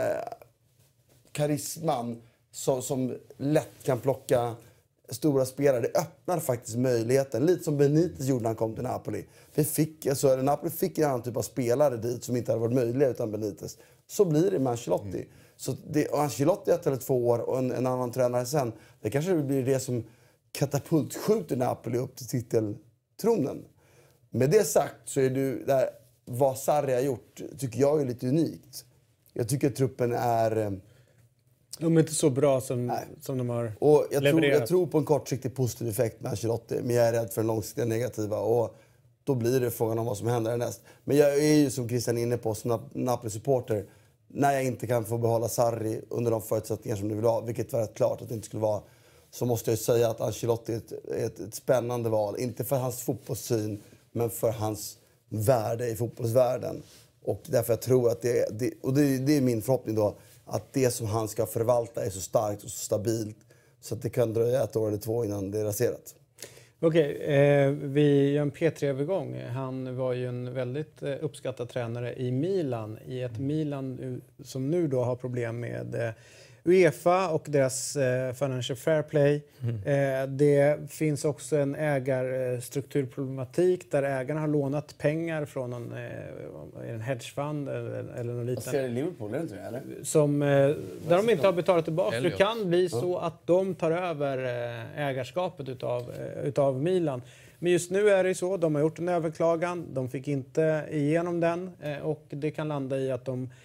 S2: karisman som lätt kan plocka stora spelare. Det öppnar faktiskt möjligheten. Lite som Benitez gjorde när han kom till Napoli. Napoli fick en annan typ av spelare dit som inte hade varit möjliga utan Benitez. Så blir det med Ancelotti. Så Ancelotti 1 eller 2 år och en annan tränare sen. Det kanske blir det som katapultskjuter Napoli upp till titeltronen. Med det sagt så är vad Sarri har gjort tycker jag är lite unikt. Jag tycker att truppen är...
S1: De är inte så bra som de har
S2: och
S1: levererat.
S2: Jag tror på en kortsiktig positiv effekt med Ancelotti. Men jag är rädd för den långsiktiga negativa. Och då blir det frågan om vad som händer härnäst. Men jag är ju som Christian är inne på som Napoli-supporter. När jag inte kan få behålla Sarri under de förutsättningar som du vill ha. Vilket var rätt klart att det inte skulle vara. Så måste jag säga att Ancelotti är ett spännande val. Inte för hans fotbollssyn. Men för hans värde i fotbollsvärlden. Och därför jag tror att det är min förhoppning då. Att det som han ska förvalta är så starkt och så stabilt. Så att det kan dröja 1 år eller 2 innan det är raserat.
S1: Okej, vi gör en P3-övergång. Han var ju en väldigt uppskattad tränare i Milan. I ett Milan som nu då har problem med UEFA och deras financial fair play. Det finns också en ägarstrukturproblematik där ägarna har lånat pengar från en hedgefund eller något liknande.
S2: Ser det Liverpool, är det inte det, eller?
S1: Där de inte har betalat tillbaka. Det kan bli så att de tar över ägarskapet utav Milan. Men just nu är det så. De har gjort en överklagan. De fick inte igenom den. Och det kan landa i att de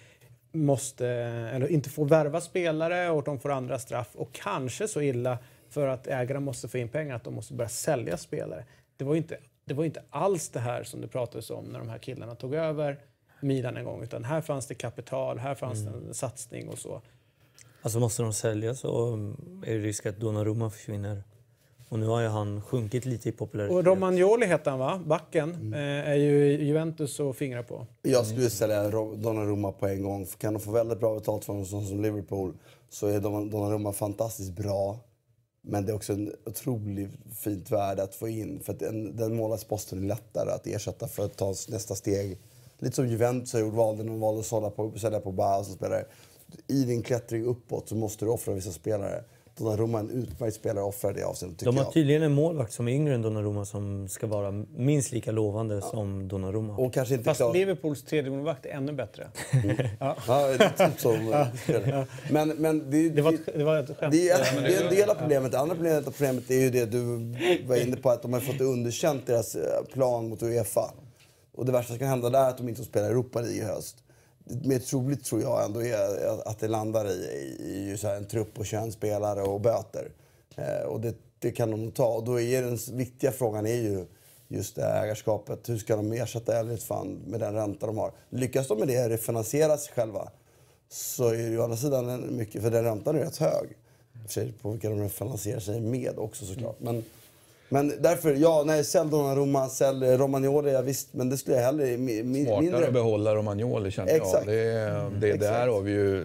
S1: inte får värva spelare och de får andra straff. Och kanske så illa för att ägarna måste få in pengar att de måste börja sälja spelare. Det var inte alls det här som det pratades om när de här killarna tog över Milan en gång. Utan här fanns det kapital, här fanns det en satsning och så.
S3: Alltså måste de sälja så är det risk att Donnarumma försvinner. Och nu har ju han sjunkit lite i popularitet.
S1: Och Romagnoli heter han, va? Backen är ju Juventus och fingrar på.
S2: Jag skulle sälja Donnarumma på en gång. Kan de få väldigt bra betalt från en sån som Liverpool så är Donnarumma fantastiskt bra. Men det är också en otroligt fint värde att få in. För att den målvaktsposten är lättare att ersätta för att ta nästa steg. Lite som Juventus har gjort, valde att sälja på Baas och spelare. I din klättring uppåt så måste du offra vissa spelare. Donnarumma är en utmärkt spelare offrar det avseendet, tycker jag.
S3: De har tydligen en målvakt som är yngre än Donnarumma som ska vara minst lika lovande som Donnarumma.
S2: Och kanske inte
S1: fast Liverpools tredje målvakt är ännu bättre.
S2: Ja, typ som. Men det
S1: var ett skämt.
S2: Det är en del av problemet. Det andra problemet är ju det du var inne på, att de har fått underkänt deras plan mot UEFA. Och det värsta som kan hända där är att de inte spelar Europa League i höst. Mer troligt tror jag ändå är att det landar i så här en trupp och 21 spelare och böter. Och det kan de ta. Och då är den viktiga frågan är ju just det ägarskapet. Hur ska de ersätta Elliot Fund med den ränta de har? Lyckas de med det, refinansiera sig själva, så är det ju å andra sidan mycket, för den räntan är rätt hög. För på vilka de refinansierar sig med också såklart. Men därför, sälj Donnarumma, sälj Romagnoli, visst, men det skulle jag hellre...
S4: Smartare att behålla Romagnoli, känner
S2: Exakt.
S4: jag. Det här har vi ju...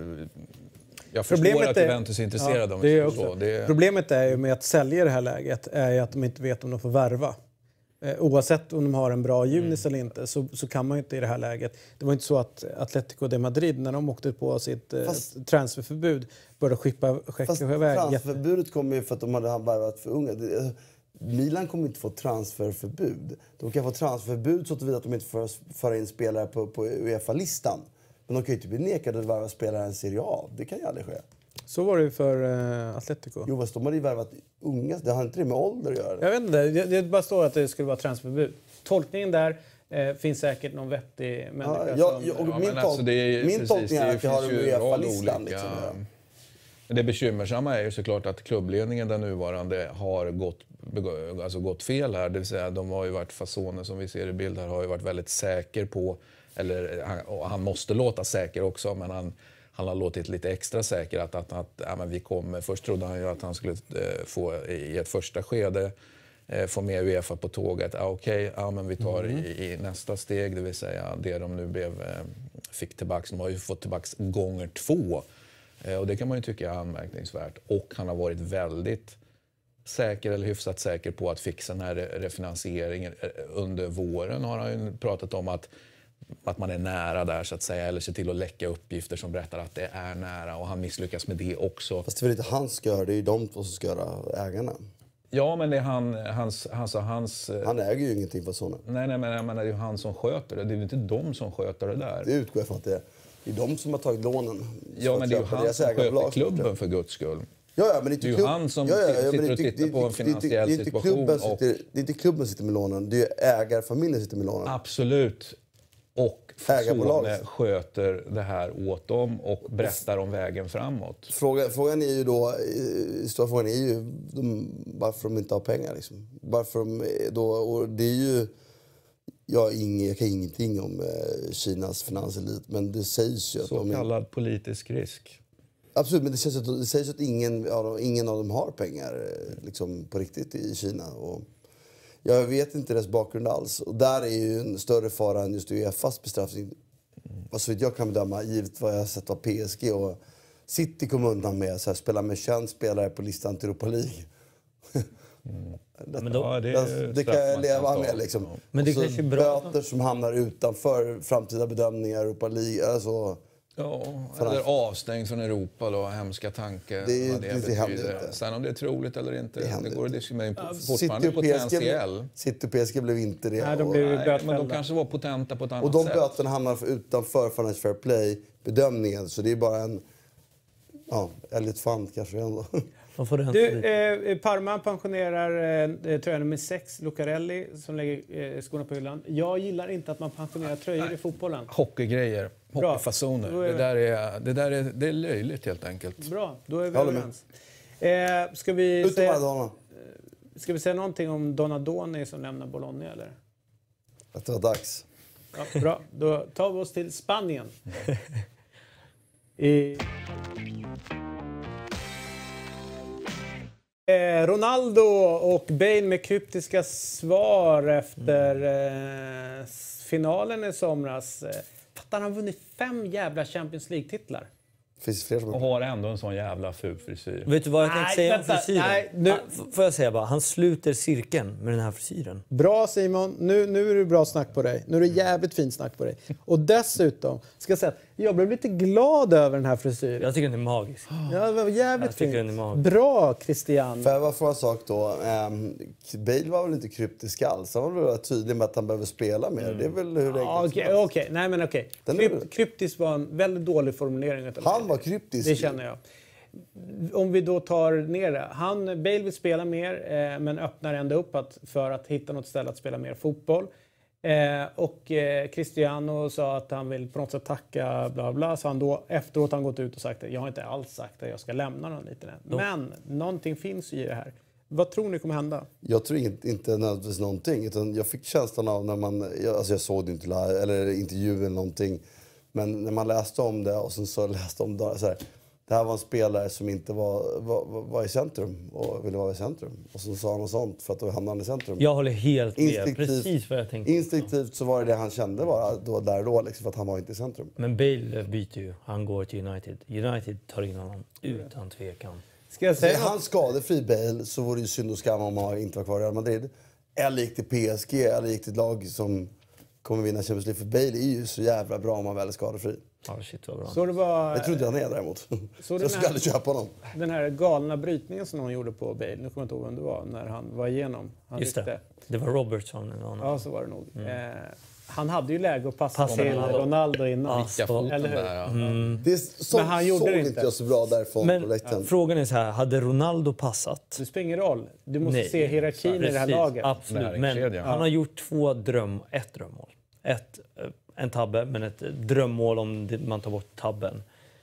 S4: Jag förstår att Juventus är intresserade av
S1: det. Problemet är ju med att sälja det här läget är att de inte vet om de får värva. Oavsett om de har en bra Junis eller inte så kan man ju inte i det här läget. Det var inte så att Atletico de Madrid när de åkte på sitt transferförbud började skicka iväg.
S2: Transferförbudet kom ju för att de hade värvat för unga. Milan kommer inte få transferförbud. De kan få transferförbud så att de inte får föra in spelare på UEFA-listan. Men de kan ju inte bli nekade att värva spelare i Serie A. Det kan ju aldrig ske.
S1: Så var det ju för Atletico.
S2: Jo, fast de hade ju värvat unga. Det har inte det med ålder att göra.
S1: Jag vet inte. Det bara står att det skulle vara transferförbud. Tolkningen där finns säkert någon vettig människa
S2: min tolkning är att det har en UEFA-listan. Liksom.
S4: Men det bekymmersamma är ju såklart att klubbledningen, den nuvarande, har gått fel här. Det vill säga, de har ju varit fasoner som vi ser i bild här, har ju varit väldigt säker på, eller han måste låta säker också, men han har låtit lite extra säker att men vi kommer. Först trodde han ju att han skulle få i ett första skede få med UEFA på tåget. Men vi tar i nästa steg, det vill säga det de nu fick tillbaka. De har ju fått tillbaka gånger 2. Och det kan man ju tycka är anmärkningsvärt. Och han har varit väldigt säker eller hyfsat säker på att fixa den här refinansieringen. Under våren har han ju pratat om att man är nära där så att säga, eller se till att läcka uppgifter som berättar att det är nära, och han misslyckas med det också.
S2: Fast det är väl inte han ska göra, det är ju de två som ska göra, ägarna.
S4: Ja, men det är hans...
S2: Han äger ju ingenting för sådana.
S4: Nej, men det är ju han som sköter det. Det är ju inte de som sköter det där.
S2: Det utgår jag från att det är de som har tagit lånen.
S4: Ja, men det är ju han som sköter klubben för Guds skull.
S2: Ja, men
S4: det är ju han som sitter och tittar på en finansiell situation.
S2: Det är inte klubben som sitter med lånen, det är ju ägarfamiljen som sitter med lånen.
S4: Absolut. Och Sone sköter det här åt dem och berättar om vägen framåt.
S2: Frågan är ju då, stora frågan är ju varför de inte har pengar liksom. Varför de då, och det är ju, jag kan ingenting om Kinas finanselit, men det sägs ju att
S4: så kallad politisk risk.
S2: Absolut, men det sägs att ingen av dem har pengar liksom, på riktigt i Kina. Och jag vet inte deras bakgrund alls. Och där är ju en större fara än just UEFAs bestraffning. Så vitt jag kan bedöma, givet vad jag har sett av PSG och City kom undan med att spela med känd spelare på listan till Europa League. Det kan jag leva med liksom. Men det kanske är bra. Böter som hamnar utanför framtida bedömningar Europa League. Alltså,
S4: ja, eller avstängd från Europa då, hemska tanke. Det betyder. Sen om det är troligt eller inte, det går att diskutera. Fortfarande potentiell.
S2: City och PSG blev inte det.
S4: Nej, men de kanske var potenta på ett annat sätt.
S2: Och de böterna hamnar utanför Financial Fair Play-bedömningen. Så det är bara en... Ja, Elliot Fund kanske ändå.
S1: Parma pensionerar tröja nummer 6, Lucarelli, som lägger skorna på hyllan. Jag gillar inte att man pensionerar tröjor i fotbollen.
S4: Hockeygrejer, hockeyfasoner. Det är löjligt helt enkelt.
S1: Bra, då är vi överens. Ska vi säga någonting om Donadoni som lämnar Bologna, eller?
S2: Att det var dags.
S1: Ja, bra, då tar vi oss till Spanien. Ronaldo och Bale med kryptiska svar efter finalen i somras. Fattar, han har vunnit 5 jävla Champions League-titlar.
S2: Finns fler som
S4: och har ändå en sån jävla ful frisyr.
S3: Vet du vad jag tänkte säga om frisyren? Får jag säga bara, han sluter cirkeln med den här frisyren.
S1: Bra Simon, nu är det bra snack på dig. Nu är det jävligt fint snack på dig. Och dessutom, ska jag säga att jag blev lite glad över den här frisyren.
S3: Jag tycker den är magisk.
S1: Ja, det var jävligt fint. Bra Christian.
S2: Får jag bara få en sak då? Bale var väl inte kryptisk alls. Han var väl tydlig med att han behöver spela mer. Det är väl hur det
S1: Okej. Nej men okej. Kryptisk var en väldigt dålig formulering.
S2: Han var kryptisk.
S1: Det känner jag. Om vi då tar ner det. Bale vill spela mer men öppnar ändå upp för att hitta något ställe att spela mer fotboll. Och Cristiano sa att han vill på något sätt tacka bla bla. Så han då efteråt har han gått ut och sagt att jag har inte alls sagt att jag ska lämna någon lite. Men någonting finns ju i det här. Vad tror ni kommer hända?
S2: Jag tror inte nödvändigtvis någonting. Utan jag fick känslan av när jag såg det inte live, eller intervju eller någonting. Men när man läste om det och sen så läste om det så här. Det här var en spelare som inte var i centrum och ville vara i centrum. Och så sa han något sånt för att då hamnade han i centrum.
S3: Jag håller helt med. Precis vad jag tänkte.
S2: Instinktivt så var det han kände bara då liksom, för att han var inte i centrum.
S3: Men Bale byter ju. Han går till United. United tar in honom utan tvekan.
S2: Ska jag säga han skadefri Bale så vore det synd och skam om han inte var kvar i Real Madrid. Eller gick till PSG eller gick till ett lag som kommer vinna Champions League. För Bale är ju så jävla bra om han väl är skadefri.
S3: Ja, shit vad bra.
S1: Så det var,
S2: jag tror inte han är däremot. Så jag skulle aldrig köpa honom.
S1: Den här galna brytningen som någon gjorde på Bale, nu kommer jag inte ihåg vem det var, när han var igenom.
S3: Just det. Det var Robertson eller någon.
S1: Ja, så var det nog. Han hade ju läge att passa till Ronaldo innan. Eller hur?
S2: Men han gjorde det inte. Jag så bra därifrån på läktaren.
S3: Frågan är så här, hade Ronaldo passat?
S1: Det spelar ingen roll. Du måste se hierarkin i det här laget.
S3: Absolut. Men han har gjort ett drömmål. En tabbe, men ett drömmål om man tar bort tabben.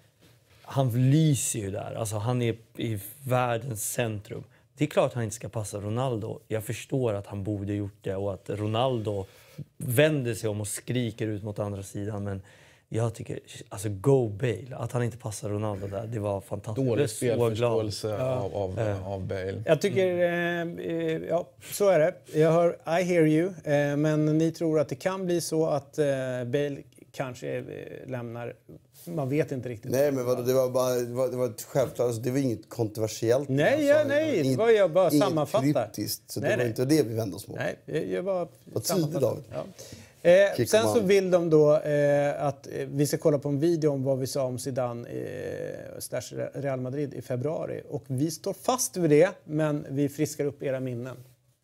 S3: Han lyser ju där. Alltså, han är i världens centrum. Det är klart han inte ska passa Ronaldo. Jag förstår att han borde gjort det och att Ronaldo vänder sig om och skriker ut mot andra sidan. Men Jag tycker, alltså go Bale, att han inte passar Ronaldo där, det var fantastiskt.
S4: Dålig spelförståelse av Bale.
S1: Jag tycker, ja så är det. Jag hör I hear you, men ni tror att det kan bli så att Bale kanske lämnar, man vet inte riktigt.
S2: Nej, men det var ett självklart, alltså, det var inget kontroversiellt.
S1: Nej, det var jag bara sammanfattar.
S2: Inget kryptiskt, så det var inte det vi vände oss mot.
S1: Nej, jag bara
S2: vad tidigt, David.
S1: Ja. Sen så vill de då att vi ska kolla på en video om vad vi sa om Zidane Real Madrid i februari. Och vi står fast vid det, men vi friskar upp era minnen.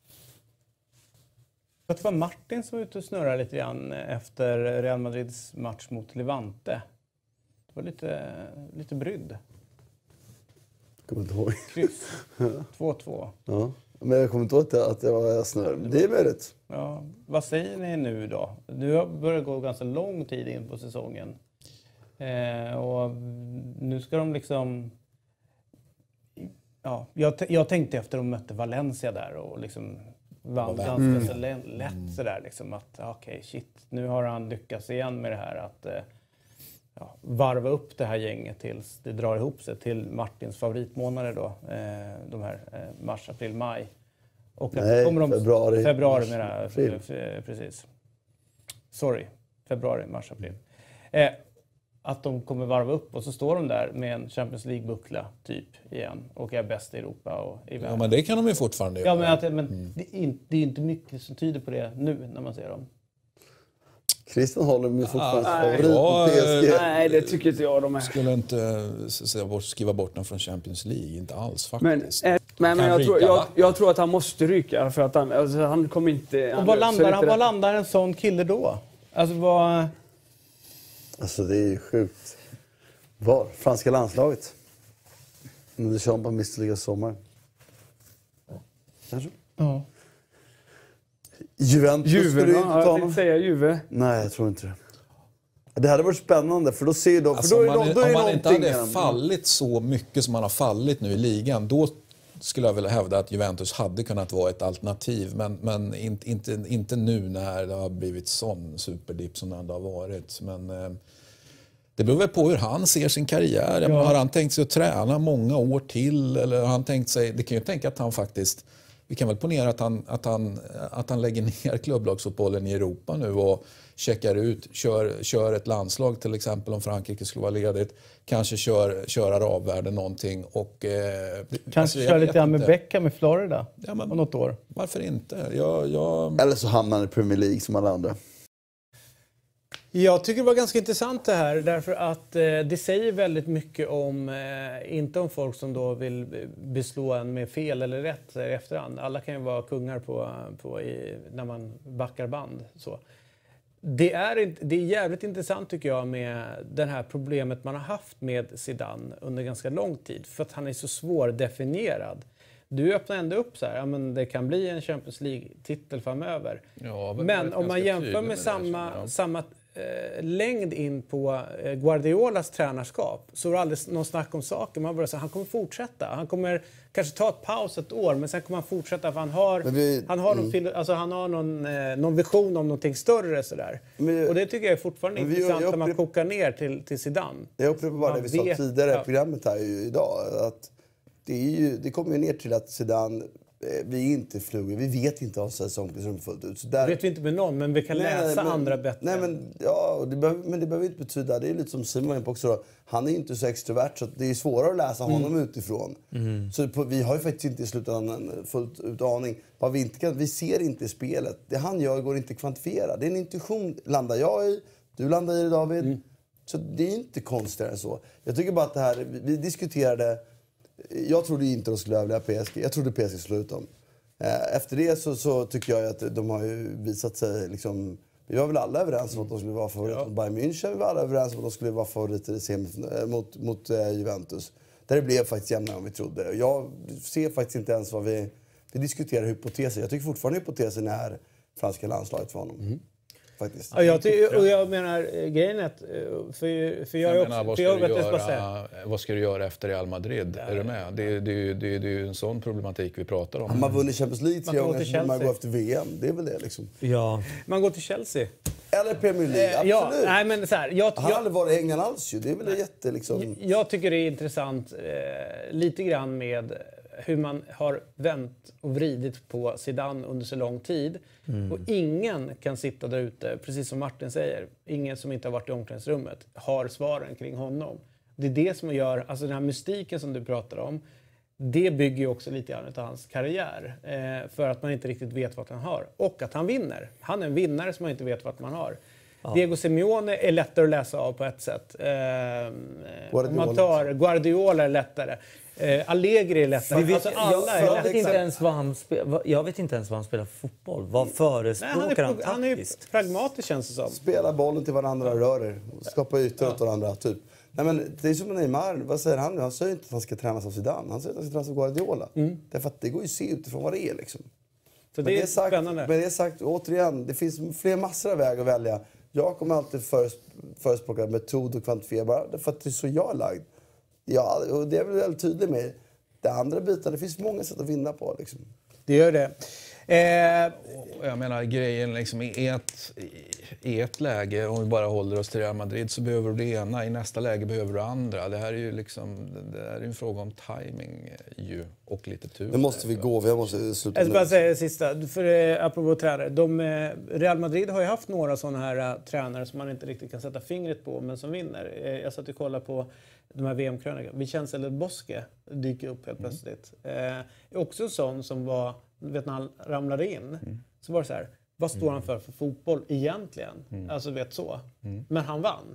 S1: Det var Martin som var ute och snurrade lite grann efter Real Madrids match mot Levante. Det var lite brydd.
S2: Kommer inte ihåg.
S1: Kryss. 2-2.
S2: Ja. Men jag kommer inte ihåg att det var snurr. Det är möjligt.
S1: Ja. Vad säger ni nu då? Nu har börjat gå ganska lång tid in på säsongen. Och nu ska de liksom... Ja, jag tänkte efter de mötte Valencia där och liksom vann ganska så lätt sådär liksom att okej, shit, nu har han lyckats igen med det här att varva upp det här gänget tills det drar ihop sig till Martins favoritmånader då, de här mars, april, maj. Och att kommer de februari med det här, precis. Februari, mars, april. Att de kommer varva upp och så står de där med en Champions League-buckla typ igen och är bäst i Europa och i världen.
S4: Ja, men det kan de ju fortfarande göra.
S1: Ja, men det är inte mycket som tyder på det nu när man ser dem.
S2: Christian håller mig fortfarande favorit på PSG.
S6: Nej, det tycker inte jag de är.
S4: Skulle inte skriva bort dem från Champions League, inte alls faktiskt.
S6: Men jag tror att han måste ryka för att han kommer inte...
S1: Och vad landar en sån kille då?
S2: Alltså det är ju sjukt. Var? Franska landslaget. Men det kör på Mr. sommar. Kanske?
S1: Ja.
S2: Juventus skulle du inte ta
S6: jag tänkte säga Juve.
S2: Nej, jag tror inte det. Det hade varit spännande, för då ser de...
S4: Alltså, om man inte hade fallit så mycket som man har fallit nu i ligan, då skulle jag vilja hävda att Juventus hade kunnat vara ett alternativ. Men inte nu när det har blivit sån superdipp som det ändå har varit. Men det beror väl på hur han ser sin karriär. Ja. Har han tänkt sig att träna många år till? Eller har han tänkt sig... Det kan ju tänka att han faktiskt... Vi kan väl ponera att han lägger ner klubblagsfotbollen i Europa nu och checkar ut, kör ett landslag till exempel om Frankrike skulle vara ledigt. Kanske kör arabvärlden någonting. Och,
S1: kanske kör lite med Beckham i Florida om något år.
S4: Varför inte?
S2: Eller så hamnar han i Premier League som alla andra.
S1: Jag tycker det var ganska intressant det här därför att det säger väldigt mycket om, inte om folk som då vill beslå en med fel eller rätt i efterhand. Alla kan ju vara kungar när man backar band. Så. Det är jävligt intressant tycker jag med det här problemet man har haft med Zidane under ganska lång tid. För att han är så svårdefinierad. Du öppnar ändå upp så här, men det kan bli en Champions League-titel framöver. Ja, men om man jämför med samma längd in på Guardiolas tränarskap så är det aldrig någon snack om saker. Man bara säger han kommer fortsätta. Han kommer kanske ta ett paus ett år, men sen kommer han fortsätta för han har någon vision om någonting större sådär. Och det tycker jag är fortfarande intressant när man kokar ner till Zidane.
S2: Jag upprepar bara det vi sa tidigare i programmet här idag, att det kommer ju ner till att Zidane, vi är inte fluga, vi vet inte om säsongen fullt ut. Så där
S1: vet vi inte med någon, men vi kan läsa andra bättre.
S2: Nej, men det behöver inte betyda, det är lite som Simon också då, han är inte så extrovert så det är svårare att läsa honom utifrån. Så vi har ju faktiskt inte i slutändan fullt ut aning. Vad vi inte kan, vi ser inte spelet. Det han gör går inte att kvantifiera. Det är en intuition, landar jag i, du landar i det David. Så det är inte konstigare än så. Jag tycker bara att det här, vi diskuterade. Jag trodde inte de skulle överleva PSG. Jag trodde PSG skulle ut dem. Efter det så tycker jag att de har ju visat sig liksom... Vi var väl alla överens om att de skulle vara favoriter mot Bayern München. Vi var alla överens om att de skulle vara favoriter mot Juventus. Där det blev faktiskt jämnare än vi trodde. Jag ser faktiskt inte ens vad vi diskuterar hypoteser. Jag tycker fortfarande hypotesen är franska landslaget för honom. Faktiskt.
S1: Ja, jag menar grejen är
S4: vad ska du göra efter Real Madrid? Är du med? Det är ju en sån problematik vi pratar om.
S2: Man vunnit Champions League 3 gånger, man går efter VM. Det är väl det liksom.
S3: Ja.
S1: Man går till Chelsea.
S2: Eller Premier League, absolut.
S1: Ja, nej, men så här,
S2: Han har aldrig varit i England alls ju. Det är väl jätte liksom...
S1: Jag tycker det är intressant lite grann med hur man har vänt och vridit på Zidane under så lång tid. Och ingen kan sitta där ute, precis som Martin säger, ingen som inte har varit i omklädningsrummet har svaren kring honom. Det är det som gör, alltså den här mystiken som du pratar om, det bygger ju också lite grann av hans karriär. För att man inte riktigt vet vad han har. Och att han vinner. Han är en vinnare som man inte vet vad man har. Ja. Diego Simeone är lättare att läsa av på ett sätt. Om man tar Guardiola är lättare. Allegri är lättare.
S3: Jag vet inte ens vad han spelar för fotboll. Vad förespråkar han taktiskt?
S1: Han är ju pragmatisk, känns det som.
S2: Spela bollen till varandra, rörer. Skapa ytor åt varandra, typ. Nej, men det är som Neymar. Vad säger han nu? Han säger inte att han ska tränas av Zidane. Han säger att han ska tränas av Guardiola. Därför att det går ju att se utifrån vad det är liksom.
S1: Så det är spännande.
S2: Men det är sagt, återigen, det finns massor av vägar att välja. Jag kommer alltid förespråka metod och kvantifierbara. Därför att det är så jag är lagd. Ja, och det är väl väldigt tydligt med. Det andra bitar, det finns många sätt att vinna på liksom.
S1: Det gör det.
S4: Jag menar grejen liksom i ett läge, om vi bara håller oss till Real Madrid, så behöver du det ena, i nästa läge behöver du andra. Det här är ju liksom, det är en fråga om timing ju, och lite tur.
S2: Nu måste vi gå, vi måste sluta.
S1: Jag ska bara säga det sista, för apropå tränare. Real Madrid har ju haft några sådana här tränare som man inte riktigt kan sätta fingret på, men som vinner. Jag satt och kollade på de här VM-krönikorna. Vincenzo Del Bosque dyker upp helt plötsligt. Också en sån som var, vet när han ramlade in, så var det så här, vad står han för fotboll egentligen? Alltså vet så. Men han vann.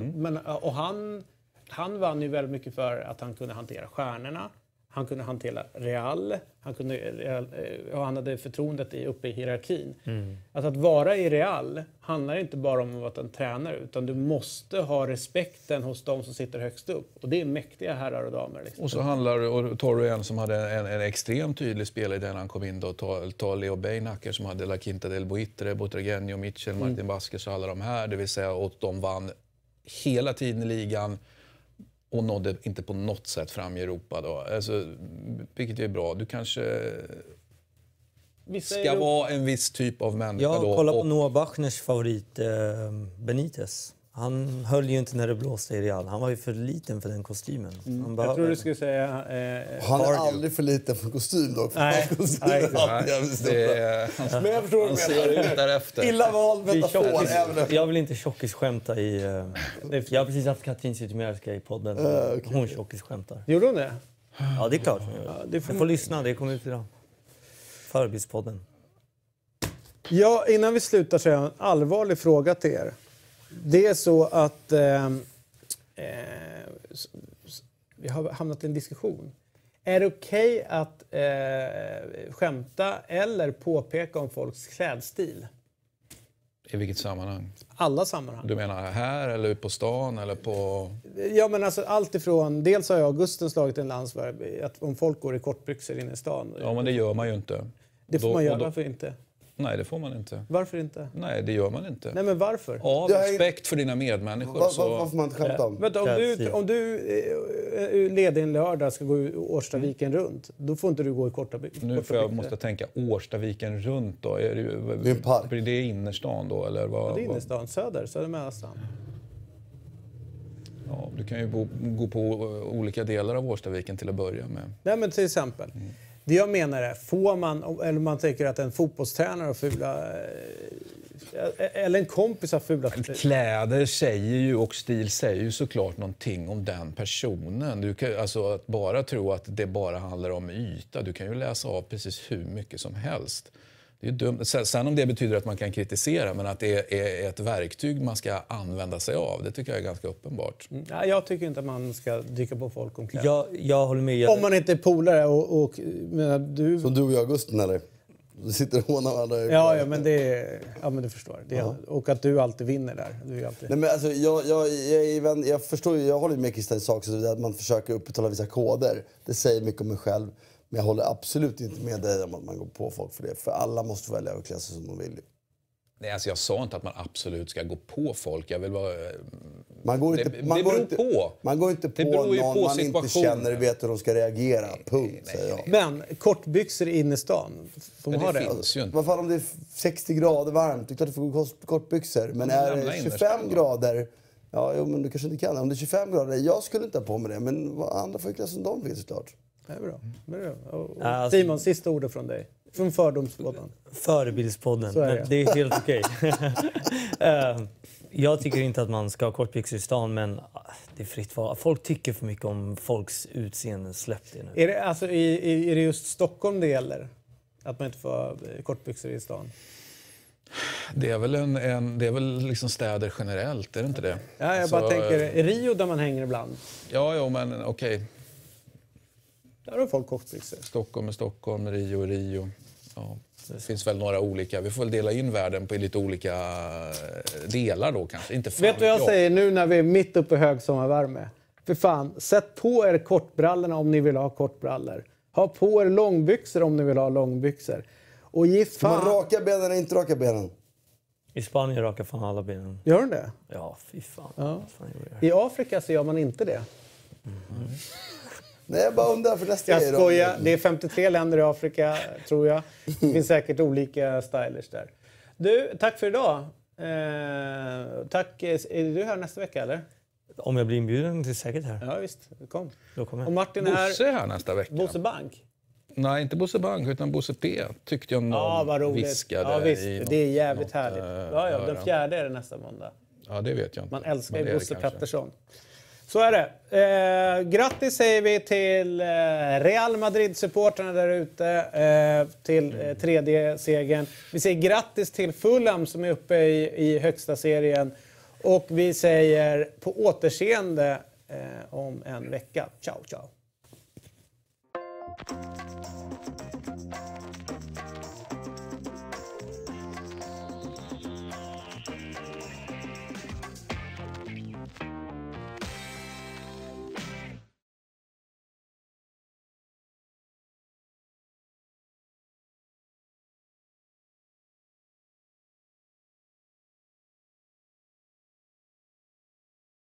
S1: Han vann ju väldigt mycket för att han kunde hantera stjärnorna. Han kunde hantera Real. Han hade förtroendet uppe i hierarkin. Alltså att vara i Real handlar inte bara om att vara en tränare, utan du måste ha respekten hos de som sitter högst upp. Och det är mäktiga herrar och damer. Liksom.
S4: Och så tar du en som hade en extremt tydlig spelare när han kom in då. Ta Leo Beinacker som hade La Quinta del Buitre, Butragueño, Mitchell, Martin Vasquez och alla de här. Det vill säga att de vann hela tiden i ligan. Och nådde inte på något sätt fram i Europa då. Alltså, vilket är bra. Du kanske ska vara en viss typ av människa då.
S3: Kolla på Noah Bachners favorit Benitez. Han höll ju inte när det blåste i Real. Han var ju för liten för den kostymen.
S1: Jag tror du skulle säga...
S2: han är aldrig för liten för kostym dock.
S1: Nej.
S2: Men jag förstår
S4: han ser därefter.
S2: Illa vald metafor.
S3: Jag vill inte tjockisskämta i... jag har precis haft Katrin Zytomierska i podden. Hon tjockisskämtar.
S1: Gjorde hon det?
S3: Ja, det är klart. Du får lyssna, det kommer ut idag. Förbildspodden.
S1: Ja, innan vi slutar så har jag en allvarlig fråga till er. Det är så att vi har hamnat i en diskussion. Är det okej att skämta eller påpeka om folks klädstil?
S4: I vilket sammanhang?
S1: Alla sammanhang.
S4: Du menar här eller på stan eller på...
S1: Ja, men alltså allt ifrån... Dels har jag Augusten slagit en landsvärd att om folk går i kortbyxor in i stan...
S4: Ja, men det gör man ju inte.
S1: Det får man göra, varför inte?
S4: Nej, det får man inte.
S1: Inte?
S4: Nej, det gör man inte.
S1: Nej, men varför?
S4: Av respekt för dina medmänniskor.
S2: Vad får man inte skämta om?
S1: Vänta, om du leder en lördag ska gå Årstaviken runt, då får inte du gå i korta byxor.
S4: Nu får jag måste tänka Årstaviken runt då.
S2: Det är en park.
S4: Blir det innerstan då? Eller vad,
S1: det är innerstan, söder Mälarstan.
S4: Ja, du kan ju gå på olika delar av Årstaviken till att börja med.
S1: Nej, men till exempel. Det jag menar är, får man, eller man tänker att en fotbollstränare har fula, eller en kompis har fula...
S4: Kläder säger ju och stil säger ju såklart någonting om den personen. Du kan, alltså att bara tro att det bara handlar om yta. Du kan ju läsa av precis hur mycket som helst. Det är dumt. Sen om det betyder att man kan kritisera, men att det är ett verktyg man ska använda sig av, det tycker jag är ganska uppenbart.
S1: Nej, jag tycker inte att man ska dyka på folk om kläder.
S3: Jag håller med.
S1: Om man inte är polare och du...
S2: Som du och jag, Augusten, eller? Du sitter och hånar varandra.
S1: Ja, men men du förstår. Och att du alltid vinner där. Du är alltid...
S2: Nej, men alltså, jag förstår ju, jag håller med Christian i sak, så att man försöker upprätthålla vissa koder. Det säger mycket om mig själv. Men jag håller absolut inte med dig om att man går på folk för det. För alla måste välja att klä sig som de vill.
S4: Nej, alltså jag sa inte att man absolut ska gå på folk. Jag vill vara
S2: Man går inte,
S4: Det beror på.
S2: Man går inte på
S4: beror ju
S2: någon
S4: på
S2: man inte
S4: situationen.
S2: känner och vet hur de ska reagera. Punkt, säger jag.
S1: Men kortbyxor inne i stan, får man ha det?
S4: finns ju inte.
S2: Vad fan om det är 60 grader varmt, det är klart att du får gå kortbyxor. Men är det 25 grader, ja, jo, men du kanske inte kan. Om det är 25 grader, jag skulle inte ha på mig det. Men andra får ju klä som de vill såklart.
S1: Det är bra. Det är bra. Och
S3: Alltså-
S1: Simon, sista ordet från dig. Från Fördomspodden.
S3: Förebildspodden.
S1: Så är det.
S3: Det är helt okej. Jag tycker inte att man ska ha kortbyxor i stan, men det är fritt val. Folk tycker för mycket om folks utseende. Släpp det nu.
S1: Är det, alltså, är det just Stockholm det gäller? Att man inte får ha kortbyxor i stan?
S4: Det är väl, det är väl liksom städer generellt, är det inte det?
S1: Ja, jag bara tänker, i Rio där man hänger ibland,
S4: Ja, men okej.
S1: där har folk kortbyxor.
S4: Stockholm är Stockholm, Rio är Rio. Ja, det finns väl några olika. Vi får väl dela in världen på lite olika delar då kanske. Inte fan,
S1: Vet du vad jag säger nu när vi är mitt uppe i högsommarvärme? För fan, sätt på er kortbrallorna om ni vill ha kortbrallor. Ha på er långbyxor om ni vill ha långbyxor. Och ge
S2: Man
S1: fan...
S2: raka benen eller inte raka benen?
S3: I Spanien rakar fan alla benen.
S1: Gör de det?
S3: Ja, fy fan.
S1: Ja.
S3: Vad fan gör jag?
S1: I Afrika så gör man inte det.
S2: Nej, jag bara undrar för nästa
S1: Jag
S2: grej då.
S1: skojar. Det är 53 länder i Afrika, tror jag. Det finns säkert olika stylers där. Du, tack för idag. Tack. Är du här nästa vecka, eller?
S3: Om jag blir inbjuden till säkert här.
S1: Ja, visst. Kom.
S3: Då kommer
S1: Och
S3: jag.
S1: Martin är här.
S4: Bosse är här nästa vecka.
S1: Bosse Bank.
S4: Nej, inte Bosse Bank utan Bosse P. Tyckte jag någon
S1: Vad roligt.
S4: viskade.
S1: Ja, visst.
S4: I
S1: Det är jävligt
S4: något,
S1: härligt. Ja, den 4 är det nästa måndag.
S4: Ja, det vet jag inte.
S1: Man älskar
S4: Men
S1: ju
S4: det är det
S1: Bosse
S4: kanske.
S1: Pettersson. Så är det. Grattis säger vi till Real Madrid-supportrarna där ute. Till tredje segern. Vi säger grattis till Fulham som är uppe i högsta serien. Och vi säger på återseende om en vecka. Ciao, ciao.